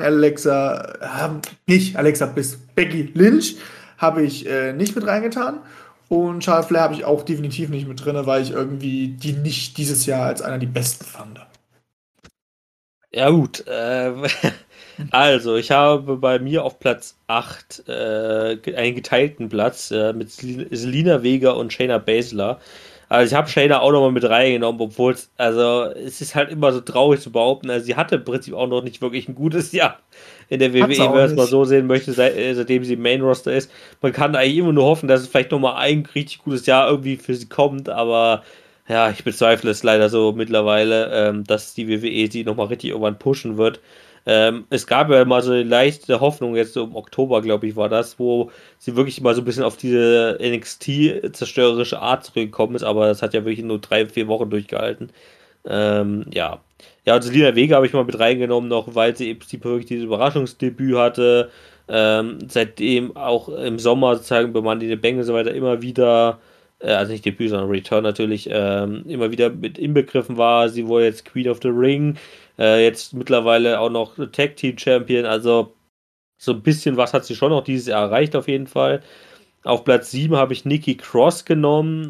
Becky Lynch habe ich nicht mit reingetan. Und Charlotte Flair habe ich auch definitiv nicht mit drin, weil ich irgendwie die nicht dieses Jahr als einer die besten fand. Ja gut, also ich habe bei mir auf Platz 8 einen geteilten Platz mit Zelina Vega und Shayna Baszler. Also ich habe Shayna auch nochmal mit reingenommen, obwohl es ist halt immer so traurig zu behaupten, also sie hatte im Prinzip auch noch nicht wirklich ein gutes Jahr in der WWE, wenn man es mal so sehen möchte, seitdem sie im Main Roster ist. Man kann eigentlich immer nur hoffen, dass es vielleicht nochmal ein richtig gutes Jahr irgendwie für sie kommt, aber ja, ich bezweifle es leider so mittlerweile, dass die WWE sie nochmal richtig irgendwann pushen wird. Es gab ja mal so eine leichte Hoffnung, jetzt so im Oktober, glaube ich, war das, wo sie wirklich mal so ein bisschen auf diese NXT-zerstörerische Art zurückgekommen ist, aber das hat ja wirklich nur 3-4 Wochen durchgehalten. Ja. Ja, und Selina Vega habe ich mal mit reingenommen, noch weil sie eben wirklich dieses Überraschungsdebüt hatte. Seitdem auch im Sommer sozusagen bei Money in the Bank und so weiter immer wieder, also nicht Debüt, sondern Return natürlich, immer wieder mit inbegriffen war. Sie wurde jetzt Queen of the Ring, jetzt mittlerweile auch noch Tag Team Champion, also so ein bisschen was hat sie schon noch dieses Jahr erreicht auf jeden Fall. Auf Platz 7 habe ich Nikki Cross genommen.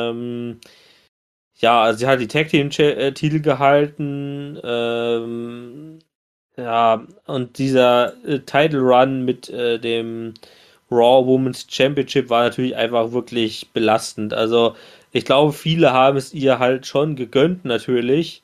Ja, also sie hat die Tag Team Titel gehalten. Ja, und dieser Title Run mit dem Raw Women's Championship war natürlich einfach wirklich belastend. Also ich glaube, viele haben es ihr halt schon gegönnt natürlich.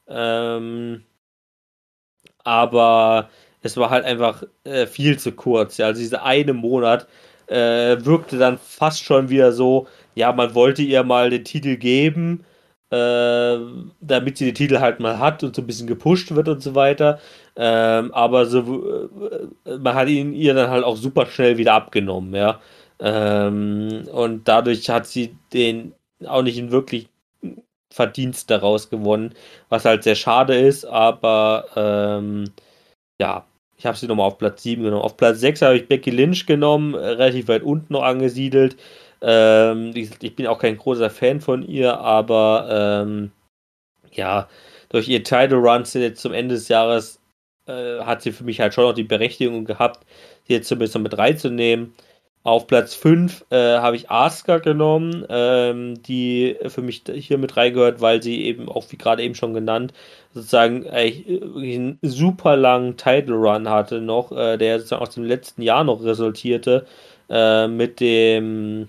Aber es war halt einfach viel zu kurz. Ja. Also dieser eine Monat wirkte dann fast schon wieder so, ja, man wollte ihr mal den Titel geben, damit sie den Titel halt mal hat und so ein bisschen gepusht wird und so weiter. Aber so, man hat ihn ihr dann halt auch super schnell wieder abgenommen, ja. Und dadurch hat sie den auch nicht in wirklich Verdienst daraus gewonnen, was halt sehr schade ist, aber ja, ich habe sie nochmal auf Platz 7 genommen. Auf Platz 6 habe ich Becky Lynch genommen, relativ weit unten noch angesiedelt. Ich bin auch kein großer Fan von ihr, aber ja, durch ihr Title Runs jetzt zum Ende des Jahres hat sie für mich halt schon noch die Berechtigung gehabt, sie jetzt zumindest noch mit reinzunehmen. Auf Platz 5 habe ich Asuka genommen, die für mich hier mit reingehört, weil sie eben auch, wie gerade eben schon genannt, sozusagen einen super langen Title Run hatte noch, der sozusagen aus dem letzten Jahr noch resultierte, mit dem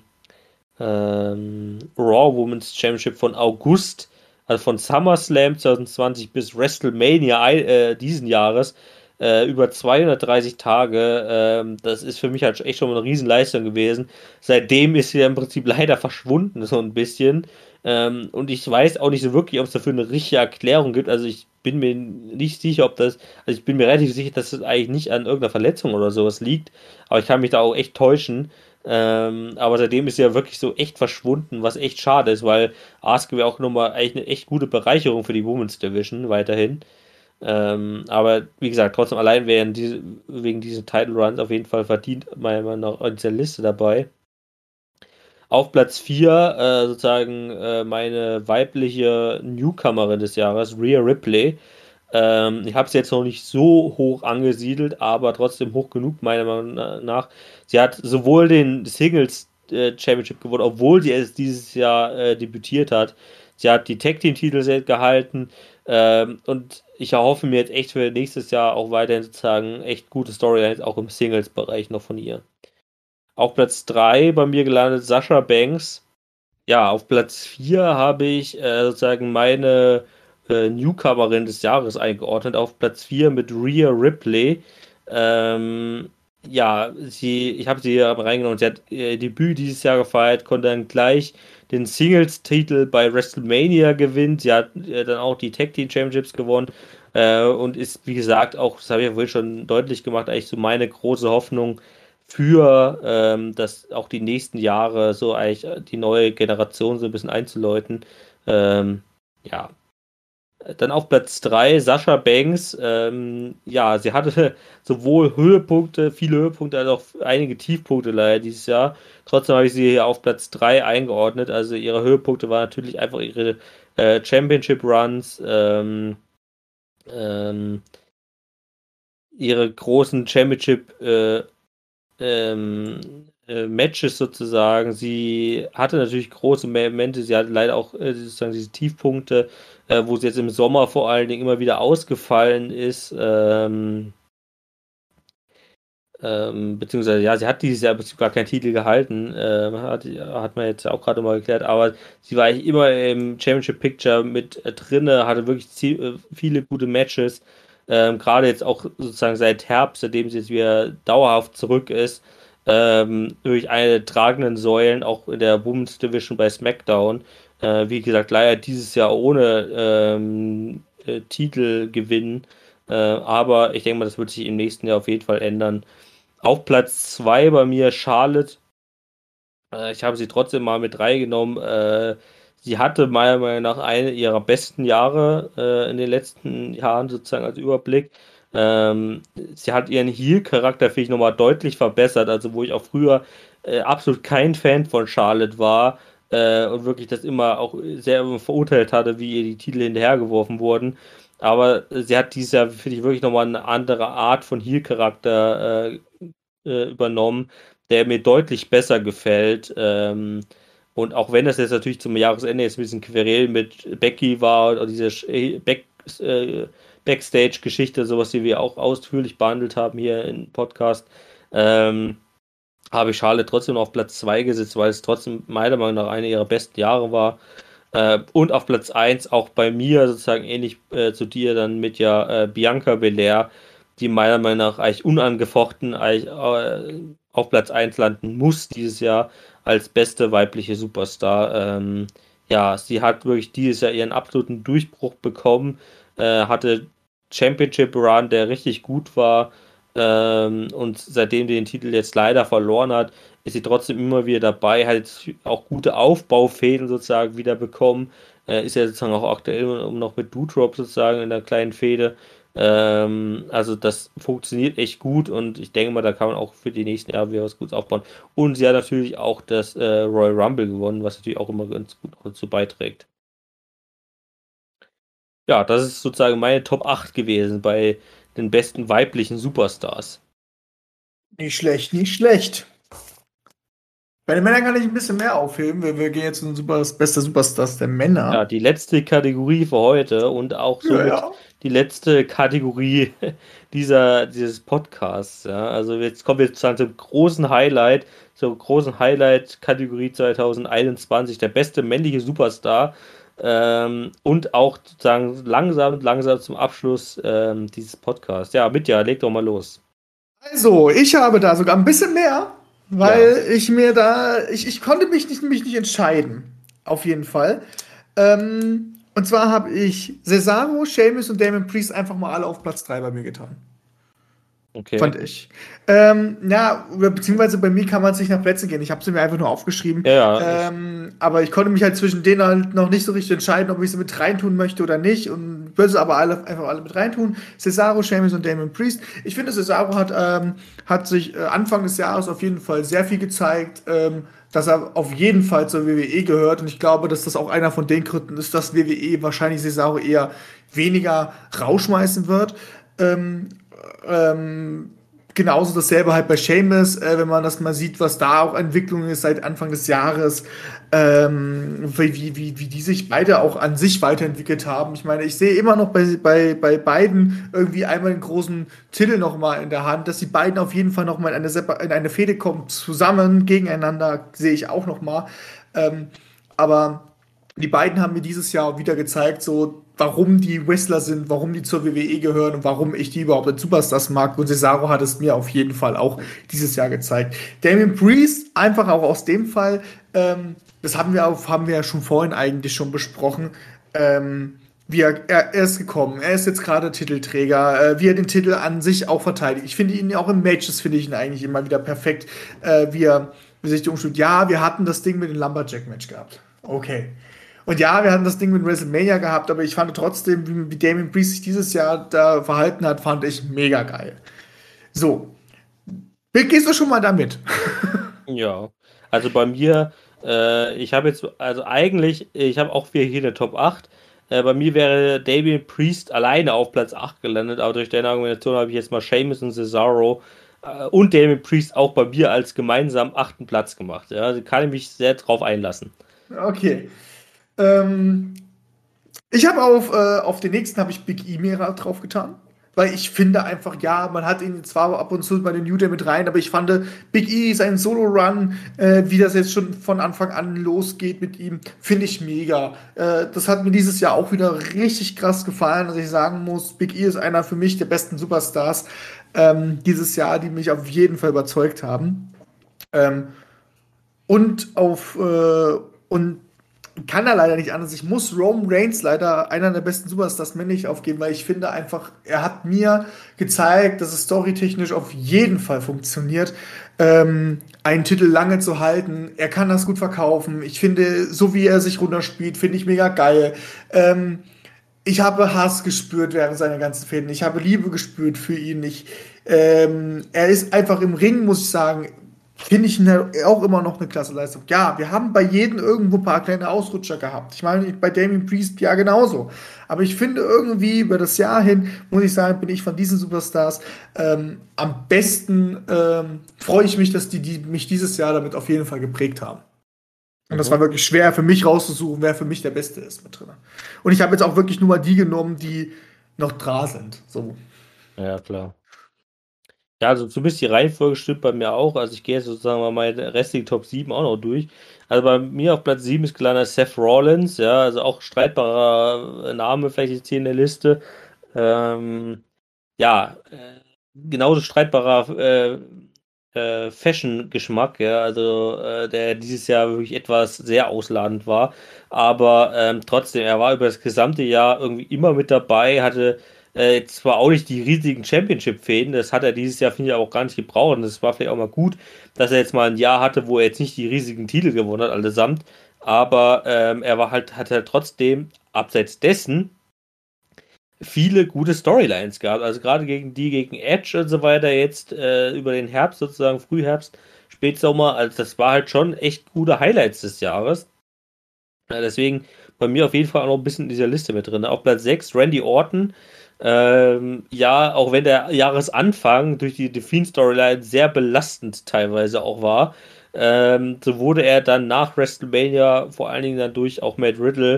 Raw Women's Championship von August, also von SummerSlam 2020 bis WrestleMania diesen Jahres, über 230 Tage. Das ist für mich halt echt schon mal eine Riesenleistung gewesen. Seitdem ist sie ja im Prinzip leider verschwunden, so ein bisschen. Und ich weiß auch nicht so wirklich, ob es dafür eine richtige Erklärung gibt. Also ich bin mir nicht sicher, also ich bin mir relativ sicher, dass es eigentlich nicht an irgendeiner Verletzung oder sowas liegt. Aber ich kann mich da auch echt täuschen. Aber seitdem ist sie ja wirklich so echt verschwunden, was echt schade ist, weil Asuka wäre auch nochmal eigentlich eine echt gute Bereicherung für die Women's Division weiterhin. Aber wie gesagt, trotzdem allein wären wegen diesen Title Runs auf jeden Fall verdient, meiner Meinung nach, in dieser Liste dabei. Auf Platz 4 sozusagen meine weibliche Newcomerin des Jahres, Rhea Ripley. Ich habe sie jetzt noch nicht so hoch angesiedelt, aber trotzdem hoch genug, meiner Meinung nach. Sie hat sowohl den Singles Championship gewonnen, obwohl sie erst dieses Jahr debütiert hat. Sie hat die Tag Team Titel gehalten und ich erhoffe mir jetzt echt für nächstes Jahr auch weiterhin sozusagen echt gute Storylines, auch im Singles-Bereich noch von ihr. Auf Platz 3 bei mir gelandet Sasha Banks. Ja, auf Platz 4 habe ich sozusagen meine Newcomerin des Jahres eingeordnet. Auf Platz 4 mit Rhea Ripley. Ja, ich habe sie hier reingenommen. Sie hat ihr Debüt dieses Jahr gefeiert, konnte dann gleich den Singles-Titel bei WrestleMania gewinnen. Sie hat dann auch die Tag Team Championships gewonnen und ist, wie gesagt, auch, das habe ich ja wohl schon deutlich gemacht, eigentlich so meine große Hoffnung für dass auch die nächsten Jahre so eigentlich die neue Generation so ein bisschen einzuläuten. Ja. Dann auf Platz 3 Sasha Banks. Ja, sie hatte sowohl Höhepunkte, viele Höhepunkte, als auch einige Tiefpunkte leider dieses Jahr. Trotzdem habe ich sie hier auf Platz 3 eingeordnet. Also ihre Höhepunkte waren natürlich einfach ihre Championship Runs, ihre großen Championship Matches sozusagen. Sie hatte natürlich große Momente, sie hatte leider auch sozusagen diese Tiefpunkte, wo sie jetzt im Sommer vor allen Dingen immer wieder ausgefallen ist. Beziehungsweise, ja, sie hat dieses Jahr im Prinzip gar keinen Titel gehalten, hat man jetzt auch gerade mal geklärt, aber sie war eigentlich immer im Championship Picture mit drinne, hatte wirklich viele gute Matches, gerade jetzt auch sozusagen seit Herbst, seitdem sie jetzt wieder dauerhaft zurück ist, durch eine der tragenden Säulen, auch in der Women's Division bei SmackDown, wie gesagt, leider dieses Jahr ohne Titel gewinnen, aber ich denke mal, das wird sich im nächsten Jahr auf jeden Fall ändern. Auf Platz 2 bei mir Charlotte. Ich habe sie trotzdem mal mit reingenommen. Sie hatte meiner Meinung nach eine ihrer besten Jahre in den letzten Jahren sozusagen als Überblick. Sie hat ihren Heel-Charakter, finde ich, nochmal deutlich verbessert. Also wo ich auch früher absolut kein Fan von Charlotte war und wirklich das immer auch sehr verurteilt hatte, wie ihr die Titel hinterhergeworfen wurden. Aber sie hat dieses Jahr, finde ich, wirklich nochmal eine andere Art von Heel-Charakter übernommen, der mir deutlich besser gefällt. Und auch wenn das jetzt natürlich zum Jahresende jetzt ein bisschen Querel mit Becky war oder diese Backstage-Geschichte, sowas, die wir auch ausführlich behandelt haben hier im Podcast, habe ich Charlotte trotzdem auf Platz 2 gesetzt, weil es trotzdem meiner Meinung nach eine ihrer besten Jahre war. Und auf Platz 1 auch bei mir sozusagen ähnlich zu dir dann mit Bianca Belair, die meiner Meinung nach eigentlich unangefochten eigentlich, auf Platz 1 landen muss dieses Jahr als beste weibliche Superstar. Ja, sie hat wirklich dieses Jahr ihren absoluten Durchbruch bekommen, hatte Championship Run, der richtig gut war, und seitdem sie den Titel jetzt leider verloren hat, ist sie trotzdem immer wieder dabei, halt auch gute Aufbaufäden sozusagen wieder bekommen. Ist ja sozusagen auch aktuell noch mit Doudrop sozusagen in der kleinen Fehde. Also das funktioniert echt gut und ich denke mal, da kann man auch für die nächsten Jahre wieder was Gutes aufbauen. Und sie hat natürlich auch das Royal Rumble gewonnen, was natürlich auch immer ganz gut dazu beiträgt. Ja, das ist sozusagen meine Top 8 gewesen bei den besten weiblichen Superstars. Nicht schlecht, nicht schlecht. Bei den Männern kann ich ein bisschen mehr aufheben. Wir gehen jetzt zu den beste Superstars der Ja, Männer. die letzte Kategorie für heute und auch Ja, somit ja. die letzte Kategorie dieses Podcasts. Ja. Also jetzt kommen wir zu einem großen Highlight, zur großen Highlight-Kategorie 2021, der beste männliche Superstar. Und auch sozusagen langsam zum Abschluss dieses Podcasts. Ja, Mitja, leg doch mal los. Also, ich habe da sogar ein bisschen mehr, Ja, weil ich konnte mich nicht entscheiden. Auf jeden Fall. Und zwar habe ich Cesaro, Sheamus und Damon Priest einfach mal alle auf Platz 3 bei mir getan. okay. Fand ich. Ja, oder beziehungsweise bei mir kann man sich nach Plätzen gehen. Ich habe sie mir einfach nur aufgeschrieben. Ja, ja, Aber ich konnte mich halt zwischen denen halt noch nicht so richtig entscheiden, ob ich sie mit reintun möchte oder nicht. Und würde sie aber einfach alle mit reintun. Cesaro, Sheamus und Damon Priest. Ich finde, Cesaro hat sich Anfang des Jahres auf jeden Fall sehr viel gezeigt, dass er auf jeden Fall zur WWE gehört. Und ich glaube, dass das auch einer von den Gründen ist, dass WWE wahrscheinlich Cesaro eher weniger rausschmeißen wird. Ähm, Genauso dasselbe halt bei Sheamus, wenn man das mal sieht, was da auch Entwicklung ist seit Anfang des Jahres, wie die sich beide auch an sich weiterentwickelt haben. Ich meine, ich sehe immer noch bei beiden irgendwie einmal den großen Titel noch mal in der Hand, dass die beiden auf jeden Fall noch mal in eine Fehde kommen, zusammen, gegeneinander, sehe ich auch noch mal. Aber die beiden haben mir dieses Jahr wieder gezeigt, so warum die Wrestler sind, warum die zur WWE gehören und warum ich die überhaupt als Superstars mag. Und Cesaro hat es mir auf jeden Fall auch dieses Jahr gezeigt. Damien Priest, einfach auch aus dem Fall, das haben wir ja schon vorhin eigentlich schon besprochen. Er ist gekommen, er ist jetzt gerade Titelträger, wie er den Titel an sich auch verteidigt. Ich finde ihn auch in Matches, finde ich ihn eigentlich immer wieder perfekt, wie sich die umstellt. Ja, wir hatten das Ding mit dem Lumberjack-Match gehabt. Okay. Und ja, wir hatten das Ding mit WrestleMania gehabt, aber ich fand trotzdem, wie Damien Priest sich dieses Jahr da verhalten hat, fand ich mega geil. So, gehst du schon mal damit? ja. Also bei mir, ich habe jetzt, also eigentlich, ich habe auch wieder hier eine Top 8. Bei mir wäre Damien Priest alleine auf Platz 8 gelandet, aber durch deine Argumentation habe ich jetzt mal Sheamus und Cesaro und Damien Priest auch bei mir als gemeinsam 8. Platz gemacht. Ja, also kann ich mich sehr drauf einlassen. Okay. Ähm, Ich habe auf den nächsten habe ich Big E mir drauf getan. Weil ich finde einfach, ja, man hat ihn zwar ab und zu bei den New Day mit rein, aber ich fand Big E, sein Solo-Run, wie das jetzt schon von Anfang an losgeht mit ihm, finde ich mega. Das hat mir dieses Jahr auch wieder richtig krass gefallen, dass ich sagen muss, Big E ist einer für mich der besten Superstars dieses Jahr, die mich auf jeden Fall überzeugt haben. Ähm, und auf und kann er leider nicht anders. Ich muss Roman Reigns leider einer der besten Superstars männlich aufgeben, weil ich finde einfach, er hat mir gezeigt, dass es storytechnisch auf jeden Fall funktioniert, einen Titel lange zu halten. Er kann das gut verkaufen. Ich finde, so wie er sich runterspielt, finde ich mega geil. Ich habe Hass gespürt während seiner ganzen Fäden. Ich habe Liebe gespürt für ihn. Er ist einfach im Ring, muss ich sagen, finde ich auch immer noch eine klasse Leistung. Ja, wir haben bei jedem irgendwo ein paar kleine Ausrutscher gehabt. Ich meine, bei Damien Priest ja genauso. Aber ich finde irgendwie über das Jahr hin, muss ich sagen, bin ich von diesen Superstars am besten freue ich mich, dass die mich dieses Jahr damit auf jeden Fall geprägt haben. Und das war Mhm. wirklich schwer für mich rauszusuchen, wer für mich der Beste ist mit drin. Und ich habe jetzt auch wirklich nur mal die genommen, die noch dran sind. So. Ja, klar. Ja, also zumindest die Reihenfolge stimmt bei mir auch. Also ich gehe jetzt sozusagen mal meine restlichen Top 7 auch noch durch. Also bei mir auf Platz 7 ist gelandet Seth Rollins, ja, also auch streitbarer Name vielleicht jetzt hier in der Liste. Ähm, ja, genauso streitbarer Fashion-Geschmack, ja, also der dieses Jahr wirklich etwas sehr ausladend war. Aber trotzdem, er war über das gesamte Jahr irgendwie immer mit dabei, hatte zwar auch nicht die riesigen Championship-Fäden, das hat er dieses Jahr, finde ich, auch gar nicht gebraucht. Und das war vielleicht auch mal gut, dass er jetzt mal ein Jahr hatte, wo er jetzt nicht die riesigen Titel gewonnen hat, allesamt. Aber er hat halt trotzdem, abseits dessen, viele gute Storylines gab. Also gerade gegen Edge und so weiter jetzt über den Herbst sozusagen, Frühherbst, Spätsommer. Also das war halt schon echt gute Highlights des Jahres. Deswegen bei mir auf jeden Fall auch noch ein bisschen in dieser Liste mit drin. Auf Platz 6 Randy Orton. Ja, auch wenn der Jahresanfang durch die Fiend-Storyline sehr belastend teilweise auch war, so wurde er dann nach WrestleMania, vor allen Dingen dann durch auch Matt Riddle,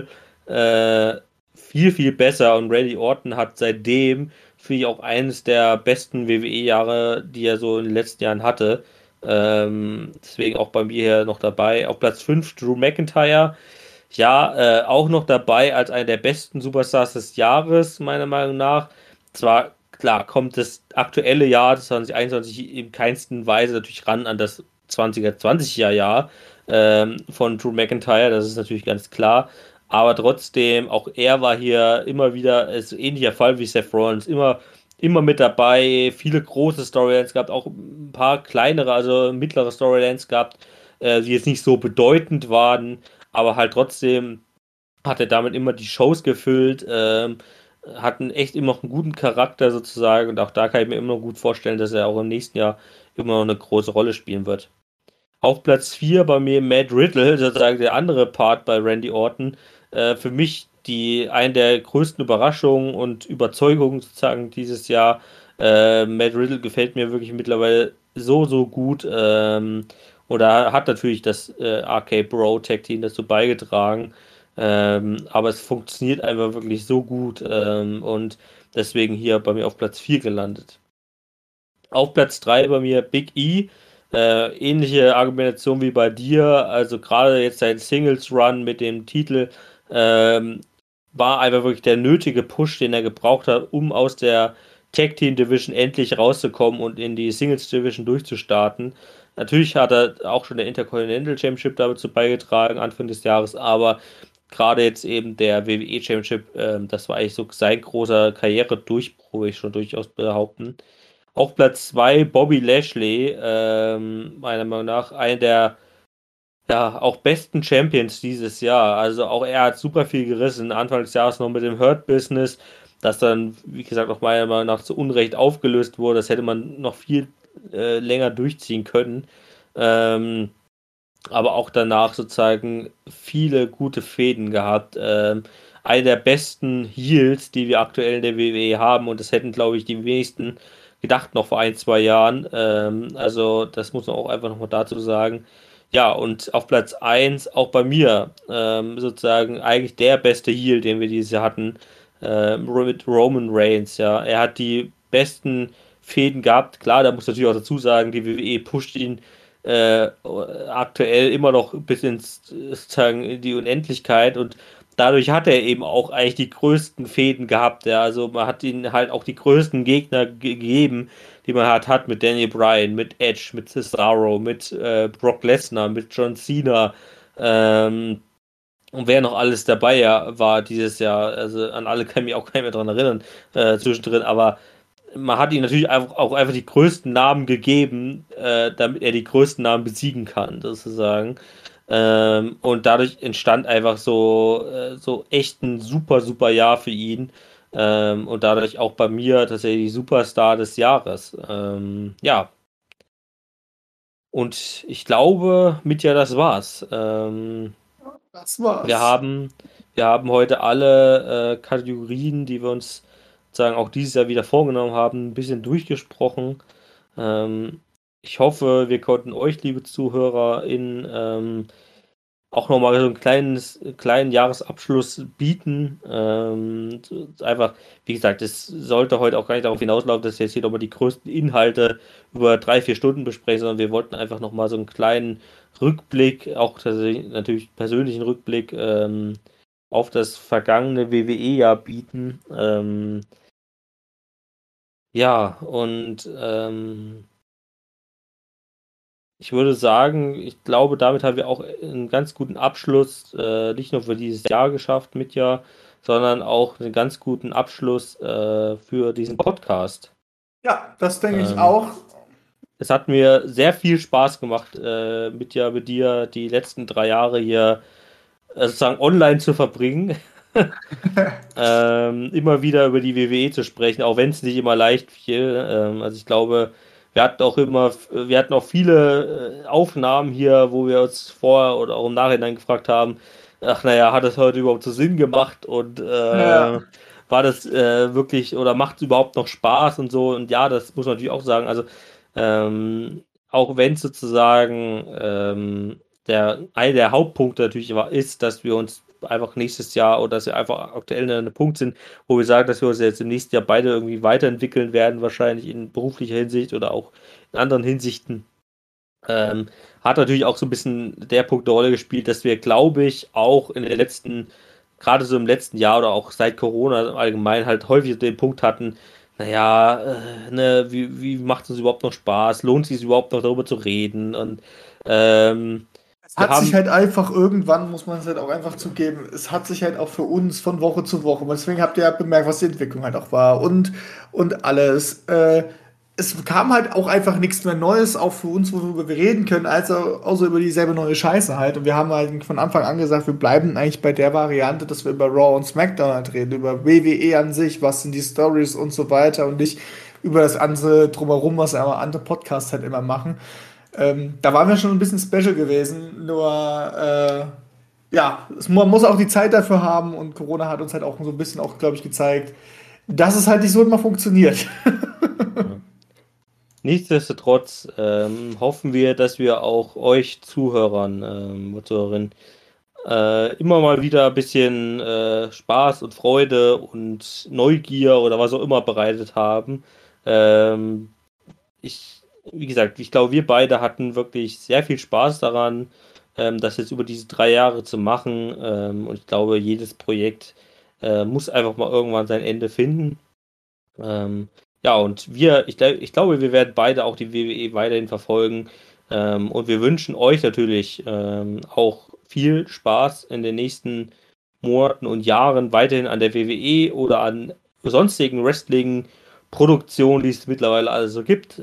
viel, viel besser. Und Randy Orton hat seitdem, finde ich, auch eines der besten WWE-Jahre, die er so in den letzten Jahren hatte. Deswegen auch bei mir hier noch dabei. Auf Platz 5 Drew McIntyre. Ja, auch noch dabei als einer der besten Superstars des Jahres, meiner Meinung nach. Zwar, klar, kommt das aktuelle Jahr, das 2021, in keinsten Weise natürlich ran an das 2020er Jahr von Drew McIntyre, das ist natürlich ganz klar. Aber trotzdem, auch er war hier immer wieder, ist ein ähnlicher Fall wie Seth Rollins, immer mit dabei, viele große Storylines gehabt, auch ein paar kleinere, also mittlere Storylines gehabt, die jetzt nicht so bedeutend waren, aber halt trotzdem hat er damit immer die Shows gefüllt, hatten echt immer noch einen guten Charakter sozusagen und auch da kann ich mir immer noch gut vorstellen, dass er auch im nächsten Jahr immer noch eine große Rolle spielen wird. Auf Platz 4 bei mir Matt Riddle, sozusagen der andere Part bei Randy Orton. Für mich eine der größten Überraschungen und Überzeugungen sozusagen dieses Jahr. Matt Riddle gefällt mir wirklich mittlerweile so, so gut. Oder hat natürlich das RK Bro Tag Team dazu beigetragen. Aber es funktioniert einfach wirklich so gut und deswegen hier bei mir auf Platz 4 gelandet. Auf Platz 3 bei mir Big E. Ähnliche Argumentation wie bei dir. Also gerade jetzt sein Singles-Run mit dem Titel war einfach wirklich der nötige Push, den er gebraucht hat, um aus der Tag Team Division endlich rauszukommen und in die Singles Division durchzustarten. Natürlich hat er auch schon der Intercontinental Championship dazu beigetragen, Anfang des Jahres, aber gerade jetzt eben der WWE Championship, das war eigentlich so sein großer Karrieredurchbruch, will ich schon durchaus behaupten. Auf Platz 2 Bobby Lashley, meiner Meinung nach einer der ja, auch besten Champions dieses Jahr. Also auch er hat super viel gerissen. Anfang des Jahres noch mit dem Hurt Business, das dann, wie gesagt, auch meiner Meinung nach zu Unrecht aufgelöst wurde. Das hätte man noch viel länger durchziehen können. Ähm, aber auch danach sozusagen viele gute Fäden gehabt. Eine der besten Heels, die wir aktuell in der WWE haben, und das hätten, glaube ich, die wenigsten gedacht noch vor ein, zwei Jahren. Also, das muss man auch einfach nochmal dazu sagen. Ja, und auf Platz eins auch bei mir sozusagen eigentlich der beste Heel, den wir dieses Jahr hatten, mit Roman Reigns. Ja, er hat die besten Fäden gehabt. Klar, da muss natürlich auch dazu sagen, die WWE pusht ihn aktuell immer noch bis ins sozusagen in die Unendlichkeit und dadurch hat er eben auch eigentlich die größten Fäden gehabt. Ja. Also man hat ihnen halt auch die größten Gegner gegeben, die man hat mit Daniel Bryan, mit Edge, mit Cesaro, mit Brock Lesnar, mit John Cena und wer noch alles dabei war dieses Jahr. Also an alle kann ich mich auch keiner mehr dran erinnern zwischendrin, aber man hat ihm natürlich auch einfach die größten Namen gegeben, damit er die größten Namen besiegen kann, sozusagen. Und dadurch entstand einfach so echt ein super, super Jahr für ihn. Und dadurch auch bei mir tatsächlich Superstar des Jahres. Ja. Und ich glaube, Mitja, das war's. Das war's. Wir haben heute alle Kategorien, die wir uns sozusagen auch dieses Jahr wieder vorgenommen haben, ein bisschen durchgesprochen. Ich hoffe, wir konnten euch, liebe ZuhörerInnen, auch nochmal so einen kleinen Jahresabschluss bieten. Einfach, wie gesagt, es sollte heute auch gar nicht darauf hinauslaufen, dass wir jetzt hier nochmal die größten Inhalte über 3, 4 Stunden besprechen, sondern wir wollten einfach nochmal so einen kleinen Rückblick, auch tatsächlich natürlich persönlichen Rückblick auf das vergangene WWE-Jahr bieten. Ja, und ich würde sagen, ich glaube, damit haben wir auch einen ganz guten Abschluss, nicht nur für dieses Jahr geschafft mit Jahr, sondern auch einen ganz guten Abschluss für diesen Podcast. Ja, das denke ich auch. Es hat mir sehr viel Spaß gemacht, mit dir die letzten 3 Jahre hier sozusagen online zu verbringen. immer wieder über die WWE zu sprechen, auch wenn es nicht immer leicht fiel. Also ich glaube, wir hatten auch viele Aufnahmen hier, wo wir uns vorher oder auch im Nachhinein gefragt haben, ach naja, hat das heute überhaupt so Sinn gemacht und Ja. war das wirklich oder macht es überhaupt noch Spaß und so? Und ja, das muss man natürlich auch sagen. Also auch wenn es sozusagen einer der Hauptpunkte natürlich ist, dass wir uns einfach nächstes Jahr oder dass wir einfach aktuell an einem Punkt sind, wo wir sagen, dass wir uns jetzt im nächsten Jahr beide irgendwie weiterentwickeln werden, wahrscheinlich in beruflicher Hinsicht oder auch in anderen Hinsichten. Hat natürlich auch so ein bisschen der Punkt eine Rolle gespielt, dass wir, glaube ich, auch in den gerade so im letzten Jahr oder auch seit Corona allgemein halt häufig den Punkt hatten, naja, ne, wie macht es uns überhaupt noch Spaß? Lohnt es sich überhaupt noch darüber zu reden? Und Es wir hat sich haben, halt einfach irgendwann, muss man es halt auch einfach zugeben, es hat sich halt auch für uns von Woche zu Woche, und deswegen habt ihr ja bemerkt, was die Entwicklung halt auch war und alles. Es kam halt auch einfach nichts mehr Neues, auch für uns, worüber wir reden können, also außer über dieselbe neue Scheiße halt. Und wir haben halt von Anfang an gesagt, wir bleiben eigentlich bei der Variante, dass wir über Raw und SmackDown halt reden, über WWE an sich, was sind die Stories und so weiter und nicht über das andere drumherum, was aber andere Podcasts halt immer machen. Da waren wir schon ein bisschen special gewesen, nur ja, man muss auch die Zeit dafür haben und Corona hat uns halt auch so ein bisschen auch, glaube ich, gezeigt, dass es halt nicht so immer funktioniert. ja. Nichtsdestotrotz hoffen wir, dass wir auch euch Zuhörern und Zuhörerinnen immer mal wieder ein bisschen Spaß und Freude und Neugier oder was auch immer bereitet haben. Ähm, wie gesagt, ich glaube, wir beide hatten wirklich sehr viel Spaß daran, das jetzt über diese 3 Jahre zu machen. Und ich glaube, jedes Projekt muss einfach mal irgendwann sein Ende finden. Ja, und ich glaube, wir werden beide auch die WWE weiterhin verfolgen. Und wir wünschen euch natürlich auch viel Spaß in den nächsten Monaten und Jahren weiterhin an der WWE oder an sonstigen Wrestling-Produktionen, die es mittlerweile alles so gibt.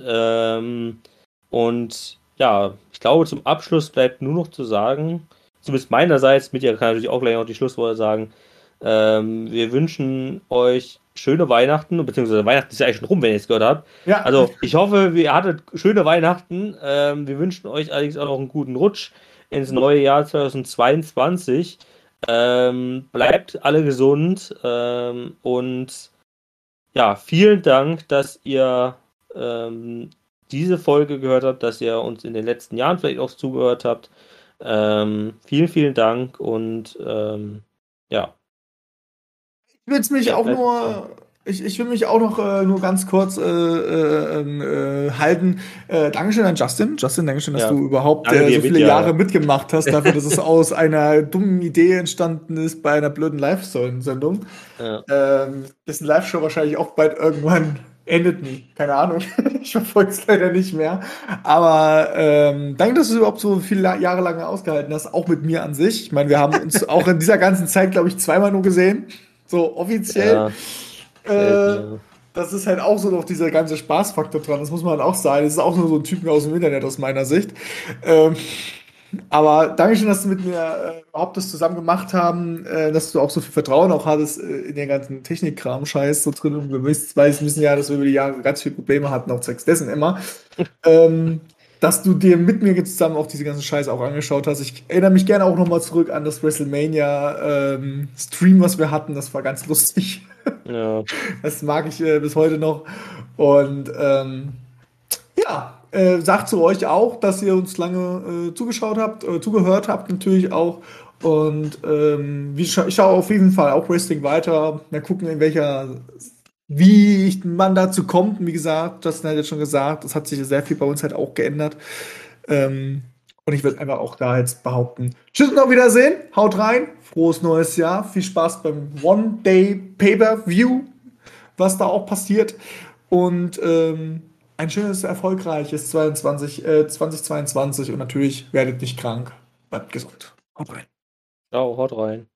Und ja, ich glaube, zum Abschluss bleibt nur noch zu sagen, zumindest meinerseits, Mitja kann natürlich auch gleich noch die Schlussworte sagen, wir wünschen euch schöne Weihnachten, beziehungsweise Weihnachten ist ja eigentlich schon rum, wenn ihr es gehört habt. Ja, Also, ich hoffe, ihr hattet schöne Weihnachten. Wir wünschen euch allerdings auch noch einen guten Rutsch ins neue Jahr 2022. Bleibt alle gesund und ja, vielen Dank, dass ihr diese Folge gehört habt, dass ihr uns in den letzten Jahren vielleicht auch zugehört habt. Vielen, vielen Dank und ja. ich will mich Ja, auch nur, ich will mich auch noch nur ganz kurz halten. Dankeschön an Justin. Justin, Dankeschön, dass ja. du überhaupt Danke dir, so viele Mitja. Jahre mitgemacht hast, dafür, dass es aus einer dummen Idee entstanden ist bei einer blöden Live-Sendung. Ja. Dessen Live-Show wahrscheinlich auch bald irgendwann endet nie. Keine Ahnung. Ich verfolge es leider nicht mehr. Aber danke, dass du überhaupt so viele Jahre lang ausgehalten hast, auch mit mir an sich. Ich meine, wir haben uns auch in dieser ganzen Zeit, glaube ich, zweimal nur gesehen. So offiziell. Ja, selten, ja. Das ist halt auch so noch dieser ganze Spaßfaktor dran. Das muss man auch sagen. Das ist auch nur so ein Typen aus dem Internet aus meiner Sicht. Ähm, aber Dankeschön, dass du mit mir überhaupt das zusammen gemacht haben, dass du auch so viel Vertrauen auch hattest in den ganzen Technikkram-Scheiß so drin. Und wir wissen ja, dass wir über die Jahre ganz viele Probleme hatten, auch zwecks dessen immer. Dass du dir mit mir zusammen auch diese ganzen Scheiße auch angeschaut hast. Ich erinnere mich gerne auch nochmal zurück an das WrestleMania-Stream, was wir hatten. Das war ganz lustig. Ja. Das mag ich bis heute noch. Und ja, sagt zu euch auch, dass ihr uns lange zugeschaut habt, zugehört habt natürlich auch. Und ich schaue auf jeden Fall auch Wrestling weiter. Mal gucken, man dazu kommt. Und wie gesagt, Justin hat jetzt schon gesagt, es hat sich sehr viel bei uns halt auch geändert. Und ich würde einfach auch da jetzt behaupten, tschüss und auf Wiedersehen, haut rein, frohes neues Jahr, viel Spaß beim One-Day Pay-Per-View, was da auch passiert. Und ein schönes, erfolgreiches 2022 und natürlich werdet nicht krank, bleibt gesund. Haut rein. Ciao, haut rein.